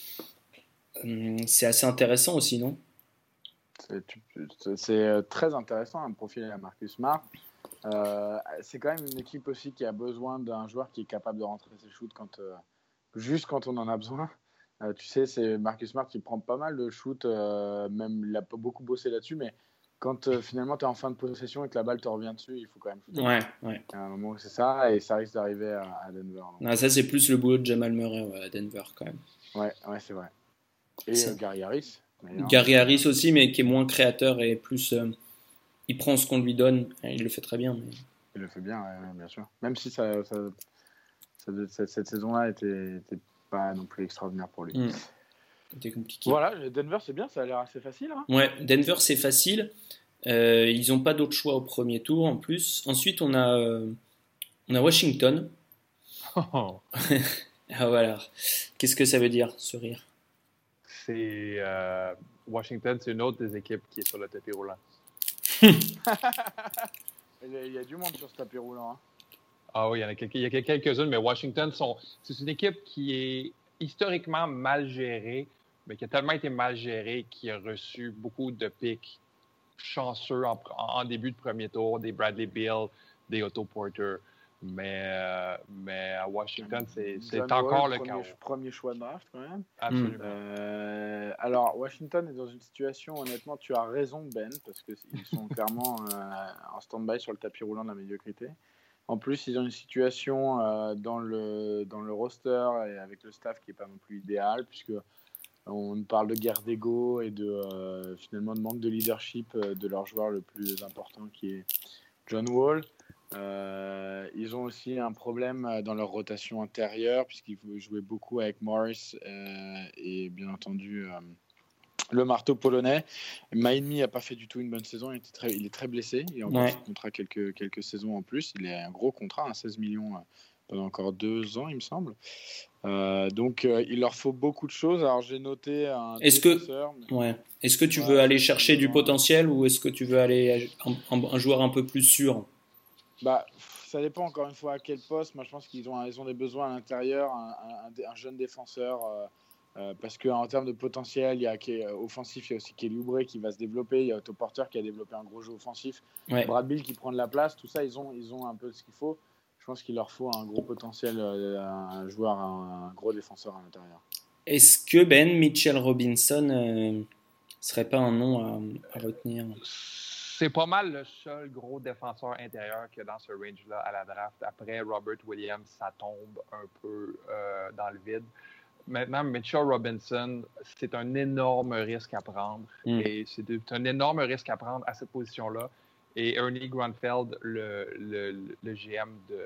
Hum, c'est assez intéressant aussi, non? C'est, c'est, c'est très intéressant, un profil à Marcus Smart. Euh, c'est quand même une équipe aussi qui a besoin d'un joueur qui est capable de rentrer ses shoots quand, euh, juste quand on en a besoin. Euh, tu sais, c'est Marcus Smart qui prend pas mal de shoots, euh, même il a beaucoup bossé là-dessus, mais quand euh, finalement tu es en fin de possession et que la balle te revient dessus, il faut quand même shooter. Ouais, ouais. À un moment où c'est ça, et ça risque d'arriver à, à Denver. Ah, ça, c'est plus le boulot de Jamal Murray ouais, à Denver quand même. Ouais, ouais, c'est vrai. Et euh, Gary Harris. Gary Harris aussi, mais qui est moins créateur et plus. Euh, il prend ce qu'on lui donne, il le fait très bien. Mais... Il le fait bien, ouais, bien sûr. Même si ça, ça, ça, cette, cette saison-là était, était pas non plus extraordinaire pour lui. Mmh. C'était compliqué. Voilà, Denver, c'est bien, ça a l'air assez facile. Hein ouais, Denver, c'est facile. Euh, ils n'ont pas d'autre choix au premier tour en plus. Ensuite, on a, euh, on a Washington. Oh. Ah voilà. Qu'est-ce que ça veut dire, ce rire? C'est euh, Washington, c'est une autre des équipes qui est sur le tapis roulant. Il y a du monde sur ce tapis roulant. Hein. Ah oui, il y en a, quelques, il y a quelques-unes, mais Washington, sont, c'est une équipe qui est historiquement mal gérée, mais qui a tellement été mal gérée qu'il a reçu beaucoup de pics chanceux en, en début de premier tour, des Bradley Beal, des Otto Porter. Mais, euh, mais à Washington, c'est, c'est encore Wall, le premier, chaos. Premier choix de draft, quand même. Absolument. Euh, alors, Washington est dans une situation, honnêtement, tu as raison, Ben, parce qu'ils sont clairement euh, en stand-by sur le tapis roulant de la médiocrité. En plus, ils ont une situation euh, dans, le, dans le roster et avec le staff qui n'est pas non plus idéal, puisque on parle de guerre d'ego et de, euh, finalement de manque de leadership de leur joueur le plus important, qui est John Wall. Euh, ils ont aussi un problème dans leur rotation intérieure, puisqu'ils jouaient beaucoup avec Morris euh, et bien entendu euh, le marteau polonais. Maïmi n'a pas fait du tout une bonne saison, il, était très, il est très blessé, il a encore Ouais. sous contrat quelques, quelques saisons en plus, il est un gros contrat, hein, seize millions euh, pendant encore deux ans il me semble. Euh, donc euh, il leur faut beaucoup de choses. Alors j'ai noté un Est-ce défenseur, que, ouais. Est-ce que tu Ouais, veux aller c'est chercher du besoin. potentiel ou est-ce que tu veux aller un, un- un joueur un peu plus sûr? Bah, ça dépend encore une fois à quel poste. Moi, je pense qu'ils ont, ils ont des besoins à l'intérieur, un, un, un jeune défenseur, euh, euh, parce qu'en termes de potentiel, il y a qui est offensif, il y a aussi Kelly Oubre qui va se développer, il y a Otto Porter qui a développé un gros jeu offensif, Ouais. Brad Beal qui prend de la place, tout ça, ils ont, ils ont un peu ce qu'il faut. Je pense qu'il leur faut un gros potentiel, euh, un joueur, un, un gros défenseur à l'intérieur. Est-ce que Ben Mitchell Robinson euh, serait pas un nom à, à retenir? C'est pas mal le seul gros défenseur intérieur qu'il y a dans ce range-là à la draft. Après Robert Williams, ça tombe un peu euh, dans le vide. Maintenant, Mitchell Robinson, c'est un énorme risque à prendre. Mm. Et c'est un énorme risque à prendre à cette position-là. Et Ernie Grunfeld, le, le, le G M de,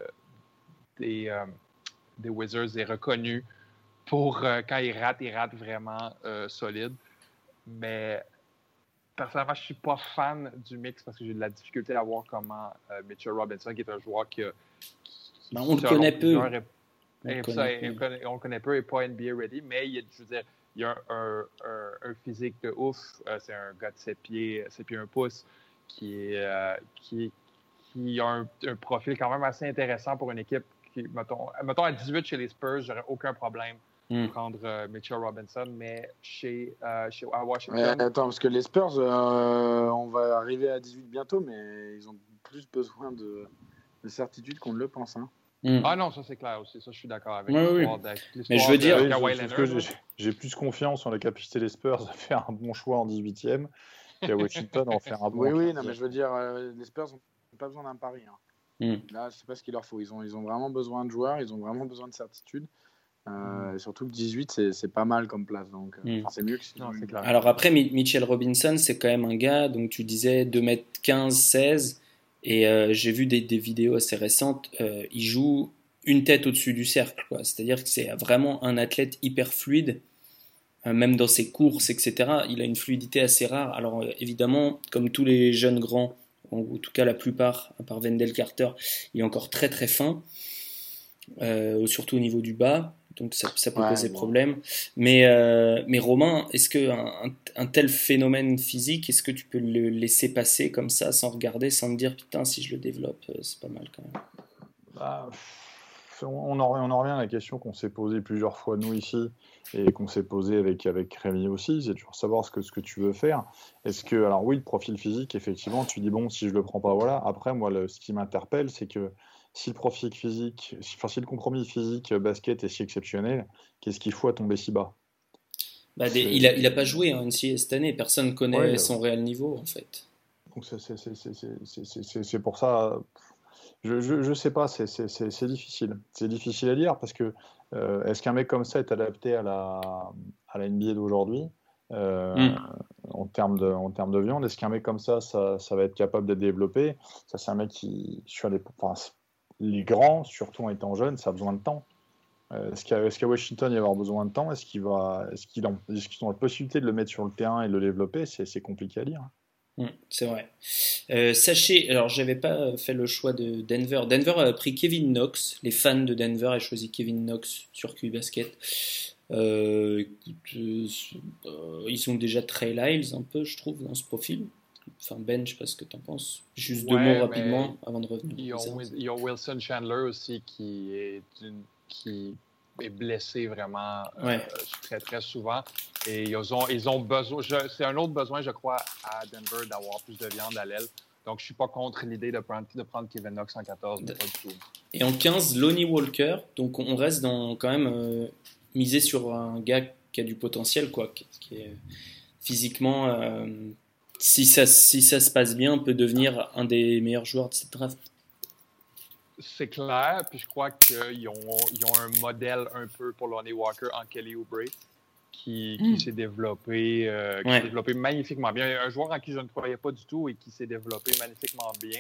des, euh, des Wizards, est reconnu pour, euh, quand il rate, il rate vraiment euh, solide. Mais personnellement, je ne suis pas fan du mix parce que j'ai de la difficulté à voir comment euh, Mitchell Robinson, qui est un joueur qui a... Qui, Ben, on le connaît peu. Est, on, le connaît peu. Connaît, on le connaît peu et pas N B A ready, mais il y a, je veux dire, il y a un, un, un, un physique de ouf. Euh, c'est un gars de sept pieds, sept pieds un pouce qui, est, euh, qui, qui a un, un profil quand même assez intéressant pour une équipe qui, mettons, mettons à dix-huit chez les Spurs, j'aurais aucun problème Mm. de prendre euh, Mitchell Robinson, mais chez, euh, chez à Washington... Ouais, attends, parce que les Spurs, euh, on va arriver à dix-huit bientôt, mais ils ont plus besoin de, de certitude qu'on ne le pense. Hein. Mm. Ah non, ça c'est clair aussi, ça je suis d'accord avec ouais, l'histoire, oui. de, mais je veux dire, oui, je, que j'ai, j'ai plus confiance en la capacité des Spurs à faire un bon choix en dix-huitième qu'à Washington en faire un bon Oui, choix. oui, non, mais je veux dire, euh, les Spurs n'ont pas besoin d'un pari. Hein. Mm. Là, c'est pas ce qu'il leur faut. Ils ont, ils ont vraiment besoin de joueurs, ils ont vraiment besoin de certitude. Euh, et surtout que dix-huit, c'est, c'est pas mal comme place. Donc, euh, mm. c'est mieux que si non, c'est clair. Alors après, Mitchell Robinson, c'est quand même un gars, donc tu disais deux mètres quinze, seize, et euh, j'ai vu des, des vidéos assez récentes, euh, il joue une tête au-dessus du cercle, quoi. C'est-à-dire que c'est vraiment un athlète hyper fluide, euh, même dans ses courses, et cetera. Il a une fluidité assez rare. Alors euh, évidemment, comme tous les jeunes grands, en tout cas la plupart, à part Wendell Carter, il est encore très très fin, euh, surtout au niveau du bas. Donc ça, ça peut ouais, poser bon. problème. Mais, euh, mais Romain, est-ce qu'un un, un tel phénomène physique, est-ce que tu peux le laisser passer comme ça, sans regarder, sans te dire, putain, si je le développe, c'est pas mal quand même? Bah, on, en, on en revient à la question qu'on s'est posée plusieurs fois, nous, ici, et qu'on s'est posée avec, avec Rémi aussi, c'est toujours savoir ce que, ce que tu veux faire. Est-ce que, alors oui, le profil physique, effectivement, tu dis, bon, si je le prends pas, voilà. Après, moi, le, ce qui m'interpelle, c'est que si le profil physique, si, enfin, si le compromis physique basket est si exceptionnel, qu'est-ce qu'il faut à tomber si bas? Bah, des, il, a, il a pas joué en N C A A cette année, personne ne connaît ouais, son réel niveau en fait. Donc c'est, c'est, c'est, c'est, c'est, c'est, c'est pour ça, je, je, je sais pas, c'est, c'est, c'est, c'est difficile. C'est difficile à dire parce que euh, est-ce qu'un mec comme ça est adapté à la, à la N B A d'aujourd'hui euh, mm. en termes de, en termes de viande? Est-ce qu'un mec comme ça, ça, ça va être capable d'être développé? Ça, c'est un mec qui, sur les, enfin, les grands, surtout en étant jeune, ça a besoin de temps. Euh, est-ce, qu'à, est-ce qu'à Washington, il va avoir besoin de temps? Est-ce, qu'il va, est-ce, qu'il a, est-ce qu'ils ont la possibilité de le mettre sur le terrain et de le développer? C'est, c'est compliqué à dire. Mmh, c'est vrai. Euh, sachez, alors j'avais pas fait le choix de Denver. Denver a pris Kevin Knox. Les fans de Denver ont choisi Kevin Knox sur Q Basket. Euh, écoute, euh, ils ont déjà Trey Lyles un peu, je trouve, dans ce profil. Enfin, Ben, je sais pas ce que tu en penses. Juste ouais, deux mots rapidement avant de revenir. Il y, a, il y a Wilson Chandler aussi qui est, une, qui est blessé vraiment ouais. euh, très, très souvent. Et ils ont, ils ont besoin. Je, c'est un autre besoin, je crois, à Denver d'avoir plus de viande à l'aile. Donc, je ne suis pas contre l'idée de prendre, de prendre Kevin Knox en quatorze, mais pas du tout. Et en quinze, Lonnie Walker. Donc, on reste dans quand même euh, misé sur un gars qui a du potentiel, quoi, qui, qui est physiquement. Euh, Si ça, si ça se passe bien, peut devenir un des meilleurs joueurs de cette draft. C'est clair, puis je crois qu'ils ont, ils ont un modèle un peu pour Lonnie Walker en Kelly Oubre qui, qui mm. s'est développé, euh, qui ouais. s'est développé magnifiquement bien. Un joueur en qui je ne croyais pas du tout et qui s'est développé magnifiquement bien.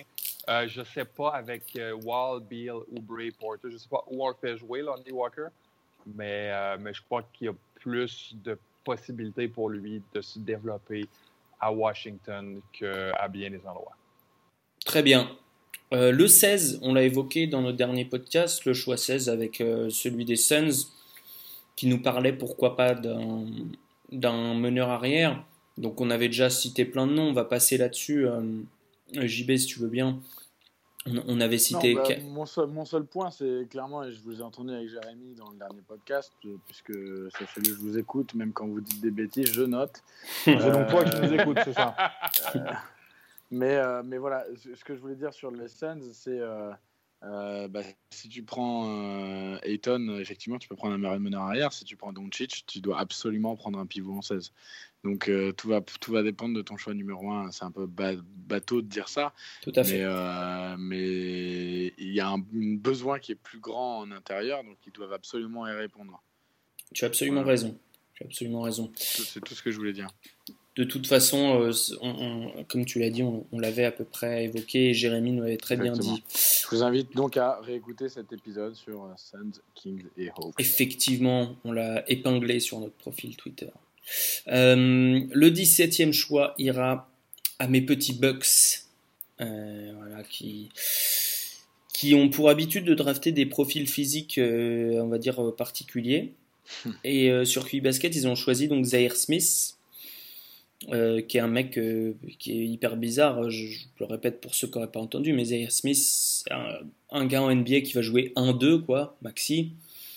Euh, je ne sais pas avec euh, Wall, Beal, Oubre, Porter. Je ne sais pas où on le fait jouer, Lonnie Walker. Mais, euh, mais je crois qu'il y a plus de possibilités pour lui de se développer à Washington qu'à bien des endroits. Très bien. Euh, le seize, on l'a évoqué dans notre dernier podcast, le choix seize avec euh, celui des Suns, qui nous parlait pourquoi pas d'un, d'un meneur arrière. Donc on avait déjà cité plein de noms, on va passer là-dessus. Euh, J B, si tu veux bien. On, on avait cité... Non, bah, mon, seul, mon seul point, c'est clairement, et je vous ai entendu avec Jérémy dans le dernier podcast, puisque sachez-le, je vous écoute, même quand vous dites des bêtises, je note. C'est euh, donc toi qui nous écoutes, c'est ça. euh, mais, euh, mais voilà, ce que je voulais dire sur les Suns, c'est... Euh, Euh, bah, si tu prends euh, Ayton, effectivement, tu peux prendre un meilleur meneur arrière. Si tu prends Doncic, tu dois absolument prendre un pivot en seize. Donc euh, tout, va, tout va dépendre de ton choix numéro un. C'est un peu ba- bateau de dire ça. Tout à fait. Mais, euh, mais il y a un, un besoin qui est plus grand en intérieur, donc ils doivent absolument y répondre. Tu as absolument voilà. raison. Tu as absolument raison. C'est, c'est tout ce que je voulais dire. De toute façon, euh, on, on, comme tu l'as dit, on, on l'avait à peu près évoqué et Jérémy nous l'avait très Exactement. bien dit. Je vous invite donc à réécouter cet épisode sur uh, Suns, Kings et Hawks. Effectivement, on l'a épinglé sur notre profil Twitter. Euh, le dix-septième choix ira à mes petits Bucks, euh, voilà, qui, qui ont pour habitude de drafter des profils physiques, euh, on va dire, particuliers. Et euh, sur Q I Basket, ils ont choisi donc Zaire Smith. Euh, qui est un mec euh, qui est hyper bizarre, je, je le répète pour ceux qui n'auraient pas entendu, mais Zaire Smith, c'est un, un gars en N B A qui va jouer un deux, quoi, maxi.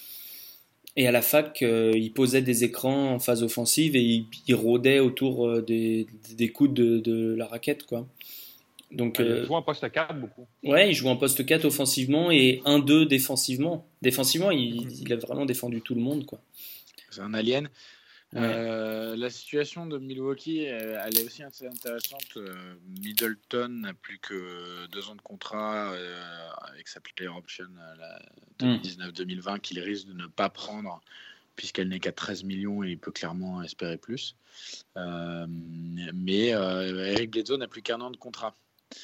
Et à la fac, euh, il posait des écrans en phase offensive et il, il rôdait autour euh, des, des coudes de, de la raquette, quoi. Donc, il euh, joue en poste quatre beaucoup. Ouais, il joue en poste quatre offensivement et un deux défensivement. Défensivement, il, il a vraiment défendu tout le monde, quoi. C'est un alien. Ouais. Euh, la situation de Milwaukee, elle est aussi assez intéressante. Euh, Middleton n'a plus que deux ans de contrat euh, avec sa player option deux mille dix-neuf deux mille vingt qu'il risque de ne pas prendre puisqu'elle n'est qu'à treize millions et il peut clairement espérer plus. Euh, mais euh, Eric Bledsoe n'a plus qu'un an de contrat.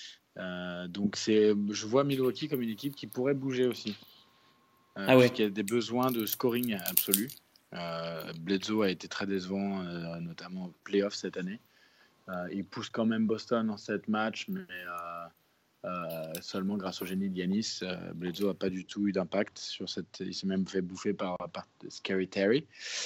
Euh, donc c'est, je vois Milwaukee comme une équipe qui pourrait bouger aussi. Euh, ah ouais. Puisqu'il y a des besoins de scoring absolu. Euh, Bledsoe a été très décevant, euh, notamment au playoff cette année. Euh, il pousse quand même Boston en sept matchs, mais euh, euh, seulement grâce au génie de Giannis. Euh, Bledsoe n'a pas du tout eu d'impact sur cette. Il s'est même fait bouffer par, par Scary Terry.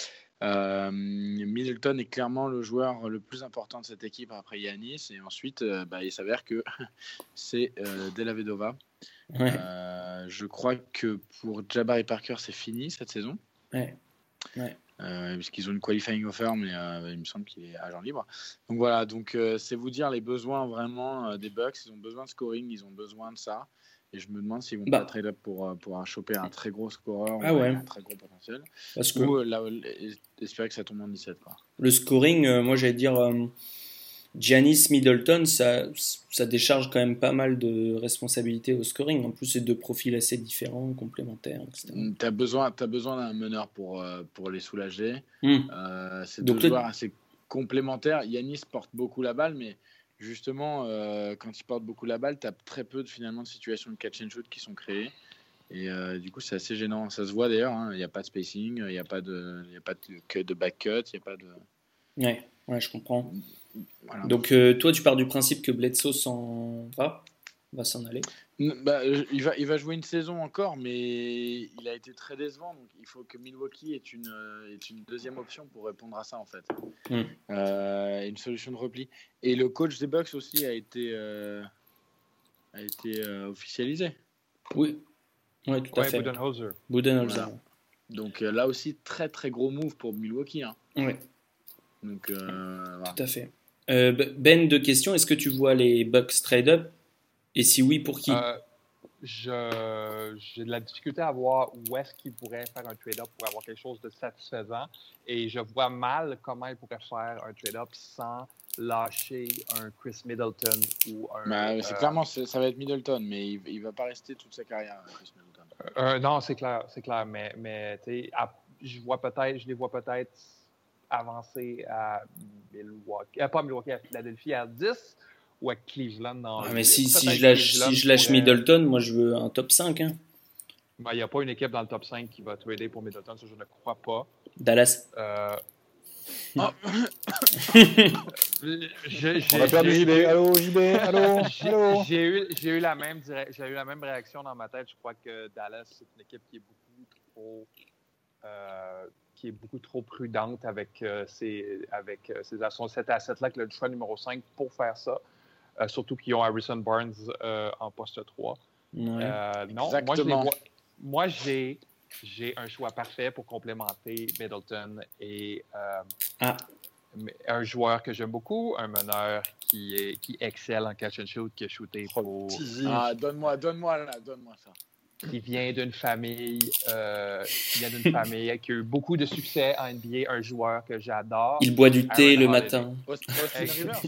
Euh, Middleton est clairement le joueur le plus important de cette équipe après Giannis, et ensuite, euh, bah, il s'avère que c'est euh, Della Vedova. Ouais. Euh, je crois que pour Jabari Parker, c'est fini cette saison. Ouais. Ouais. Euh, puisqu'ils ont une qualifying offer, mais euh, il me semble qu'il est agent libre. Donc voilà, donc euh, c'est vous dire les besoins vraiment euh, des Bucks. Ils ont besoin de scoring, ils ont besoin de ça. Et je me demande s'ils vont bah. pas trade up pour pour choper un très gros scoreur, ah ouais. un très gros potentiel. Parce ou que là, espérer que ça tombe en dix-sept, quoi. Le scoring, euh, moi j'allais dire. Euh... Giannis Middleton, ça, ça décharge quand même pas mal de responsabilités au scoring. En plus, c'est deux profils assez différents, complémentaires, et cetera. Tu as besoin, t'as besoin d'un meneur pour, euh, pour les soulager. Mmh. Euh, c'est deux joueurs assez complémentaires. Giannis porte beaucoup la balle, mais justement, euh, quand il porte beaucoup la balle, tu as très peu de, finalement, de situations de catch and shoot qui sont créées. Et euh, du coup, c'est assez gênant. Ça se voit d'ailleurs, il hein, n'y a pas de spacing, il n'y a pas de, y a pas de, de back cut, il n'y a pas de... Ouais, ouais, je comprends. Voilà. Donc, euh, toi, tu pars du principe que Bledsoe s'en va, va s'en aller. Bah, il, va, il va jouer une saison encore, mais il a été très décevant. Donc, il faut que Milwaukee ait une, ait une deuxième option pour répondre à ça, en fait. Mm. Euh, une solution de repli. Et le coach des Bucks aussi a été, euh, a été euh, officialisé. Oui, ouais, tout à ouais, fait. Budenholzer. Budenholzer. Voilà. Donc, euh, là aussi, très, très gros move pour Milwaukee. Hein. Oui. Donc, euh, voilà. Tout à fait. Euh, Ben, deux questions. Est-ce que tu vois les Bucks trade-up? Et si oui, pour qui? euh, je, J'ai de la difficulté à voir où est-ce qu'ils pourraient faire un trade-up pour avoir quelque chose de satisfaisant. Et je vois mal comment ils pourraient faire un trade-up sans lâcher un Chris Middleton ou un... Bah, c'est euh, clairement, c'est, ça va être Middleton, mais il ne va pas rester toute sa carrière, Chris Middleton. Euh, non, c'est clair, c'est clair. Mais, mais tu sais, je vois peut-être, je les vois peut-être avancer à Milwaukee, euh, pas à Milwaukee, à Philadelphie à dix, ou avec Cleveland dans ah, mais si, si, je lâche, si je lâche pourrait... Middleton, moi je veux un top cinq. Hein. Ben, il n'y a pas une équipe dans le top cinq qui va trader pour Middleton, ça je ne crois pas. Dallas. Euh... Oh. je, je, On a perdu J B. Allô, J B. Allô. J'ai, j'ai, eu, j'ai, eu la même direct, j'ai eu la même réaction dans ma tête. Je crois que Dallas, c'est une équipe qui est beaucoup trop, euh, qui est beaucoup trop prudente avec, euh, ses, avec euh, ses actions. Cet asset-là, qui a le choix numéro cinq pour faire ça. Euh, surtout qu'ils ont Harrison Barnes euh, en poste trois. Ouais. Euh, non, moi, je les vois, moi j'ai, j'ai un choix parfait pour complémenter Middleton et euh, ah. un joueur que j'aime beaucoup, un meneur qui, est, qui excelle en catch and shoot, qui a shooté pour... Ah, donne-moi, donne-moi, là, donne-moi ça. Qui vient d'une famille, euh, qui vient d'une famille qui a eu beaucoup de succès en N B A, un joueur que j'adore. Il boit du thé Aaron le Holiday. matin. Austin Rivers.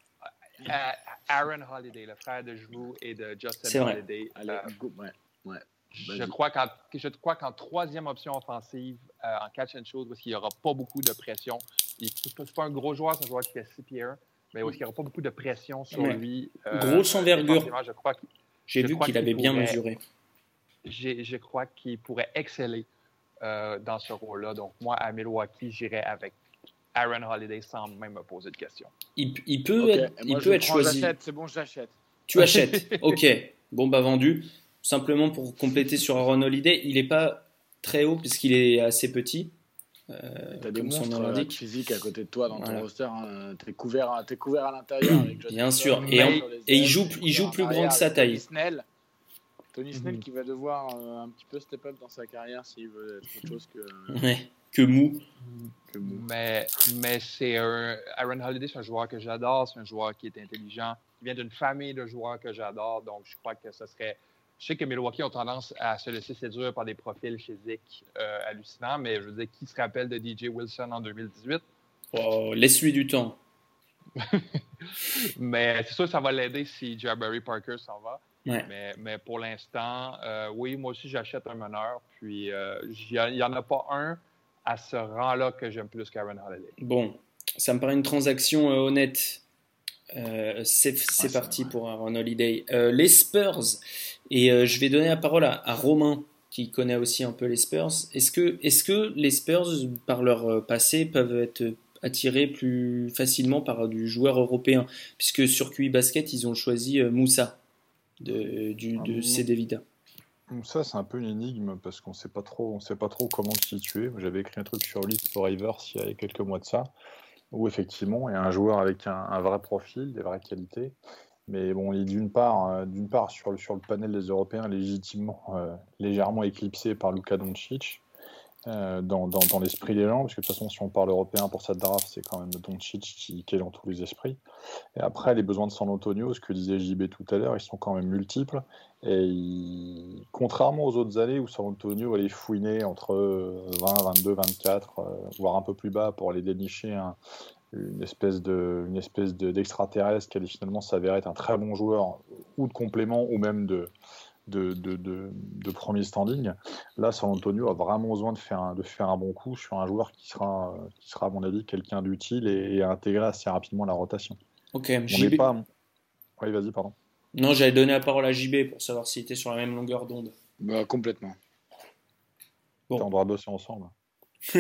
Aaron Holiday, le frère de Jrue et de Justin C'est vrai. Holiday. Allez, Euh, go, ouais, ouais. je, crois qu'en, je crois qu'en troisième option offensive, euh, en catch and shoot, parce qu'il n'y aura pas beaucoup de pression. Il, c'est, pas, c'est pas un gros joueur, c'est un joueur qui fait six pieds un, mais où il n'y aura pas beaucoup de pression sur ouais. lui. Euh, Grosse envergure. Je crois qu'il, J'ai je vu crois qu'il qu'il avait bien pourrait, mesuré. J'ai, je crois qu'il pourrait exceller euh, dans ce rôle-là. Donc, moi, à Milwaukee, j'irais avec Aaron Holiday sans même me poser de questions. Il, il peut okay. être, il moi, peut être prends, choisi. J'achète, c'est bon, j'achète. Tu achètes. Ok. Bon, bah vendu. Simplement pour compléter sur Aaron Holiday, il n'est pas très haut puisqu'il est assez petit. Euh, T'as des monstres euh, physiques à côté de toi dans voilà. ton roster. Hein. T'es couvert, à, t'es couvert à l'intérieur. Avec Bien sûr. Et, en, et il joue, il joue plus grand que sa taille. Snell. Tony Snell mm-hmm. qui va devoir euh, un petit peu step up dans sa carrière s'il veut être autre chose que, euh, ouais, que mou. que mou. Mais, mais c'est un, Aaron Holiday, c'est un joueur que j'adore, c'est un joueur qui est intelligent. Il vient d'une famille de joueurs que j'adore, donc je crois que ce serait... Je sais que Milwaukee ont tendance à se laisser séduire par des profils physiques euh, hallucinants, mais je veux dire, qui se rappelle de D J Wilson en deux mille dix-huit? Oh, laisse-lui du temps. Mais c'est sûr que ça va l'aider si Jabari Parker s'en va. Ouais. Mais, mais pour l'instant, euh, oui, moi aussi, j'achète un meneur. Puis, euh, il n'y en a pas un à ce rang-là que j'aime plus qu'Aaron Holiday. Bon, ça me paraît une transaction euh, honnête. Euh, c'est c'est ah, parti pour Aaron Holiday. Euh, les Spurs, et euh, je vais donner la parole à, à Romain, qui connaît aussi un peu les Spurs. Est-ce que, est-ce que les Spurs, par leur passé, peuvent être attirés plus facilement par du joueur européen? Puisque sur Q I Basket, ils ont choisi euh, Moussa. de, du, de C D Vida. Ça, c'est un peu une énigme parce qu'on sait pas trop, on sait pas trop comment le situer. J'avais écrit un truc sur Leeds Forever il y a quelques mois de ça, où effectivement, il y a un joueur avec un, un vrai profil, des vraies qualités. Mais bon, il est d'une part, euh, d'une part sur, le, sur le panel des Européens, légitimement, euh, légèrement éclipsé par Luka Doncic. Euh, dans, dans, dans l'esprit des gens, parce que de toute façon, si on parle européen pour cette draft, c'est quand même Doncic qui, qui est dans tous les esprits. Et après, les besoins de San Antonio, ce que disait J B tout à l'heure, ils sont quand même multiples. Et ils, contrairement aux autres années où San Antonio allait fouiner entre vingt, vingt-deux, vingt-quatre, euh, voire un peu plus bas pour aller dénicher un, une espèce, de, une espèce de, d'extraterrestre qui allait finalement s'avérer être un très bon joueur, ou de complément, ou même de. De, de, de, de premier standing. Là, San Antonio a vraiment besoin de faire un, de faire un bon coup sur un joueur qui sera, qui sera à mon avis, quelqu'un d'utile et, et à intégrer assez rapidement la rotation. Ok, on J B... n'est pas... Oui, vas-y, pardon. Non, j'allais donner la parole à J B pour savoir s'il était sur la même longueur d'onde. Bah, complètement. Bon. On doit bosser ensemble. Je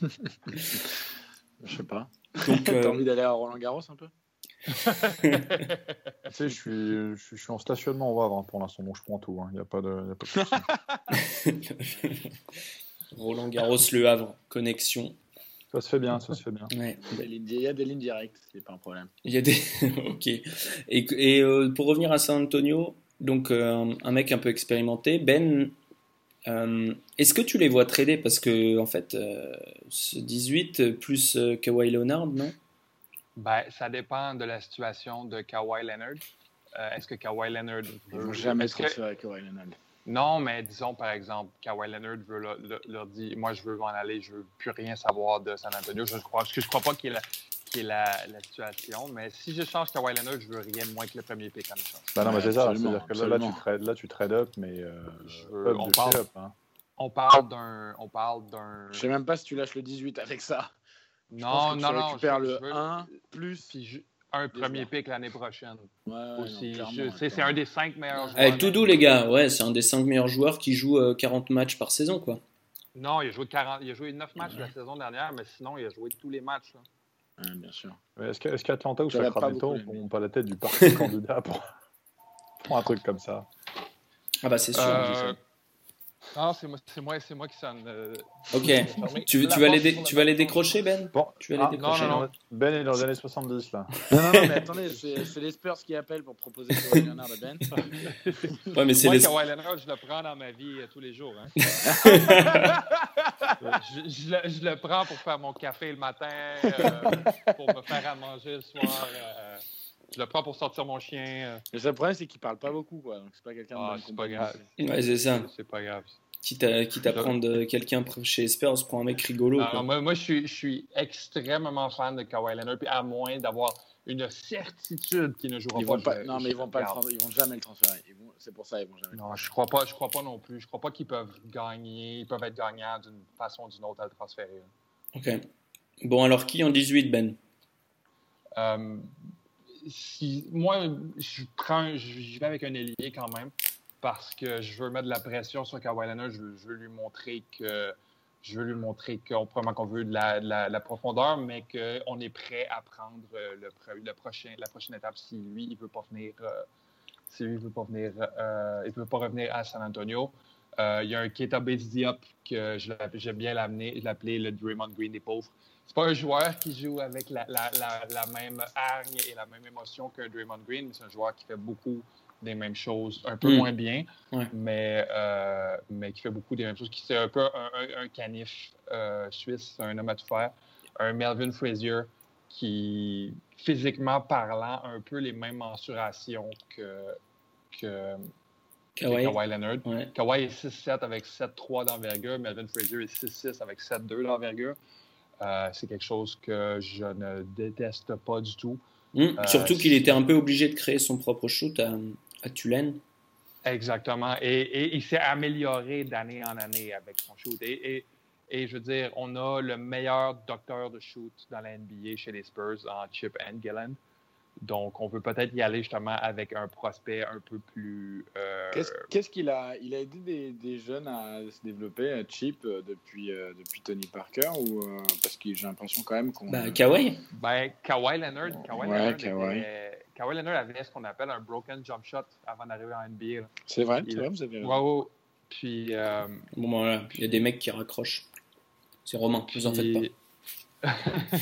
sais pas. Donc, euh... T'as envie d'aller à Roland-Garros un peu? Tu sais, je suis, je, suis, je suis en stationnement au Havre hein, pour l'instant, donc je prends tout. Il hein. n'y a pas de, y a pas de Roland Garros, Le Havre, connexion. Ça se fait bien, ça se fait bien. Ouais. Il y a des lignes directes, c'est pas un problème. Il y a des. Ok. Et, et euh, pour revenir à San Antonio, donc euh, un mec un peu expérimenté, Ben. Euh, est-ce que tu les vois trader parce que en fait, euh, ce dix-huit plus euh, Kawhi Leonard, non? Ben, ça dépend de la situation de Kawhi Leonard. Euh, est-ce que Kawhi Leonard veut... Ils vont jamais se transférer que... Kawhi Leonard. Non, mais disons, par exemple, Kawhi Leonard veut leur, leur dire « Moi, je veux m'en aller, je veux plus rien savoir de San Antonio. » Je crois, je crois pas qu'il y ait, la, qu'il y ait la, la situation, mais si je change Kawhi Leonard, je veux rien de moins que le premier pick en échange. Ben non, mais c'est ça. C'est-à-dire que là, là, tu trade, là, tu trade up, mais euh, veux, up on, de parle, up, hein. on parle d'un... On parle d'un... Je sais même pas si tu lâches le dix-huit avec ça. Non, non, non. Tu récupères le veux... un plus... Puis je... un premier pick l'année prochaine. Ouais, ouais, aussi. non, Je, c'est, c'est un des cinq meilleurs joueurs. Avec tout doux, les gars. Ouais, c'est un des cinq meilleurs joueurs qui joue euh, quarante matchs par saison, quoi. Non, il a joué, quarante, il a joué neuf matchs ouais. la saison dernière, mais sinon, il a joué tous les matchs. Là. Ouais, bien sûr. Est-ce, que, est-ce qu'Atlanta ou Sacramento n'ont pas la tête du parti candidat pour, pour un truc comme ça? Ah bah c'est sûr. Euh... Non, c'est moi, c'est moi, c'est moi qui sonne. Euh... Ok. tu, tu, vas les dé- tu vas les décrocher, Ben? Bon, tu vas ah, les décrocher. Non, non, non. Ben est dans les années soixante-dix, là. Non, non, non, mais attendez, c'est, c'est les Spurs qui appellent pour proposer Kawhi Leonard à Ben. Ouais, mais c'est moi, les... Kawhi Leonard, je le prends dans ma vie euh, tous les jours. Hein. je, je, le, je le prends pour faire mon café le matin, euh, pour me faire à manger le soir. Euh, je le prends pour sortir mon chien. Euh. Le seul problème, c'est qu'il parle pas beaucoup, quoi. Donc, c'est pas quelqu'un de ah, bonne c'est pas grave. Ouais, c'est ça. C'est, c'est pas grave. Quitte à, quitte à prendre quelqu'un chez Spurs, prend un mec rigolo. Non, moi, moi je, suis, je suis extrêmement fan de Kawhi Leonard, puis à moins d'avoir une certitude qu'il ne jouera ils pas. Vont pas je, non, je, mais ils vont pas, le le, ils vont jamais le transférer. Ils vont, c'est pour ça ils vont jamais. Non, je crois pas. Je crois pas non plus. Je crois pas qu'ils peuvent gagner. Ils peuvent être gagnants d'une façon ou d'une autre à le transférer. Ok. Bon, alors qui en dix-huit, Ben? Euh, si, moi, je prends, je vais avec un ailier quand même parce que je veux mettre de la pression sur Kawhi Leonard. Je veux, je veux lui montrer que je veux lui montrer qu'on probablement qu'on veut de la, de la, de la profondeur, mais qu'on est prêt à prendre le, le prochain, la prochaine étape si lui il veut pas venir. Euh, si lui il veut pas venir, euh, il veut pas revenir à San Antonio. Euh, il y a un Keita Bates-Diop que je, j'aime bien l'amener, je l'appelais le Draymond Green des pauvres. C'est pas un joueur qui joue avec la, la, la, la même hargne et la même émotion qu'un Draymond Green, mais c'est un joueur qui fait beaucoup des mêmes choses, un peu mmh. moins bien, ouais. mais, euh, mais qui fait beaucoup des mêmes choses. C'est un peu un, un, un canif euh, suisse, un homme à tout faire. Un Melvin Frazier qui, physiquement parlant, a un peu les mêmes mensurations que, que, Kawhi. que Kawhi Leonard. Ouais. Kawhi est six sept avec sept trois d'envergure, Melvin Frazier est six six avec sept deux d'envergure. Euh, c'est quelque chose que je ne déteste pas du tout. Mmh. Euh, Surtout qu'il était un peu obligé de créer son propre shoot à, à Tulane. Exactement. Et, et il s'est amélioré d'année en année avec son shoot. Et, et, et je veux dire, on a le meilleur docteur de shoot dans la N B A chez les Spurs en Chip Engelland. Donc, on peut peut-être y aller justement avec un prospect un peu plus... Euh... Qu'est-ce, qu'est-ce qu'il a... Il a aidé des, des jeunes à se développer, Chip, euh, depuis, euh, depuis Tony Parker ou euh, parce que j'ai l'impression quand même qu'on... Bah, Kawhi. Ben, Kawhi Leonard. Kawhi, ouais, Leonard Kawhi. Était... Kawhi Leonard avait ce qu'on appelle un broken jump shot avant d'arriver en N B A. Là. C'est vrai, il... c'est vrai, vous avez raison. Wow. Puis... Euh... Bon, ben voilà, il y a des mecs qui raccrochent. C'est Romain, Puis... vous en faites pas.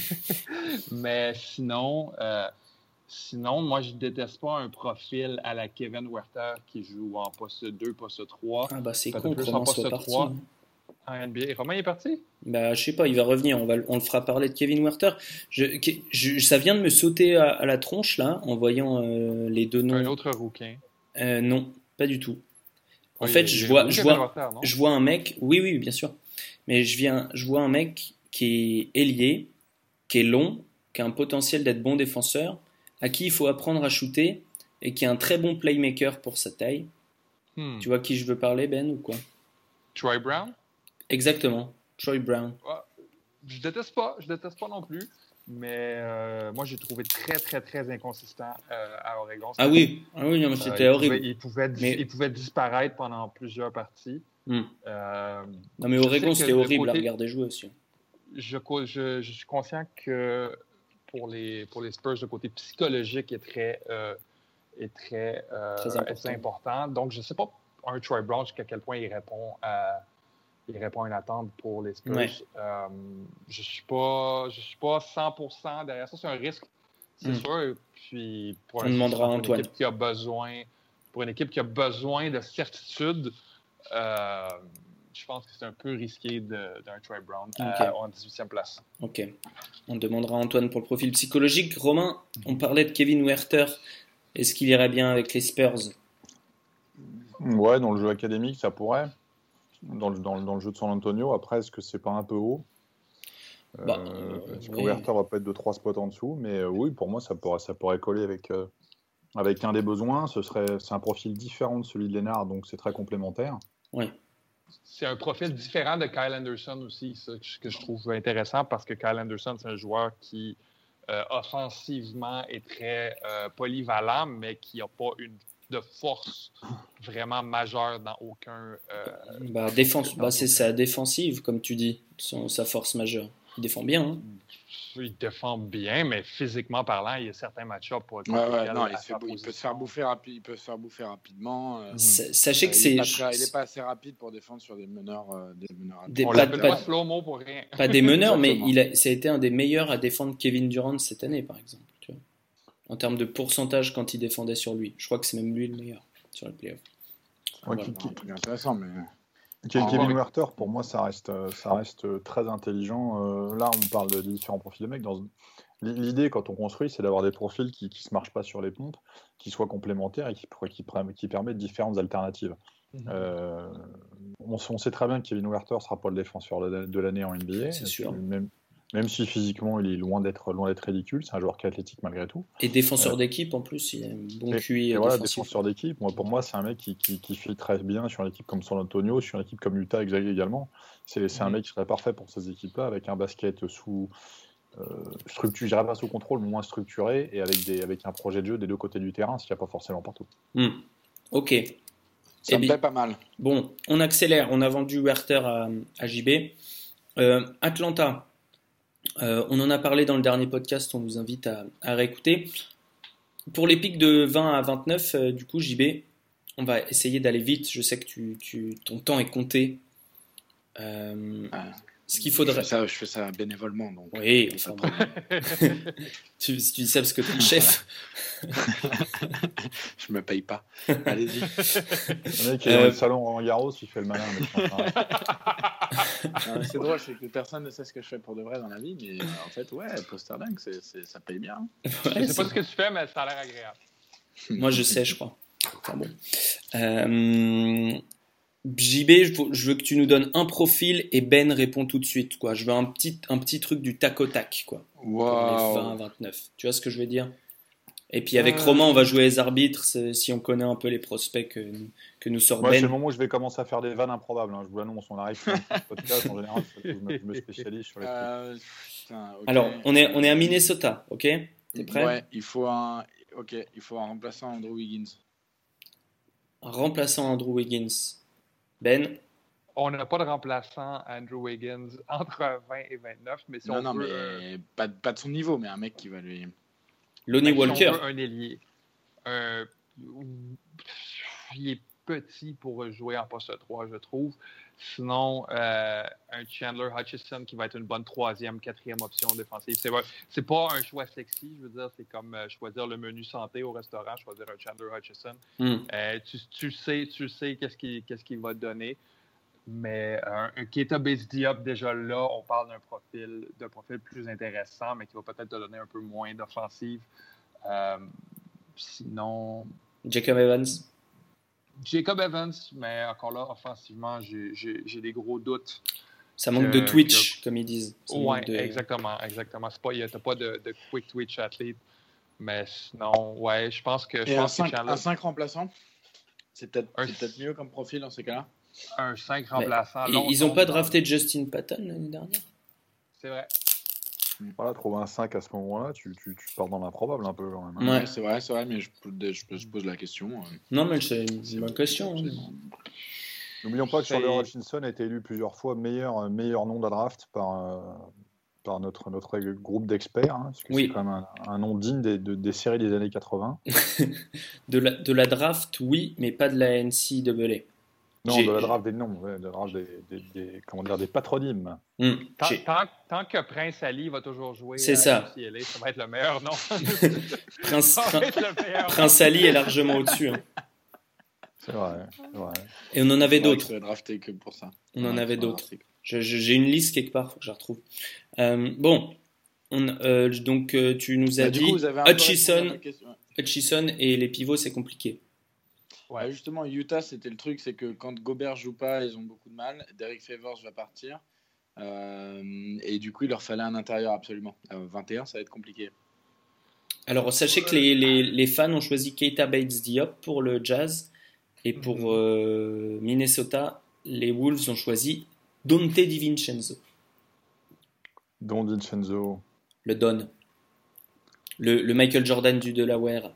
Mais sinon... Euh... Sinon, moi, je déteste pas un profil à la Kevin Huerter qui joue en poste deux, poste trois. Ah bah c'est Peut-être con que Romain soit parti. En N B A. Romain est parti? Bah je sais pas, il va revenir. On, va, on le fera parler de Kevin Huerter. Je, je, ça vient de me sauter à, à la tronche là, en voyant euh, les deux noms. Un autre rouquin? euh, Non, pas du tout. En oui, fait, je vois, je, vois, Huerter, je vois un mec... Oui, oui, bien sûr. Mais je, viens, je vois un mec qui est ailier, qui est long, qui a un potentiel d'être bon défenseur, à qui il faut apprendre à shooter et qui est un très bon playmaker pour sa taille. Hmm. Tu vois qui je veux parler, Ben, ou quoi? Troy Brown? Exactement, Troy Brown. Ouais, je déteste pas, je déteste pas non plus, mais euh, moi j'ai trouvé très très très inconsistant euh, à Oregon. Ah oui, ah oui, non, mais c'était euh, il horrible. Pouvait, il, pouvait, mais... il pouvait disparaître pendant plusieurs parties. Hmm. Euh, non mais Oregon c'était horrible côté... à regarder jouer aussi. Je, je, je suis conscient que pour les, pour les Spurs, le côté psychologique est très, euh, est très, euh, très important. important. Donc, je ne sais pas, un Troy Brown, jusqu'à quel point il répond à, il répond à une attente pour les Spurs. Ouais. Euh, je ne suis pas, je suis pas cent pour cent derrière ça. C'est un risque, c'est mm. sûr. Puis, pour, On un, demandera pour à Antoine. Une équipe qui a besoin, pour une équipe qui a besoin de certitude, euh, je pense que c'est un peu risqué de, d'un Troy Brown okay. à, en dix-huitième place. Ok. On demandera à Antoine pour le profil psychologique. Romain, on parlait de Kevin Huerter. Est-ce qu'il irait bien avec les Spurs? Ouais, dans le jeu académique, ça pourrait. Dans le, dans le, dans le jeu de San Antonio, après, est-ce que c'est pas un peu haut? bah, euh, Parce que oui. Huerter va pas être de trois spots en dessous. Mais euh, oui, pour moi, ça pourrait, ça pourrait coller avec, euh, avec un des besoins. Ce serait, c'est un profil différent de celui de Lennard, donc c'est très complémentaire. Oui. C'est un profil différent de Kyle Anderson aussi, ça, que je trouve intéressant parce que Kyle Anderson, c'est un joueur qui euh, offensivement est très euh, polyvalent, mais qui n'a pas une de force vraiment majeure dans aucun... Euh, bah, dans défense, aucun, bah, c'est sa défensive, comme tu dis, son, sa force majeure. Il défend bien. Hein. Il défend bien, mais physiquement parlant, il y a certains match-ups pour ouais, ouais, non, il, fait, il peut se faire bouffer rapi- il peut se faire bouffer rapidement. Euh, mm-hmm. Sachez euh, que il c'est... Est très, il n'est pas assez rapide pour défendre sur des meneurs, euh, des meneurs des, On pas, l'appelle pas, pas slow-mo pour rien. Pas des meneurs, mais il a, ça a été un des meilleurs à défendre Kevin Durant cette année, par exemple. Tu vois, en termes de pourcentage quand il défendait sur lui. Je crois que c'est même lui le meilleur sur le playoff. Ouais, voilà, qui, qui, intéressant, mais... Kevin Huerter, pour moi, ça reste, ça reste très intelligent. Euh, là, on parle de différents profils de mecs. Dans... L'idée, quand on construit, c'est d'avoir des profils qui ne se marchent pas sur les pompes, qui soient complémentaires et qui, qui, qui permettent différentes alternatives. Mm-hmm. Euh, on, on sait très bien que Kevin Huerter ne sera pas le défenseur de l'année en N B A. C'est sûr. Même, même si physiquement, il est loin d'être, loin d'être ridicule. C'est un joueur qui est athlétique malgré tout. Et défenseur euh, d'équipe, en plus, il a un bon et, Q I. Et voilà, défenseur d'équipe. Moi, pour moi, c'est un mec qui, qui, qui fit très bien sur une équipe comme San Antonio, sur une équipe comme Utah également. C'est, c'est mmh. un mec qui serait parfait pour ces équipes-là, avec un basket sous... Euh, structure, je dirais pas sous contrôle, mais moins structuré, et avec, des, avec un projet de jeu des deux côtés du terrain, ce qu'il n'y a pas forcément partout. Mmh. Ok. Ça et me plaît pas mal. Bon, on accélère. On a vendu Huerter à, à J B. Euh, Atlanta. Euh, on en a parlé dans le dernier podcast, on vous invite à, à réécouter. Pour les pics de vingt à vingt-neuf, euh, du coup, J B, on va essayer d'aller vite. Je sais que tu, tu, ton temps est compté. Euh, ah, ce qu'il faudrait... je, fais ça, je fais ça bénévolement. Donc... Oui, enfin, bon. tu, tu dis ça parce que tu es le chef. Je me paye pas. Allez-y. Le mec qui est dans euh... le salon Roland Garros, il fait le malin. Non, c'est drôle, c'est que personne ne sait ce que je fais pour de vrai dans la vie, mais euh, en fait, ouais, poster dunk, c'est, c'est, ça paye bien. Ouais, je sais pas ce que tu fais, mais ça a l'air agréable. Moi, je sais, je crois. Enfin bon. Euh, J B, je veux que tu nous donnes un profil et Ben répond tout de suite, quoi. Je veux un petit, un petit truc du tac au tac, quoi. Wow. Pour les vingt à vingt-neuf. Tu vois ce que je veux dire? Et puis avec euh... Romain, on va jouer les arbitres si on connaît un peu les prospects que, que nous sort Moi, Ben. C'est le moment où je vais commencer à faire des vannes improbables. Hein. Je vous l'annonce, on arrive sur un podcast en général, je me, je me spécialise sur les trucs. Euh, putain, okay. Alors, on est, on est à Minnesota, ok? T'es prêt? Ouais, il faut un, ok, il faut un remplaçant Andrew Wiggins. Un remplaçant Andrew Wiggins. Ben? On n'a pas de remplaçant Andrew Wiggins entre vingt et vingt-neuf, mais si non, on non, veut... mais euh... pas, pas de son niveau, mais un mec qui va lui... Lonnie ben, Walker. Si un ailier. Euh, il est petit pour jouer en poste trois, je trouve. Sinon, euh, un Chandler Hutchison qui va être une bonne troisième, quatrième option défensive. C'est, c'est pas un choix sexy, je veux dire, c'est comme euh, choisir le menu santé au restaurant, choisir un Chandler Hutchison. Mm. Euh, tu, tu sais, tu sais qu'est-ce qu'il, qu'est-ce qu'il va te donner. Mais euh, un Keita Bates-Diop, déjà là, on parle d'un profil, d'un profil plus intéressant, mais qui va peut-être te donner un peu moins d'offensive. Euh, sinon... Jacob Evans. Jacob Evans, mais encore là, offensivement, j'ai, j'ai, j'ai des gros doutes. Ça manque que, de twitch, que... comme ils disent. Oui, de... exactement, exactement. C'est pas, y a, t'as pas de, de quick twitch athlete, mais sinon, ouais, je pense que... Je Et pense un, que cinq, un cinq remplaçant, c'est peut-être, un... c'est peut-être mieux comme profil dans ces cas-là. Un cinq remplaçant. Mais, ils n'ont pas drafté Justin Patton l'année dernière? C'est vrai. Voilà, trouver un cinq à ce moment-là, tu, tu, tu pars dans l'improbable un peu. Quand même. Ouais, c'est vrai, c'est vrai, mais je, je, je pose la question. Non, mais c'est une bonne question. Hein. N'oublions pas que Chandler Hutchison a été élu plusieurs fois meilleur, meilleur nom de la draft par, euh, par notre, notre groupe d'experts, hein, parce que oui. C'est quand même un, un nom digne des, de, des séries des années quatre-vingts. de, la, de la draft, oui, mais pas de la N C A A. Non, J'ai... de la draft des noms, ouais, de la draft des, des, des, comment dire, des patronymes. Mmh. Tant, tant, tant que Prince Ali va toujours jouer c'est à ça. U C L A, ça va être le meilleur nom. Prince, Prin... meilleur Prince Ali est largement au-dessus. Hein. C'est vrai, c'est vrai. Et on en avait d'autres. Drafté que pour ça. On en avait d'autres. Je, je, j'ai une liste quelque part, faut que je la retrouve. Euh, bon, on, euh, donc euh, tu nous as bah, dit coup, Hutchison, Hutchison et les pivots, c'est compliqué. Ouais, justement, Utah, c'était le truc, c'est que quand Gobert joue pas, ils ont beaucoup de mal. Derek Favors va partir. Euh, et du coup, il leur fallait un intérieur absolument. Euh, vingt et un, ça va être compliqué. Alors, sachez que les, les, les fans ont choisi Keita Bates-Diop pour le Jazz. Et pour mm-hmm. euh, Minnesota, les Wolves ont choisi Dante DiVincenzo. Don DiVincenzo. Le Don. Le, le Michael Jordan du Delaware.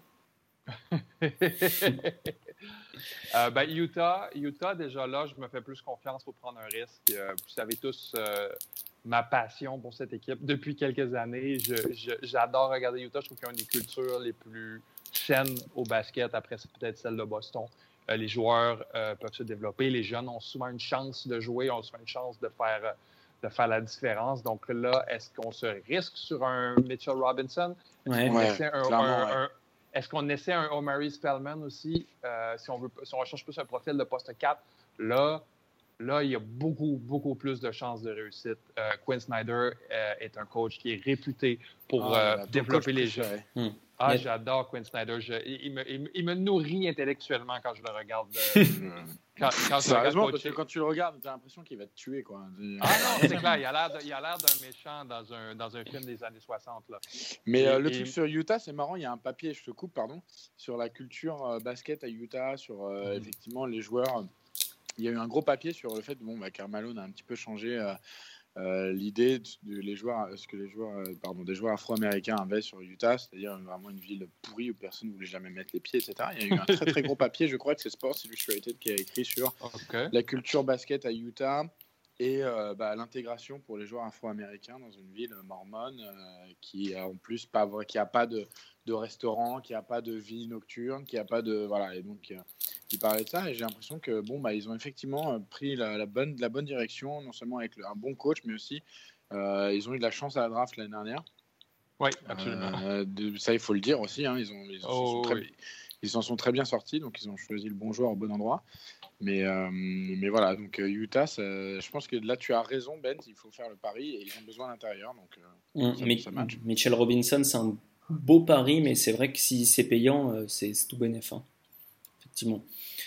euh, ben, Utah, Utah, déjà là, je me fais plus confiance pour prendre un risque. Euh, vous savez tous euh, ma passion pour cette équipe depuis quelques années. Je, je, j'adore regarder Utah. Je trouve qu'ils ont une des cultures les plus saines au basket. Après, c'est peut-être celle de Boston. Euh, les joueurs euh, peuvent se développer. Les jeunes ont souvent une chance de jouer, ont souvent une chance de faire, de faire la différence. Donc là, est-ce qu'on se risque sur un Mitchell Robinson? Est-ce Ouais, qu'on ouais, essaie un, clairement, un, ouais. un, est-ce qu'on essaie un Omari Spellman aussi? Euh, si, on veut, si on recherche plus un profil de poste quatre, là, là, il y a beaucoup, beaucoup plus de chances de réussite. Euh, Quinn Snyder euh, est un coach qui est réputé pour Ah, euh, là, ton développer coach les préféré. jeunes. Hmm. Ah, Mais- j'adore Quinn Snyder. Je, il, il me, il, me- il me nourrit intellectuellement quand je le regarde. euh, quand, quand je le regarde Sérieusement, parce que coacher. quand tu le regardes, t'as l'impression qu'il va te tuer, quoi. Ah non, c'est clair, il a l'air, de- il a l'air d'un méchant dans un, dans un film des années soixante. Là. Mais euh, Et- le et- truc sur Utah, c'est marrant, il y a un papier, je te coupe, pardon, sur la culture euh, basket à Utah, sur euh, Mhm. effectivement les joueurs. Il y a eu un gros papier sur le fait que bon, bah, Carmelo a un petit peu changé euh, euh, l'idée de, de les joueurs, ce que les joueurs, euh, pardon, des joueurs afro-américains avaient sur Utah, c'est-à-dire vraiment une ville pourrie où personne ne voulait jamais mettre les pieds, et cetera. Il y a eu un très très gros papier, je crois que c'est Sports Illustrated qui a écrit sur OK. la culture basket à Utah et euh, bah, l'intégration pour les joueurs afro-américains dans une ville mormone euh, qui a en plus pas qui a pas de, de restaurant, qui a pas de vie nocturne, qui a pas de voilà, et donc euh, ils parlaient de ça et j'ai l'impression que bon bah ils ont effectivement euh, pris la, la bonne la bonne direction, non seulement avec le- un bon coach mais aussi euh, ils ont eu de la chance à la draft l'année dernière. Oui, absolument. Euh, de- ça il faut le dire aussi, hein, ils ont ils, s'en Oh, sont très, oui. ils s'en sont très bien sortis, donc ils ont choisi le bon joueur au bon endroit. Mais, euh, mais voilà, donc euh, Utah, ça- je pense que là tu as raison, Ben, il faut faire le pari et ils ont besoin d'intérieur. Donc, euh, Hmm. ça- Mi- ça match. Mitchell Robinson, c'est un beau pari, mais c'est vrai que si c'est payant, euh, c'est, c'est tout bénef. Hein. Effectivement.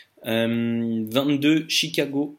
Euh, vingt-deux, Chicago.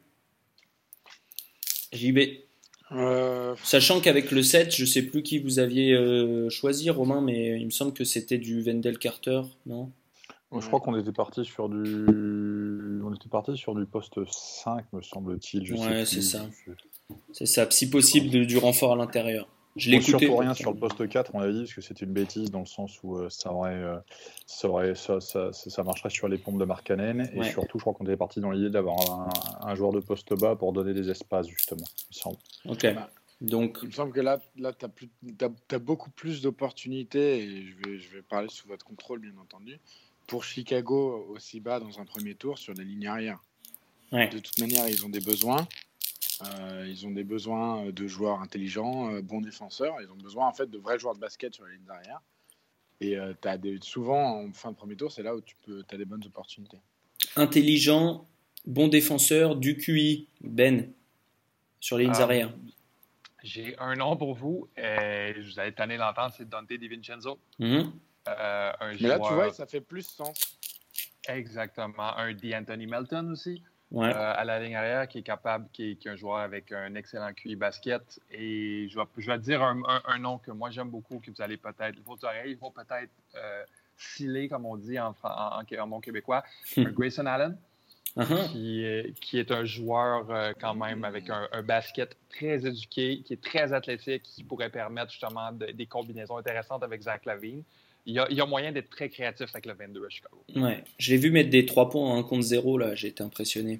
J'y vais. euh, Sachant qu'avec le sept, je sais plus qui vous aviez euh, choisi, Romain, mais il me semble que c'était du Wendell Carter, non? Je crois qu'on était parti sur du, on était parti sur du poste cinq, me semble-t-il. Je sais Ouais, plus. c'est ça. Je- C'est ça, si possible, de- du renfort à l'intérieur. Je l'ai Bon, écouté. surtout rien sur le poste quatre, on avait dit, parce que c'était une bêtise dans le sens où euh, ça, aurait, euh, ça, aurait, ça, ça, ça, ça marcherait sur les pompes de Markkanen. Et Ouais. surtout, je crois qu'on était parti dans l'idée d'avoir un, un joueur de poste bas pour donner des espaces, justement. Il me semble. Ok. Donc, il me semble que là, là tu as, as beaucoup plus d'opportunités et je vais, je vais parler sous votre contrôle, bien entendu, pour Chicago aussi bas dans un premier tour sur les lignes arrière. ouais. De toute manière, ils ont des besoins. Euh, ils ont des besoins de joueurs intelligents, euh, bons défenseurs. Ils ont besoin en fait de vrais joueurs de basket sur la ligne d'arrière. Et euh, t'as des, souvent, en fin de premier tour, c'est là où tu peux, as des bonnes opportunités. Intelligent, bon défenseur, du Q I, Ben, sur les lignes Ah, arrière. J'ai un nom pour vous. Euh, vous allez tanner l'entendre, c'est Dante DiVincenzo. Mhm. Euh, un Mais là, joueur- tu vois, ça fait plus sens. Exactement. Un DeAnthony Melton aussi. Ouais. euh, à la ligne arrière, qui est capable, qui est, qui est un joueur avec un excellent Q I basket. Et je vais, je vais dire un, un- un nom que moi j'aime beaucoup, que vous allez peut-être, vos oreilles vont peut-être euh, sciller, comme on dit en, en, en, en bon québécois, un Grayson Allen, Uh-huh. qui est, qui est un joueur euh, quand même avec un, un basket très éduqué, qui est très athlétique, qui pourrait permettre justement de- des combinaisons intéressantes avec Zach LaVine. Il y a, il y a moyen d'être très créatif avec le vingt-deux à Chicago. Ouais. Je l'ai vu mettre des trois points en un contre zéro, là, j'ai été impressionné.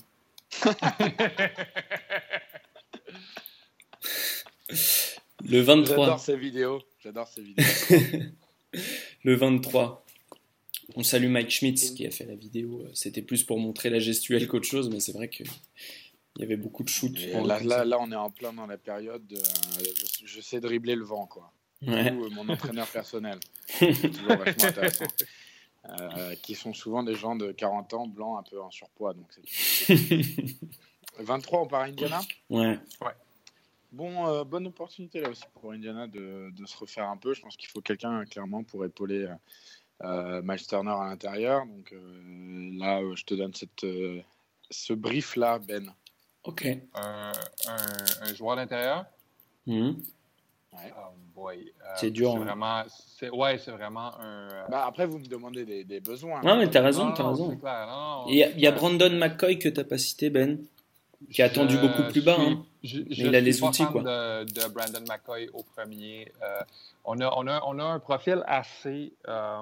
Le vingt-trois. J'adore ces vidéos. J'adore ces vidéos. Le vingt-trois. On salue Mike Schmitz qui a fait la vidéo. C'était plus pour montrer la gestuelle qu'autre chose, mais c'est vrai qu'il y avait beaucoup de shoots. Et là, là, là, on est en plein dans la période. De, euh, je, je sais dribbler le vent, quoi. Ouais. Ou, euh, mon entraîneur personnel. C'est toujours vachement intéressant. Euh, qui sont souvent des gens de quarante ans, blancs, un peu en surpoids. Donc c'est... vingt-trois, on part à Indiana. Ouais. Bon, euh, bonne opportunité là aussi pour Indiana de, de se refaire un peu. Je pense qu'il faut quelqu'un clairement pour épauler euh, Miles Turner à l'intérieur. Donc euh, là, euh, je te donne cette, euh, ce brief là, Ben. Ok. Un, un, un joueur d'intérieur. Mhm. Ouais. Oh boy. Euh, C'est dur, C'est hein. vraiment, c'est, ouais, c'est vraiment un. euh, Bah, après, vous me demandez des, des besoins. Non, mais t'as raison, non, t'as non, raison. c'est clair, non, non, Il y a, c'est il y a clair. Brandon McCoy que t'as pas cité, Ben, qui a attendu Je beaucoup plus bas. suis Hein. Je, je il a les suis pas outils, fan quoi. De, de Brandon McCoy au premier. Euh, on, a, on, a, on a un profil assez, euh,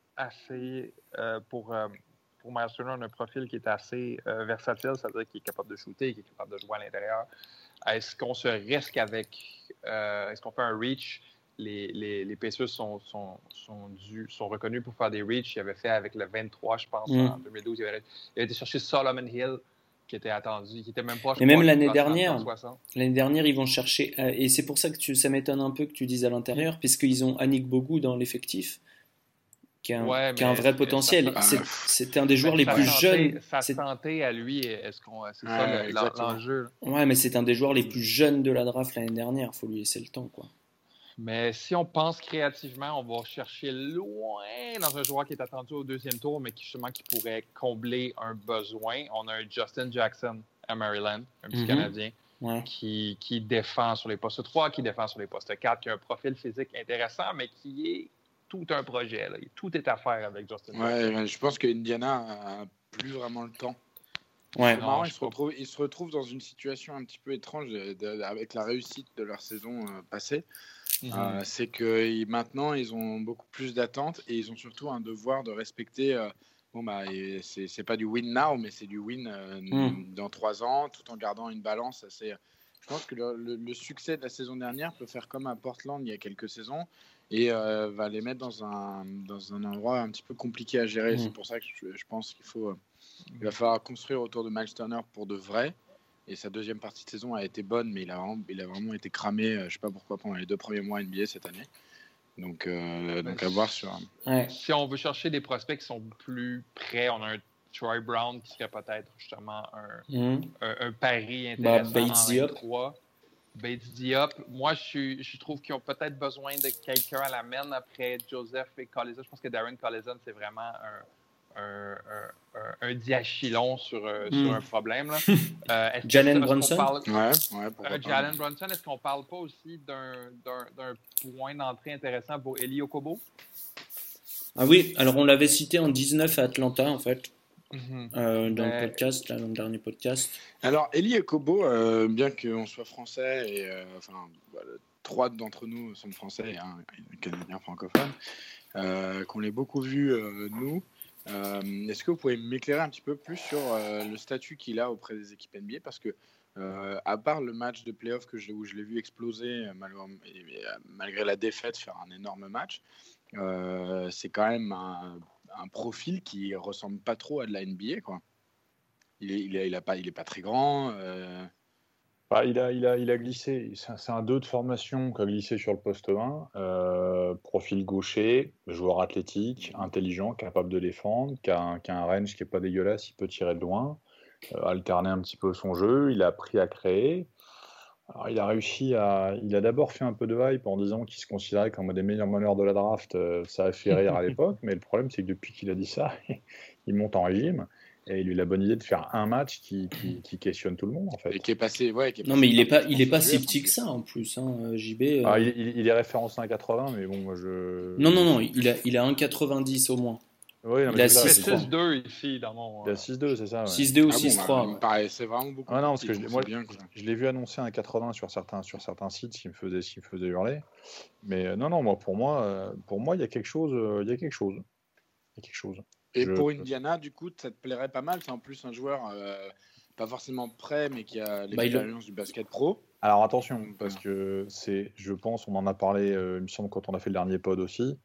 assez euh, pour, euh, pour Myles Turner, on a un profil qui est assez euh, versatile, c'est-à-dire qu'il est capable de shooter, qu'il est capable de jouer à l'intérieur. Est-ce qu'on se risque avec, euh, est-ce qu'on fait un reach? Les, les, les Pacers sont, sont, sont, dus, sont reconnus pour faire des reach. Il avait fait avec le vingt-trois, je pense, mm. en deux mille douze. Il avait, il avait été chercher Solomon Hill, qui était attendu, qui était même pas. Et même l'année dernière, l'année dernière, ils vont chercher, euh, et c'est pour ça que tu, ça m'étonne un peu que tu dises à l'intérieur, mm. puisqu'ils ont Annick Bogu dans l'effectif, qui a un, ouais, qui a un vrai potentiel. Ça, c'est, c'était un des joueurs les plus santé, jeunes. Sa santé à lui, est-ce qu'on, c'est ouais, ça le, l'enjeu. Ouais, mais c'est un des joueurs les plus jeunes de la draft l'année dernière. Il faut lui laisser le temps, quoi. Mais si on pense créativement, on va chercher loin dans un joueur qui est attendu au deuxième tour, mais qui justement qui pourrait combler un besoin. On a un Justin Jackson à Maryland, un petit mm-hmm. Canadien, ouais. qui, qui défend sur les postes trois, qui défend sur les postes quatre, qui a un profil physique intéressant, mais qui est tout un projet. Là. Tout est à faire avec Justin ouais, Jackson. Je pense qu'Indiana n'a plus vraiment le temps. Ouais, non, ils, se retrouvent, ils se retrouvent dans une situation un petit peu étrange de, de, avec la réussite de leur saison euh, passée. Mmh. Euh, c'est que ils, maintenant ils ont beaucoup plus d'attentes et ils ont surtout un devoir de respecter. Euh, bon bah c'est, c'est pas du win now, mais c'est du win euh, mmh. dans trois ans, tout en gardant une balance assez. Je pense que le, le, le succès de la saison dernière peut faire comme à Portland il y a quelques saisons et euh, va les mettre dans un dans un endroit un petit peu compliqué à gérer. Mmh. C'est pour ça que je, je pense qu'il faut. Euh, il va falloir construire autour de Myles Turner pour de vrai. Et sa deuxième partie de saison a été bonne, mais il a vraiment, il a vraiment été cramé, euh, je ne sais pas pourquoi, pendant les deux premiers mois N B A cette année. Donc, euh, donc à voir sur... Ouais. Si on veut chercher des prospects qui sont plus près, on a un Troy Brown qui serait peut-être justement un, mm. un, un pari intéressant bah, Bates en vingt-trois. Bates Diop. Moi, je, suis, je trouve qu'ils ont peut-être besoin de quelqu'un à la main après Joseph et Collison. Je pense que Darren Collison, c'est vraiment un... Un, un, un diachylon sur, euh, mm. sur un problème. Là. Euh, Jalen Brunson? Parle... Ouais, ouais, euh, Jalen Brunson, est-ce qu'on ne parle pas aussi d'un, d'un, d'un point d'entrée intéressant pour Elie Okobo? Ah oui, alors on l'avait cité en dix-neuf à Atlanta, en fait, mm-hmm. euh, dans Mais... le podcast, là, dans le dernier podcast. Alors, Elie Okobo, euh, bien qu'on soit français, et euh, enfin, voilà, trois d'entre nous sont français et un, un Canadien francophone, euh, qu'on l'ait beaucoup vu, euh, nous, Euh, est-ce que vous pouvez m'éclairer un petit peu plus sur euh, le statut qu'il a auprès des équipes N B A? Parce que, euh, à part le match de playoff que je, où je l'ai vu exploser, malgré, malgré la défaite, faire un énorme match, euh, c'est quand même un, un profil qui ressemble pas trop à de la N B A, quoi. Il est, il est, il a pas, il est pas très grand. Euh... Bah, il, a, il, a, il a glissé, c'est un, c'est un deux de formation qui a glissé sur le poste un, euh, profil gaucher, joueur athlétique, intelligent, capable de défendre, qui a un, qui a un range qui n'est pas dégueulasse, il peut tirer de loin, euh, alterner un petit peu son jeu, il a appris à créer. Alors, il a réussi à... Il a d'abord fait un peu de hype en disant qu'il se considérait comme un des meilleurs meneurs de la draft, euh, ça a fait rire à l'époque, mais le problème c'est que depuis qu'il a dit ça, il monte en régime. Et il a eu la bonne idée de faire un match qui, qui, qui questionne tout le monde, en fait. Et qui est passé, ouais, qui est passé non, mais il n'est pas, il est pas si petit que ça, en plus, hein, J B. Euh... Ah, il, il est référencé à un quatre-vingts, mais bon, moi, je... Non, non, non, il a, il a un quatre-vingt-dix au moins. Oui, non, il a six deux ici, dans mon... Il a six deux, c'est ça, ouais. six deux ou ah six trois. Bon, bah, ouais. C'est vraiment beaucoup. Ah non, parce que je, moi, bien, je, je l'ai vu annoncer un quatre-vingts sur certains, sur certains sites, ce qui me faisait, ce qui me faisait hurler. Mais euh, non, non, moi, pour moi, pour moi, il y a quelque chose, euh, il y a quelque chose. Il y a quelque chose. Et je... pour Indiana, du coup, ça te plairait pas mal. C'est en plus un joueur euh, pas forcément prêt, mais qui a l'expérience bah, du basket pro. Alors attention, parce que c'est, je pense, on en a parlé, euh, il me semble, quand on a fait le dernier pod aussi.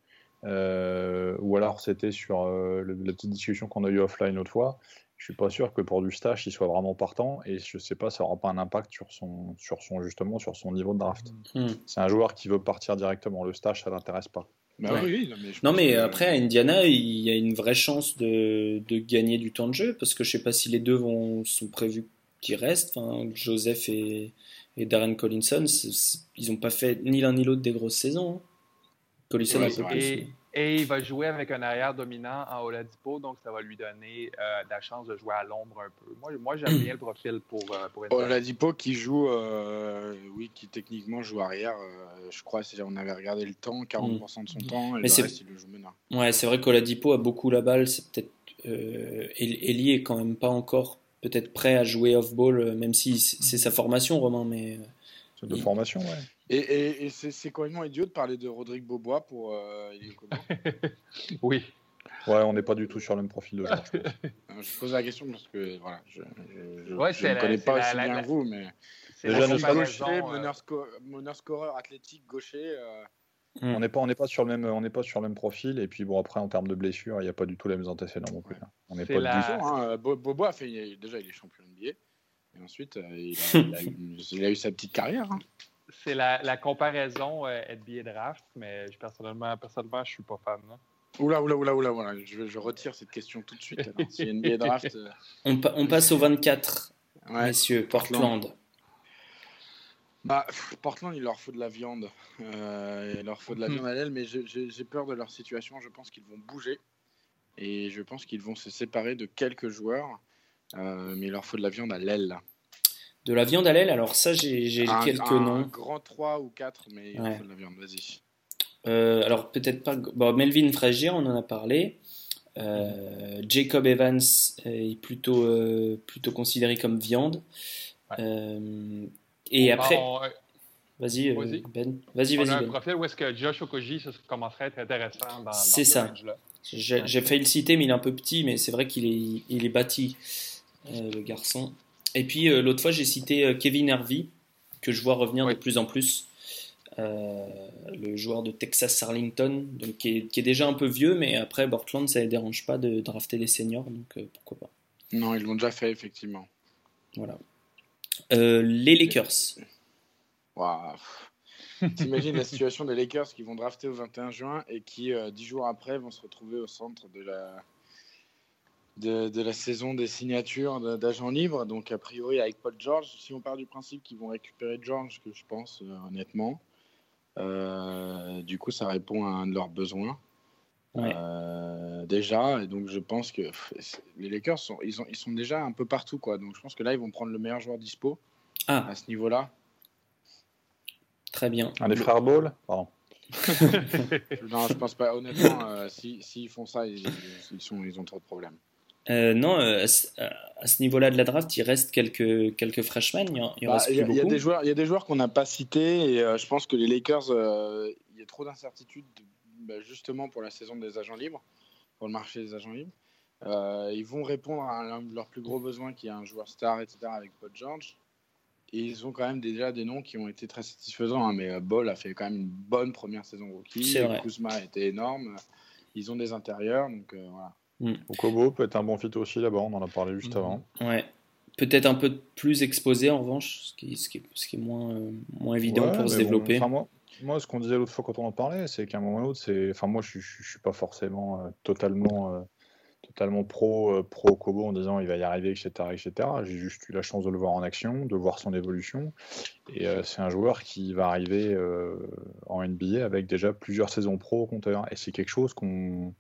Euh, ou alors c'était sur euh, le, la petite discussion qu'on a eue offline l'autre fois. Je suis pas sûr que pour du stage, il soit vraiment partant. Et je sais pas, ça aura pas un impact sur son, sur son justement, sur son niveau de draft. Mmh. C'est un joueur qui veut partir directement. Le stage, ça l'intéresse pas. Bah ouais. oui, non, mais, non, mais que... après à Indiana il y a une vraie chance de, de gagner du temps de jeu parce que je sais pas si les deux vont, sont prévus qu'ils restent, enfin, Joseph et, et Darren Collinson c'est, c'est, ils ont pas fait ni l'un ni l'autre des grosses saisons, hein. Collinson ouais, un peu plus et, et il va jouer avec un arrière dominant en Oladipo, donc ça va lui donner euh, la chance de jouer à l'ombre un peu. Moi, moi j'aime bien le profil pour, euh, pour Oladipo qui joue, euh, oui, qui techniquement joue arrière. Euh, je crois, c'est, on avait regardé le temps, quarante pour cent de son mmh. temps, et Mais le c'est... reste, il le joue meneur. Ouais, c'est vrai qu'Oladipo a beaucoup la balle. C'est peut-être euh, Elie est quand même pas encore peut-être prêt à jouer off-ball, même si c'est sa formation, Romain. Mais c'est de il... formation, ouais. Et, et, et c'est, c'est complètement idiot de parler de Rodrigue Bobois pour euh, Elio Kobo. Oui. Ouais, on n'est pas du tout sur le même profil de joueur. Je, je pose la question parce que voilà, je, je, je, ouais, je ne la, connais pas la, aussi la, bien la, vous, mais déjà nous sommes gaucher, meneur, sco- meneur scoreur athlétique gaucher. Euh... Mm. On n'est pas, on n'est pas sur le même, on n'est pas sur le même profil. Et puis bon, après en termes de blessures, il n'y a pas du tout les mêmes antécédents non plus. Ouais. On n'est pas la... dix ans. Hein. Bobois a fait déjà, il est champion N B A, et ensuite euh, il, a, il, a eu, il a eu sa petite carrière. Hein. C'est la, la comparaison euh, N B A draft, mais je, personnellement, personnellement, je suis pas fan. Là. Oula, oula, oula, oula, oula. Je, je retire cette question tout de suite. Alors. Si N B A draft. Euh... On, pa- on passe au vingt-quatre, ouais. Messieurs, Portland. Portland. Bah, pff, Portland, il leur faut de la viande. Euh, il leur faut de la viande à l'aile, mais j'ai, j'ai, j'ai peur de leur situation. Je pense qu'ils vont bouger et je pense qu'ils vont se séparer de quelques joueurs, euh, mais il leur faut de la viande à l'aile. De la viande à l'aile, alors ça, j'ai, j'ai un, quelques un noms. Un grand trois ou quatre, mais il ouais. leur faut de la viande, vas-y. Euh, alors, peut-être pas. Bon, Melvin Frazier, on en a parlé. Euh, Jacob Evans est plutôt, euh, plutôt considéré comme viande. Ouais. Euh, et on après. On... Vas-y, euh, vas-y, Ben. Vas-y, on vas-y. a un Ben. profil où est-ce que Josh Okogie, ça commencerait à être intéressant dans, c'est dans ça. ce range-là. J'ai, ouais. j'ai failli le citer, mais il est un peu petit, mais c'est vrai qu'il est, il est bâti, euh, le garçon. Et puis, euh, l'autre fois, j'ai cité euh, Kevin Hervey, que je vois revenir oui. de plus en plus. Euh, le joueur de Texas Arlington, donc, qui, est, qui est déjà un peu vieux, mais après, Portland, ça ne les dérange pas de drafter des seniors, donc euh, pourquoi pas. Non, ils l'ont déjà fait, effectivement. Voilà. Euh, les Lakers. Waouh. T'imagines la situation des Lakers qui vont drafter au vingt et un juin et qui, euh, dix jours après, vont se retrouver au centre de la... De, de la saison des signatures d'agents libres, donc a priori avec Paul George, si on part du principe qu'ils vont récupérer George, que je pense euh, honnêtement, euh, du coup ça répond à un de leurs besoins. Ouais. Euh, déjà, et donc je pense que pff, les Lakers sont, ils, ont, ils sont déjà un peu partout, quoi. Donc je pense que là ils vont prendre le meilleur joueur dispo ah. à ce niveau-là. Très bien. Un des frères Ball, pardon. Non, je pense pas. Honnêtement, euh, s'ils si, si font ça, ils, ils, sont, ils ont trop de problèmes. Euh, non, euh, à, ce, à ce niveau-là de la draft, il reste quelques, quelques freshmen. Il y en, il bah, reste plus y a, beaucoup. Il y a des joueurs, il y a des joueurs qu'on n'a pas cités et euh, je pense que les Lakers, euh, il y a trop d'incertitudes bah, justement pour la saison des agents libres, pour le marché des agents libres. Euh, ils vont répondre à l'un de leurs plus gros besoins, qui est un joueur star, et cetera, avec Paul George. Et ils ont quand même déjà des noms qui ont été très satisfaisants. Hein, mais euh, Ball a fait quand même une bonne première saison rookie. Kuzma était énorme. Ils ont des intérieurs, donc euh, voilà. Mm. Okobo peut être un bon fit aussi là-bas, on en a parlé juste mm. avant. Ouais. Peut-être un peu plus exposé en revanche, ce qui, ce qui, est, ce qui est moins, euh, moins évident ouais, pour se développer. Bon, moi, moi, ce qu'on disait l'autre fois quand on en parlait, c'est qu'à un moment ou l'autre, c'est... Enfin, moi, je ne suis pas forcément euh, totalement, euh, totalement pro, euh, pro Okobo en disant il va y arriver, et cetera, et cetera. J'ai juste eu la chance de le voir en action, de voir son évolution. Et euh, c'est un joueur qui va arriver euh, en N B A avec déjà plusieurs saisons pro au compteur. Et c'est quelque chose qu'on...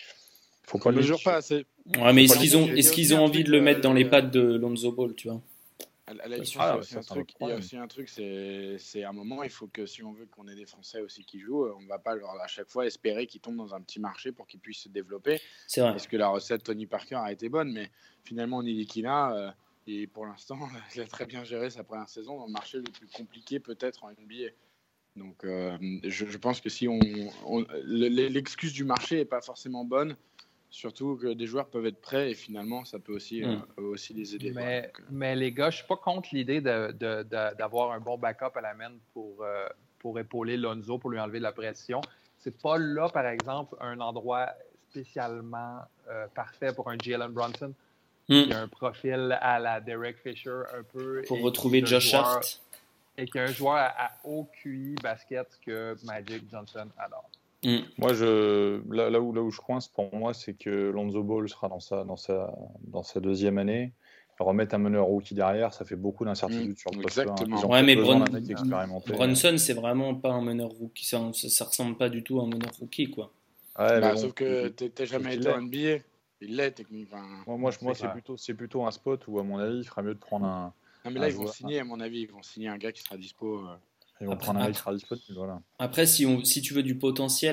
Faut pas le mesure pas assez. Ouais, mais est-ce qu'ils ont, est-ce qu'ils ont envie de le mettre dans les pattes de Lonzo Ball, tu vois? À la licence, ah, il y a, un truc, il y a aussi un truc, c'est, c'est à un moment, il faut que si on veut qu'on ait des Français aussi qui jouent, on ne va pas leur, à chaque fois espérer qu'ils tombent dans un petit marché pour qu'ils puissent se développer. C'est vrai. Parce que la recette Tony Parker a été bonne, mais finalement, Nilikina, euh, et pour l'instant, il a très bien géré sa première saison dans le marché le plus compliqué peut-être en N B A. Donc, euh, je, je pense que si on, on l'excuse du marché n'est pas forcément bonne. Surtout que des joueurs peuvent être prêts et finalement, ça peut aussi, mm. euh, aussi les aider. Mais, Donc, euh... mais les gars, je ne suis pas contre l'idée de, de, de, d'avoir un bon backup à la main pour, euh, pour épauler Lonzo, pour lui enlever de la pression. Ce n'est pas là, par exemple, un endroit spécialement euh, parfait pour un Jalen Brunson. Mm. Qui a un profil à la Derek Fisher un peu. Pour retrouver Josh Hart. Et qui a un joueur à, à haut Q I basket que Magic Johnson adore. Mm. Moi, je, là, là, où, là où je coince pour moi, c'est que Lonzo Ball sera dans sa, dans sa, dans sa deuxième année. Remettre un meneur rookie derrière, ça fait beaucoup d'incertitudes mm. sur le poste. Exactement. Ouais, mais Brun... Brunson, c'est vraiment pas un meneur rookie. Ça, ça, ça ressemble pas du tout à un meneur rookie, quoi. Ouais, bah, bon, sauf que tu n'as jamais été en N B A. Il l'est techniquement. Moi, moi, moi c'est, plutôt, c'est plutôt un spot où, à mon avis, il ferait mieux de prendre un. Non, mais là, ils vont signer, à mon avis. Ils vont signer un gars qui sera dispo. Euh... Ils vont après, prendre un gars qui sera disponible. Voilà. Après, si, on, si tu veux du potentiel,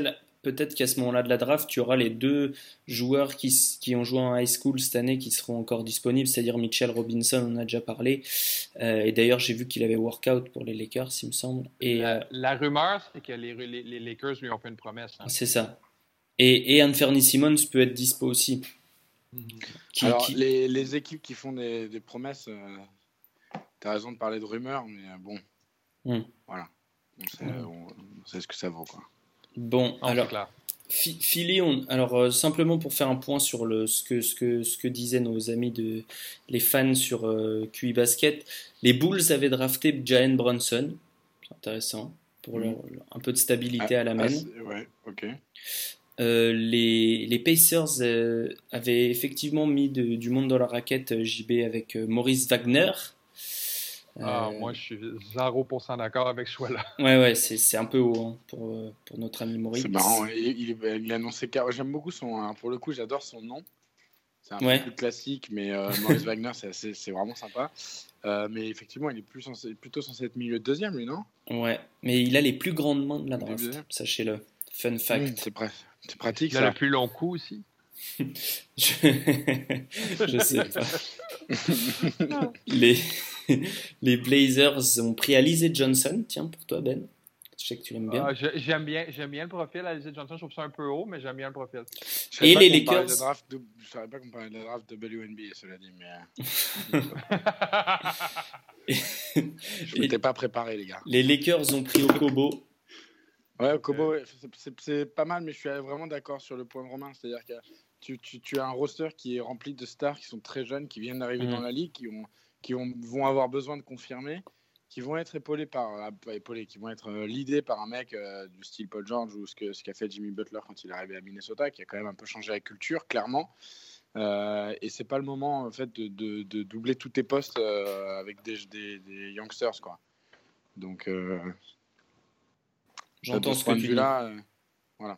peut-être qu'à ce moment-là de la draft, tu auras les deux joueurs qui, qui ont joué en high school cette année qui seront encore disponibles, c'est-à-dire Mitchell Robinson, on en a déjà parlé. Euh, et d'ailleurs, j'ai vu qu'il avait workout pour les Lakers, il me semble. Et, la, euh, la rumeur, c'est que les, les, les Lakers lui ont fait une promesse. Hein. C'est ça. Et, et Anthony Simmons peut être dispo aussi. Mm-hmm. Qui, Alors, qui... Les, les équipes qui font des, des promesses, euh, tu as raison de parler de rumeurs, mais euh, bon, mm. voilà. On sait, mm. on, on sait ce que ça vaut, quoi. Bon, non, alors, Philly, on, alors euh, simplement pour faire un point sur le, ce, que, ce, que, ce que disaient nos amis, de, les fans sur euh, Q I Basket, les Bulls avaient drafté Jalen Brunson, c'est intéressant, pour leur, leur, un peu de stabilité ah, à la main. Ah, ouais, ok. Euh, les, les Pacers euh, avaient effectivement mis de, du monde dans la raquette, J B, avec euh, Maurice Wagner. Ah, euh, moi, je suis zéro pour cent d'accord avec ce choix-là. Ouais, ouais, c'est, c'est un peu haut hein, pour, pour notre ami Maurice. C'est marrant, il, il, il a annoncé car... J'aime beaucoup son. Hein, pour le coup, j'adore son nom. C'est un ouais. peu plus classique, mais euh, Maurice Wagner, c'est, assez, c'est vraiment sympa. Euh, mais effectivement, il est plus censé, plutôt censé être milieu de deuxième, lui, non? Ouais, mais il a les plus grandes mains de la draft, sachez-le. Fun fact. Mmh, c'est, pra... c'est pratique, il a ça. le plus long cou aussi. je... je sais pas. les... les Blazers ont pris Alize Johnson, tiens, pour toi, Ben. Je sais que tu l'aimes bien. Ah, j'aime bien. J'aime bien le profil. Alize Johnson, je trouve ça un peu haut, mais j'aime bien le profil. Et les Lakers. De draft, de... Je ne savais pas qu'on parlait de la draft W N B A, cela dit, mais. Je ne m'étais pas préparé, les gars. Les Lakers ont pris Okobo. Ouais, Okobo, c'est, c'est, c'est pas mal, mais je suis vraiment d'accord sur le point de Romain. C'est-à-dire que tu, tu, tu as un roster qui est rempli de stars qui sont très jeunes, qui viennent d'arriver mmh. dans la ligue, qui, ont, qui ont, vont avoir besoin de confirmer, qui vont être épaulés par, pas épaulés, qui vont être euh, leadés par un mec euh, du style Paul George ou ce, que, ce qu'a fait Jimmy Butler quand il est arrivé à Minnesota, qui a quand même un peu changé la culture, clairement. Euh, et c'est pas le moment en fait de, de, de doubler tous tes postes euh, avec des, des, des youngsters, quoi. Donc euh, j'entends ce, ce point que de tu vue dis. là, euh, voilà.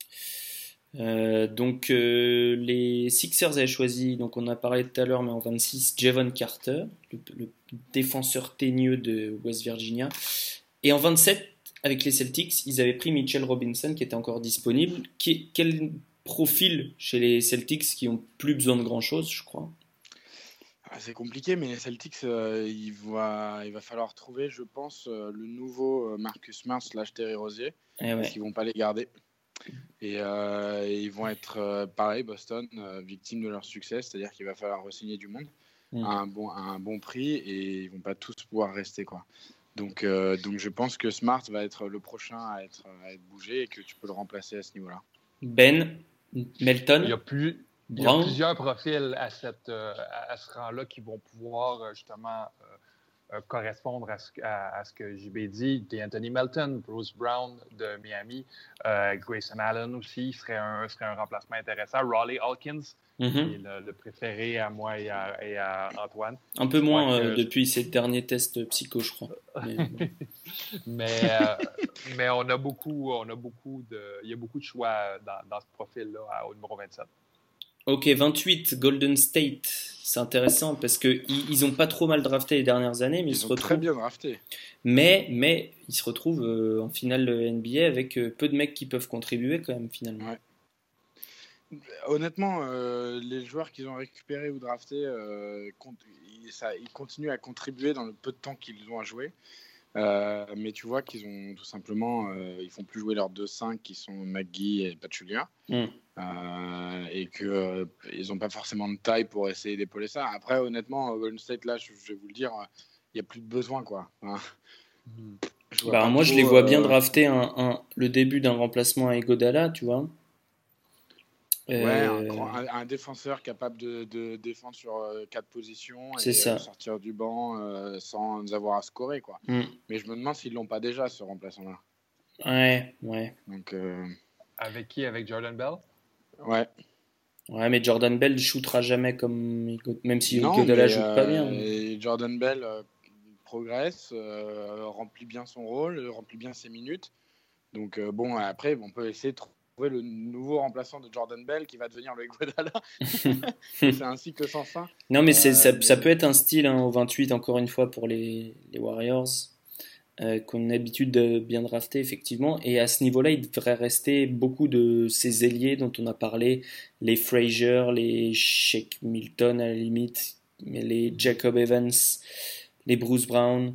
Euh, donc euh, les Sixers avaient choisi, donc on a parlé tout à l'heure, mais en vingt-six, Javon Carter, le, le défenseur teigneux de West Virginia. Et en vingt-sept, avec les Celtics, ils avaient pris Mitchell Robinson qui était encore disponible. Qui, quel profil chez les Celtics qui ont plus besoin de grand chose, je crois? Ah, c'est compliqué, mais les Celtics, euh, il, va, il va falloir trouver, je pense, euh, le nouveau Marcus Smart slash Terry Rozier, eh ouais. parce qu'ils vont pas les garder. Et, euh, et ils vont être, euh, pareil, Boston, euh, victimes de leur succès, c'est-à-dire qu'il va falloir re-signer du monde mmh. à, un bon, à un bon prix et ils vont pas tous pouvoir rester, quoi. Donc, euh, donc je pense que Smart va être le prochain à être, à être bougé et que tu peux le remplacer à ce niveau-là. Ben, Melton, il y a, plus, il y a plusieurs profils à, cette, euh, à ce rang-là qui vont pouvoir justement euh, Euh, correspondre à ce, à, à ce que J B dit. D'Anthony Melton, Bruce Brown de Miami, euh, Grayson Allen aussi serait un, serait un remplacement intéressant. Raleigh Hawkins, mm-hmm. qui est le, le préféré à moi et à, et à Antoine. Un peu moins euh, depuis je... ses derniers tests psycho, je crois. Mais, mais, euh, mais on a beaucoup, on a beaucoup de, il y a beaucoup de choix dans, dans ce profil-là au numéro vingt-sept. Ok, vingt-huit, Golden State. C'est intéressant parce qu'ils n'ont pas trop mal drafté les dernières années, mais ils, ils se ont retrouvent. Très bien drafté. Mais, mais ils se retrouvent euh, en finale de N B A avec euh, peu de mecs qui peuvent contribuer quand même finalement. Ouais. Honnêtement, euh, les joueurs qu'ils ont récupérés ou draftés, euh, ils, ça, ils continuent à contribuer dans le peu de temps qu'ils ont à jouer. Euh, mais tu vois qu'ils ont tout simplement, euh, ils font plus jouer leurs deux cinq qui sont McGee et Pachulia, mm. euh, et qu'ils euh, n'ont pas forcément de taille pour essayer d'épauler ça. Après, honnêtement, Golden State, là, je, je vais vous le dire, il n'y a plus de besoin, quoi. Hein. Mm. Je bah, moi, trop, je les vois bien euh... drafter un, un, le début d'un remplacement à Iguodala, tu vois. Ouais, euh... un, un, un défenseur capable de, de défendre sur euh, quatre positions c'est et ça. Euh, sortir du banc euh, sans avoir à scorer, quoi. Mm. Mais je me demande s'ils l'ont pas déjà, ce remplaçant-là. Ouais, ouais. Donc, euh... avec qui? Avec Jordan Bell? Ouais. Ouais, mais Jordan Bell ne shootera jamais comme même si Iguodala joue euh, pas bien. Et Jordan Bell euh, progresse, euh, remplit bien son rôle, remplit bien ses minutes. Donc euh, bon, après, on peut essayer de trouver le nouveau remplaçant de Jordan Bell qui va devenir le Iguodala. C'est ainsi que sans fin. Non, mais, c'est, euh, ça, mais... ça peut être un style hein, au vingt-huit, encore une fois, pour les, les Warriors. euh, qu'on a l'habitude de bien drafter, effectivement. Et à ce niveau-là, il devrait rester beaucoup de ces ailiers dont on a parlé, les Frazier, les Shake Milton à la limite, mais les Jacob Evans, les Bruce Brown,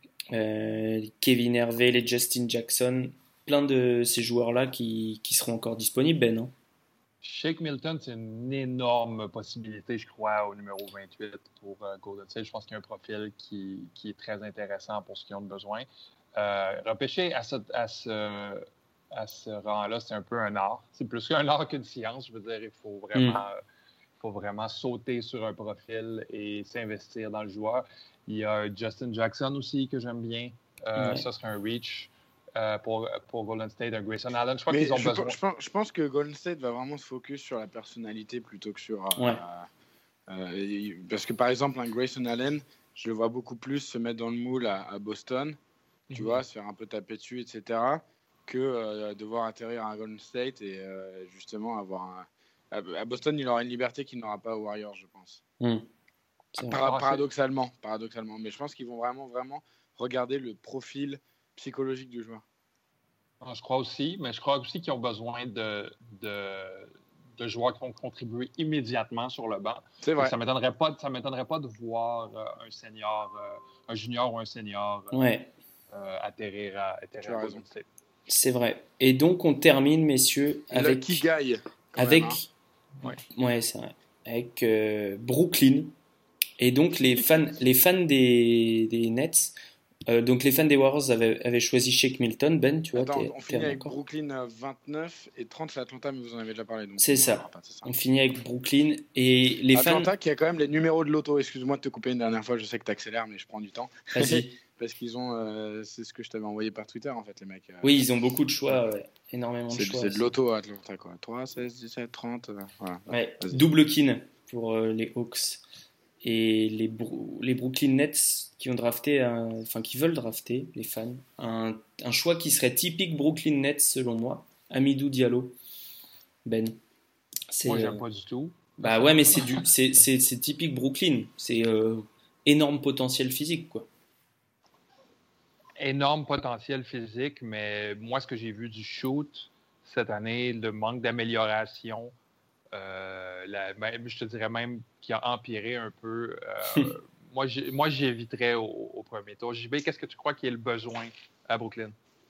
euh, les Kevin Hervey, les Justin Jackson, plein de ces joueurs-là qui, qui seront encore disponibles, Ben. Hein. Shake Milton, c'est une énorme possibilité, je crois, au numéro vingt-huit pour euh, Golden State. Je pense qu'il y a un profil qui, qui est très intéressant pour ce qu'ils ont besoin. Euh, repêcher à ce, à ce, à ce rang-là, c'est un peu un art. C'est plus qu'un art qu'une science. Je veux dire, il faut vraiment, mm. il faut vraiment sauter sur un profil et s'investir dans le joueur. Il y a Justin Jackson aussi que j'aime bien. Euh, ouais. Ça serait un reach. Euh, pour, pour Golden State, un Grayson Allen. Je crois Mais qu'ils ont je, besoin. Je pense, je pense que Golden State va vraiment se focus sur la personnalité plutôt que sur. Euh, ouais. euh, parce que par exemple, un Grayson Allen, je le vois beaucoup plus se mettre dans le moule à, à Boston, tu mm-hmm. vois, se faire un peu taper dessus, et cetera, que euh, devoir atterrir à Golden State et euh, justement avoir un. À, à Boston, il aura une liberté qu'il n'aura pas aux Warriors, je pense. Mm. Par, paradoxalement, paradoxalement. Mais je pense qu'ils vont vraiment, vraiment regarder le profil psychologique du joueur. Je crois aussi, mais je crois aussi qu'ils ont besoin de, de, de joueurs qui vont contribuer immédiatement sur le banc. C'est vrai. Et ça ne m'étonnerait pas, ça m'étonnerait pas de voir euh, un senior, euh, un junior ou un senior euh, ouais. euh, atterrir à, atterrir à Golden State. C'est vrai. Et donc, on termine, messieurs, avec... Lucky Guy. Avec... Même, hein. Ouais. ouais, c'est vrai. Avec euh, Brooklyn. Et donc, les fans, les fans des, des Nets... Euh, donc les fans des Warriors avaient, avaient choisi Shake Milton, Ben, tu vois. Attends, t'es, on finit avec Brooklyn vingt-neuf et trente, c'est Atlanta, mais vous en avez déjà parlé. Donc c'est, ça. Pas, c'est ça. On finit avec Brooklyn et les Atlanta, fans... Atlanta qui a quand même les numéros de l'auto. Excuse-moi de te couper une dernière fois, je sais que tu accélères, mais je prends du temps. Vas-y. Parce qu'ils ont... Euh, c'est ce que je t'avais envoyé par Twitter, en fait, les mecs. Euh, oui, ils ont beaucoup de choix, ouais. Énormément c'est, de choix. C'est de l'auto à Atlanta, quoi. trois, seize, dix-sept, trente, euh, voilà. Ouais, double kin pour euh, les Hawks. Et les, Bro- les Brooklyn Nets qui ont drafté, un, enfin qui veulent drafter, les fans, un, un choix qui serait typique Brooklyn Nets selon moi, Hamidou Diallo. Ben. C'est, moi, j'aime euh, pas du tout. Bah ouais, mais c'est, du, c'est, c'est, c'est typique Brooklyn. C'est euh, énorme potentiel physique, quoi. Énorme potentiel physique, mais moi, ce que j'ai vu du shoot cette année, le manque d'amélioration, Euh, la, même, je te dirais même qu'il a empiré un peu. Euh, moi, j'ai, moi, j'y éviterais au, au premier tour. J B, qu'est-ce que tu crois qu'il y a le besoin à Brooklyn?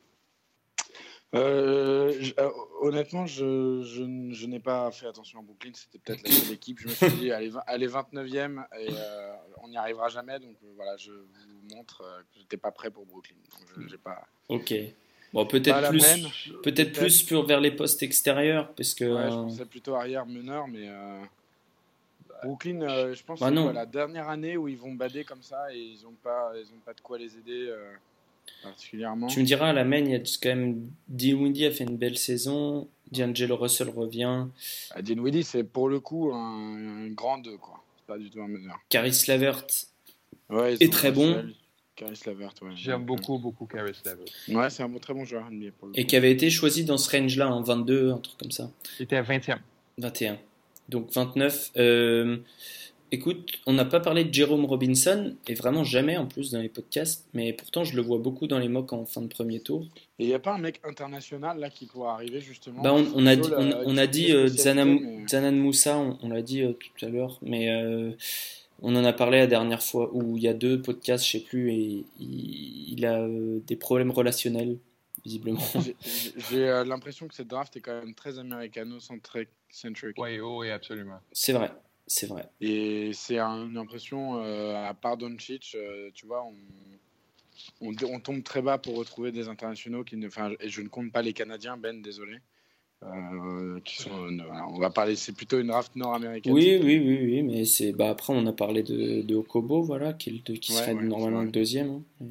Euh, je, euh, honnêtement, je, je, je n'ai pas fait attention à Brooklyn. C'était peut-être la seule équipe. Je me suis dit, allez, allez vingt-neuvième et euh, on n'y arrivera jamais. Donc euh, voilà, je vous montre euh, que je n'étais pas prêt pour Brooklyn. Donc, je, j'ai pas... Ok. Bon, peut-être plus, peine, peut-être, peut-être plus pour vers les postes extérieurs, parce que. Ouais, je pensais plutôt arrière meneur, mais euh... Brooklyn, euh, je pense bah que c'est quoi, la dernière année où ils vont bader comme ça et ils n'ont pas, ils ont pas de quoi les aider euh, particulièrement. Tu me diras, à la main, il y a quand même Dinwiddie a fait une belle saison, D'Angelo Russell revient. Ah, Dinwiddie, c'est pour le coup un, un grand deux, quoi. C'est pas du tout un meneur. Caris Levert ouais, est très bon. Seul. Caris Levert, ouais. J'aime beaucoup, beaucoup Caris Levert. Ouais, c'est un bon, très bon joueur. Pour le et coup. Qui avait été choisi dans ce range-là, en vingt-deux, un truc comme ça. Il était à vingtième. vingt et un. Donc vingt-neuf. Euh, écoute, on n'a pas parlé de Jerome Robinson, et vraiment jamais en plus dans les podcasts, mais pourtant je le vois beaucoup dans les mocks en fin de premier tour. Et il n'y a pas un mec international là qui pourrait arriver justement bah on, on, a dit, on, on a dit euh, Zanan, mais... Zanan Moussa, on, on l'a dit euh, tout à l'heure, mais... Euh, on en a parlé la dernière fois, où il y a deux podcasts, je sais plus, et il, il a euh, des problèmes relationnels, visiblement. J'ai, j'ai euh, l'impression que cette draft est quand même très américano-centrique. Oui, oui, absolument. C'est vrai, c'est vrai. Et c'est un, une impression, euh, à part Doncic, euh, tu vois, on, on, on tombe très bas pour retrouver des internationaux qui ne... Enfin, et je ne compte pas les Canadiens, Ben, désolé. Euh, qui sont, euh, on va parler, c'est plutôt une draft nord-américaine. Oui, oui, oui, oui, mais c'est, bah après on a parlé de, de Okobo, voilà, qui, de, qui ouais, serait ouais, normalement le deuxième. Hein.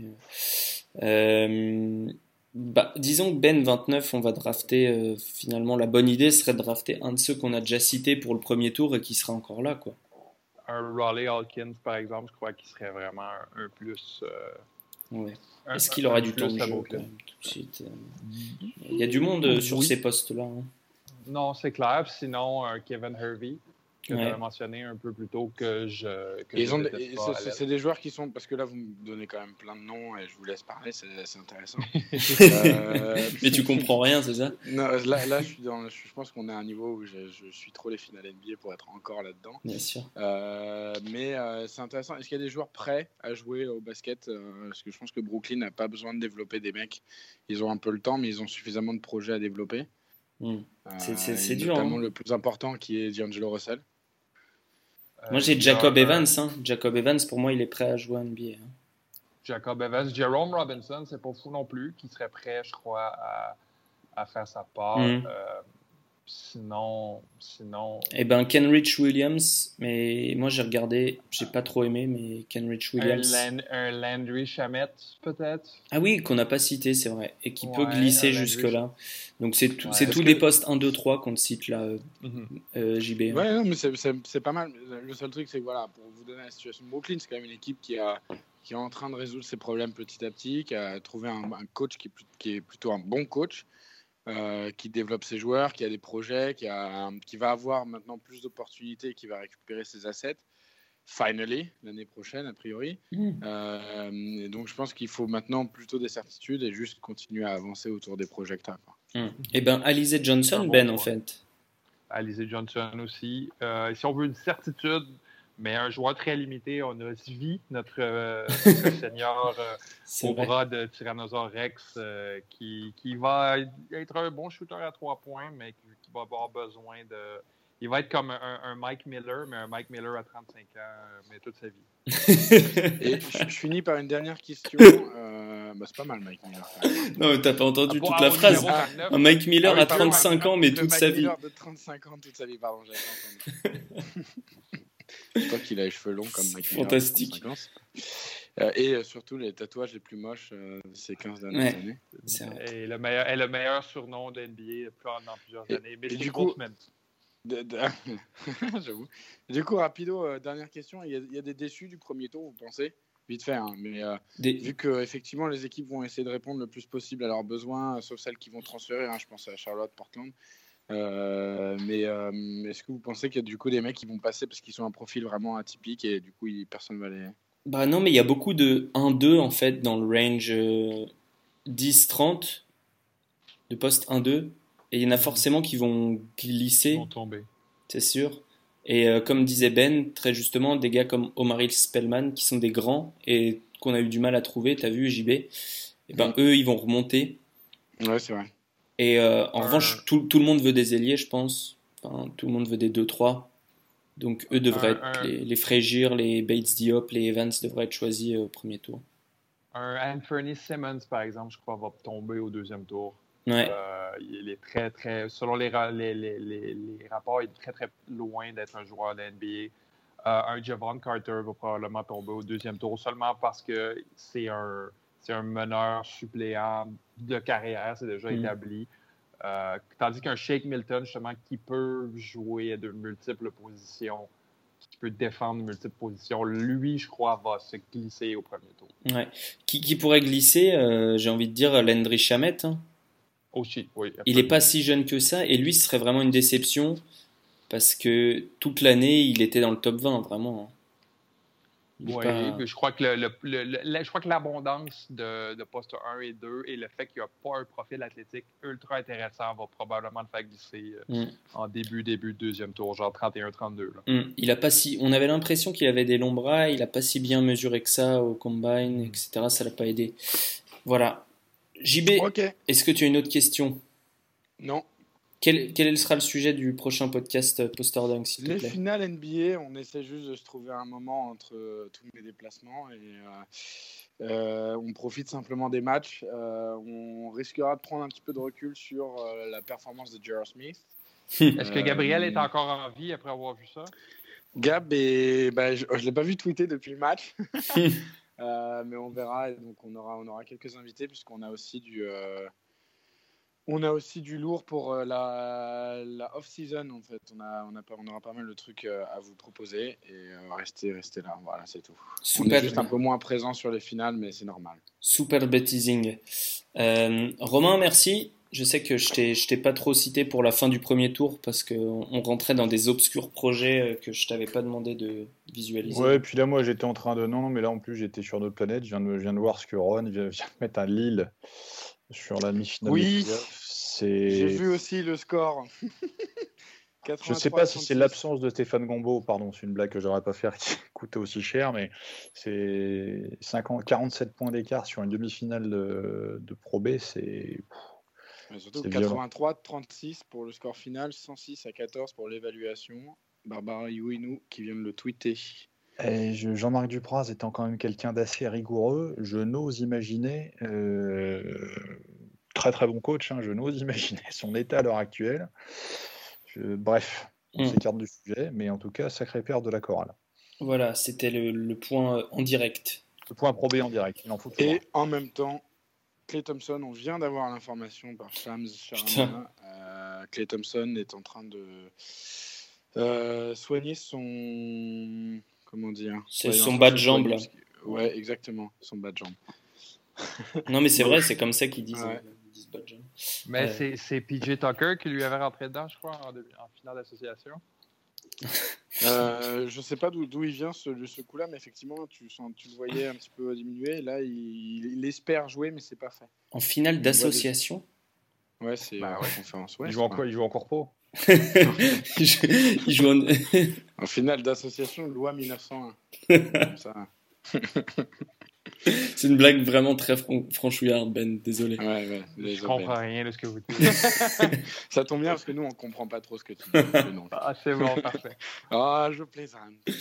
Euh, bah, disons que Ben vingt-neuf, on va drafter. Euh, finalement, la bonne idée serait de drafter un de ceux qu'on a déjà cités pour le premier tour et qui sera encore là, quoi. Un Raleigh Hawkins, par exemple, je crois qu'il serait vraiment un, un plus. Euh... Ouais. Est-ce qu'il aura du temps de jeu quand même, tout de suite. Il y a du monde oui. sur ces postes-là. Hein. Non, c'est clair. Sinon, un Kevin Hervey. que Ouais. tu avais mentionné un peu plus tôt que je. Que Et ils je ont, déteste et pas c'est- à c'est l'aile. c'est des joueurs qui sont, parce que là vous me donnez quand même plein de noms et je vous laisse parler, c'est c'est intéressant. Euh, Mais tu comprends rien, c'est ça? Non, là, là je, suis dans, je, je pense qu'on est à un niveau où je, je suis trop les finales N B A pour être encore là-dedans. Bien sûr. Euh, mais euh, c'est intéressant. Est-ce qu'il y a des joueurs prêts à jouer au basket euh, Parce que je pense que Brooklyn n'a pas besoin de développer des mecs. Ils ont un peu le temps, mais ils ont suffisamment de projets à développer. Mm. C'est- c'est- Euh, c'est et dur, Notamment hein. le plus important qui est D'Angelo Russell. Moi, Euh, j'ai il y a Jacob un- Evans. Hein. Jacob Evans, pour moi, il est prêt à jouer en N B A. hein. Jacob Evans, Jerome Robinson, c'est pas fou non plus, qui serait prêt, je crois, à, à faire sa part. Mhm. Euh, sinon, sinon, Eh ben, Kenrich Williams, mais moi, j'ai regardé, j'ai pas trop aimé, mais Kenrich un, Williams. Lan- un Landry Shamet, peut-être. Ah oui, qu'on n'a pas cité, c'est vrai, et qui peut Ouais, glisser un Landry jusque-là. Donc, c'est tout- Ouais. c'est Est-ce tous que- les postes un, deux, trois qu'on te cite là, euh, Mhm. euh, J B. hein. Ouais, non, mais c'est- c'est c'est pas mal. Le seul truc, c'est que voilà, pour vous donner la situation de Brooklyn, c'est quand même une équipe qui, a, qui est en train de résoudre ses problèmes petit à petit, qui a trouvé un, un coach qui est, plus- qui est plutôt un bon coach, euh, qui développe ses joueurs, qui a des projets, qui, a, un- qui va avoir maintenant plus d'opportunités, qui va récupérer ses assets. Finally, l'année prochaine, a priori. Mm. Euh, et donc, je pense qu'il faut maintenant plutôt des certitudes et juste continuer à avancer autour des projets que t'as, quoi. Mm. Eh ben, Alizé Johnson, Un bon Ben, choix. en fait. Alizé Johnson aussi. Euh, si on veut une certitude, mais un joueur très limité, on a Svi, notre, euh, notre senior euh, C'est au vrai. bras de Tyrannosaurus Rex, euh, qui, qui va être un bon shooter à trois points, mais qui, qui va avoir besoin de... Il va être comme un, un Mike Miller, mais un Mike Miller à trente-cinq ans, euh, mais toute sa vie. Et je, je finis par une dernière question. Euh, bah, c'est pas mal, Mike Miller. quand même. Non, mais t'as pas entendu Ah, pour- toute ah, la au phrase. numéro vingt-neuf. Un Mike Miller Ah oui, à pardon, trente-cinq Mike- ans, mais le toute Mike sa vie. Miller de trente-cinq ans, toute sa vie, pardon, j'avais pas entendu. Toi qui a les cheveux longs comme Mike Miller. de Fantastique. trente-cinq ans. Euh, et euh, surtout les tatouages les plus moches euh, de ces quinze dernières Ouais. années. C'est vrai. Et le meilleur, et le meilleur surnom de N B A pendant plusieurs Et- années. et Mystic du coup- Wolfman. De- de- J'avoue. Du coup, rapido, euh, dernière question. Il y, a, il y a des déçus du premier tour, vous pensez? Vite fait, hein, mais euh, Des- vu que effectivement les équipes vont essayer de répondre le plus possible à leurs besoins, euh, sauf celles qui vont transférer, hein, je pense à Charlotte, Portland. Euh, mais euh, est-ce que vous pensez qu'il y a du coup des mecs qui vont passer parce qu'ils ont un profil vraiment atypique et du coup ils- personne va les... Bah non, mais il y a beaucoup de un deux en fait dans le range euh, dix trente de poste un deux. Et il y en a forcément qui vont glisser, Ils vont tomber. c'est sûr. Et euh, comme disait Ben, très justement, des gars comme Omaril Spellman qui sont des grands et qu'on a eu du mal à trouver, t'as vu J B, et ben Mm. eux ils vont remonter. Ouais, c'est vrai. Et euh, en Euh. revanche, tout, tout le monde veut des ailiers, je pense. Enfin, tout le monde veut des deux trois. Donc eux devraient Un- être un- les, les Frazier, les Bates Diop, les Evans devraient être choisis euh, au premier tour. Un Anthony Simmons, par exemple, je crois, va tomber au deuxième tour. Ouais. Euh, il est très, très. Selon les, ra- les, les, les, les rapports, il est très, très loin d'être un joueur de N B A. Euh, un Javon Carter va probablement tomber au deuxième tour seulement parce que c'est un, c'est un meneur suppléant de carrière, c'est déjà Mm. établi. Euh, tandis qu'un Shake Milton, justement, qui peut jouer de multiples positions, qui peut défendre de multiples positions, lui, je crois, va se glisser au premier tour. Ouais. Qui, qui pourrait glisser, euh, j'ai envie de dire, Landry Shamet. Hein. Aussi, oui. Il n'est pas si jeune que ça, et lui, ce serait vraiment une déception, parce que toute l'année, il était dans le top vingt, vraiment. hein. Il est Oui, pas- mais je crois que le, le- le- le- je crois que l'abondance de, de postes un et deux et le fait qu'il n'y a pas un profil athlétique ultra intéressant va probablement le faire glisser euh, Mm. en début, début de deuxième tour, genre trente et un trente-deux. Là. Mm. Il a pas si... On avait l'impression qu'il avait des longs bras, il n'a pas si bien mesuré que ça au combine, et cetera. Ça l'a pas aidé. Voilà. J B, Ok. est-ce que tu as une autre question? Non. Quel, quel sera le sujet du prochain podcast euh, Poster Dunk, s'il te Les plaît? finales N B A, on essaie juste de se trouver un moment entre euh, tous les déplacements et euh, euh, on profite simplement des matchs. Euh, on risquera de prendre un petit peu de recul sur euh, la performance de J R. Smith. Est-ce que Euh, Gabriel est encore en vie après avoir vu ça? Gab, et, bah, je ne l'ai pas vu tweeter depuis le match, Euh, mais on verra. Et donc on aura, on aura quelques invités puisqu'on a aussi du... euh, On a aussi du lourd pour euh, la, la off-season en fait. On, a, on, a pas, on aura pas mal de trucs euh, à vous proposer et euh, restez, restez là. Voilà, c'est tout. On est Super, juste un peu moins présent sur les finales, mais c'est normal. super teasing. Euh, Romain, merci. Je sais que je t'ai, je t'ai pas trop cité pour la fin du premier tour parce qu'on on rentrait dans des obscurs projets que je t'avais pas demandé de visualiser. Ouais, et puis là, moi, j'étais en train de. Non, non, mais là, en plus, j'étais sur notre planète. Je viens de, je viens de voir ce que Rohan vient, vient de mettre à Lille sur la mi-finale. Oui, c'est... j'ai vu aussi le score. Je sais pas si c'est l'absence de Stéphane Gombeau, pardon, c'est une blague que j'aurais pas faire qui coûtait aussi cher, mais c'est cinquante, quarante-sept points d'écart sur une demi-finale de, de Pro B, c'est. Mais surtout c'est quatre-vingt-trois à trente-six pour le score final, cent six à quatorze pour l'évaluation. Barbara Iouinou qui vient de le tweeter. Et je, Jean-Marc Dupraz étant quand même quelqu'un d'assez rigoureux, je n'ose imaginer, euh, très très bon coach, hein, je n'ose imaginer son état à l'heure actuelle. Je, bref, on mmh. s'écarte du sujet, mais en tout cas, sacré père de la chorale. Voilà, c'était le, le point en direct. Le point probé en direct, il en faut Et en même temps, Klay Thompson, on vient d'avoir l'information par Shams Charania. Euh, Klay Thompson est en train de euh, soigner son. Comment dire C'est son bas de jambe, là. Ouais, exactement, son bas de jambe. Non, mais c'est vrai, c'est comme ça qu'ils disent. Ouais. Ils disent bas de jambe. Mais ouais. c'est, c'est P J Tucker qui lui avait rentré dedans, je crois, en, en finale d'association. euh, je sais pas d'où, d'où il vient ce, ce coup-là, mais effectivement, tu, sens, tu le voyais un petit peu diminuer. Là, il, il espère jouer, mais c'est pas fait. En finale d'association des... Ouais, c'est bah, ouais. euh, conférence. Ouais, il, joue en quoi, il joue en corpo. il joue, il joue en... en finale d'association, loi mille neuf cent un. Comme ça. C'est une blague vraiment très fran- franchouillarde, Ben, désolé. Ouais, ouais, je comprends rien de ce que vous dites. Ça tombe bien parce que nous, on comprend pas trop ce que tu dis. Non. Ah, c'est bon, parfait. Ah, je plaisante.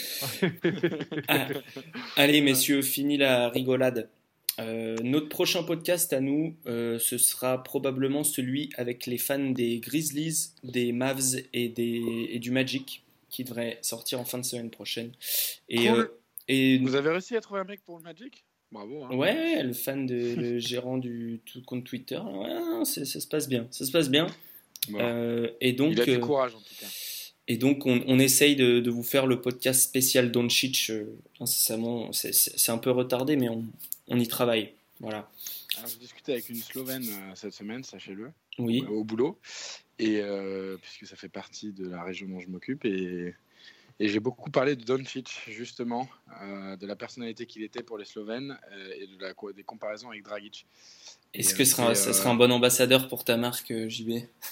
Ah, allez, messieurs, fini la rigolade. Euh, notre prochain podcast à nous, euh, ce sera probablement celui avec les fans des Grizzlies, des Mavs et, des, et du Magic, qui devrait sortir en fin de semaine prochaine. Et, cool. euh, et... Vous avez réussi à trouver un mec pour le Magic ? Bravo. Hein. Ouais, le fan de le gérant du compte Twitter. Ouais, ça se passe bien. Ça se passe bien. Bon. Euh, et donc, il a du courage en tout cas. Et donc, on, on essaye de, de vous faire le podcast spécial Doncic. Euh, incessamment, c'est, c'est, c'est un peu retardé, mais on, on y travaille. Voilà. Alors, je discutais avec une Slovène euh, cette semaine, sachez-le, oui. euh, au boulot, et euh, puisque ça fait partie de la région dont je m'occupe, et Et j'ai beaucoup parlé de Doncic, justement, euh, de la personnalité qu'il était pour les Slovènes euh, et de la, des comparaisons avec Dragic. Est-ce et, que ce sera, euh, ça sera un bon ambassadeur pour ta marque, J B ?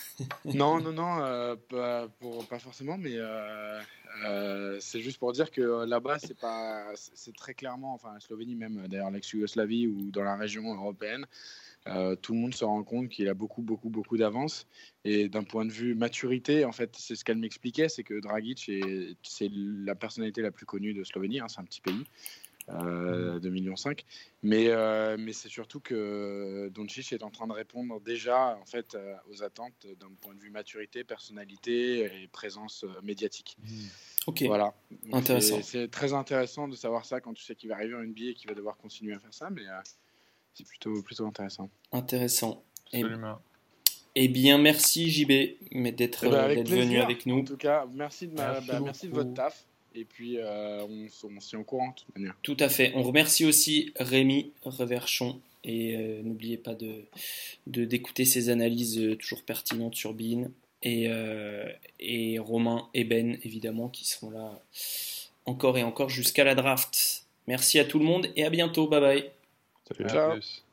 Non, non, non, euh, pas, pour, pas forcément, mais euh, euh, c'est juste pour dire que euh, là-bas, c'est, pas, c'est, c'est très clairement, enfin, la Slovénie, même d'ailleurs l'ex-Yougoslavie ou dans la région européenne, Euh, tout le monde se rend compte qu'il a beaucoup, beaucoup, beaucoup d'avance. Et d'un point de vue maturité, en fait, c'est ce qu'elle m'expliquait, c'est que Dragic est, c'est la personnalité la plus connue de Slovénie. Hein, c'est un petit pays, euh, deux virgule cinq millions. Mais, euh, mais c'est surtout que Doncic est en train de répondre déjà, en fait, euh, aux attentes d'un point de vue maturité, personnalité et présence euh, médiatique. Ok. Voilà. Donc intéressant. C'est, c'est très intéressant de savoir ça quand tu sais qu'il va arriver en N B A et qu'il va devoir continuer à faire ça, mais euh, c'est plutôt, plutôt intéressant. Intéressant. Absolument. Eh bien, merci J B mais d'être, eh ben, d'être venu avec nous. En tout cas, merci de, ma, merci, bah, merci de votre taf. Et puis, euh, on, on s'y est au courant de toute manière. Tout à fait. On remercie aussi Rémi Reverchon. Et euh, n'oubliez pas de, de, d'écouter ses analyses euh, toujours pertinentes sur Bein. Et, euh, et Romain et Ben, évidemment, qui seront là encore et encore jusqu'à la draft. Merci à tout le monde et à bientôt. Bye bye. Salut. Ciao. Plus.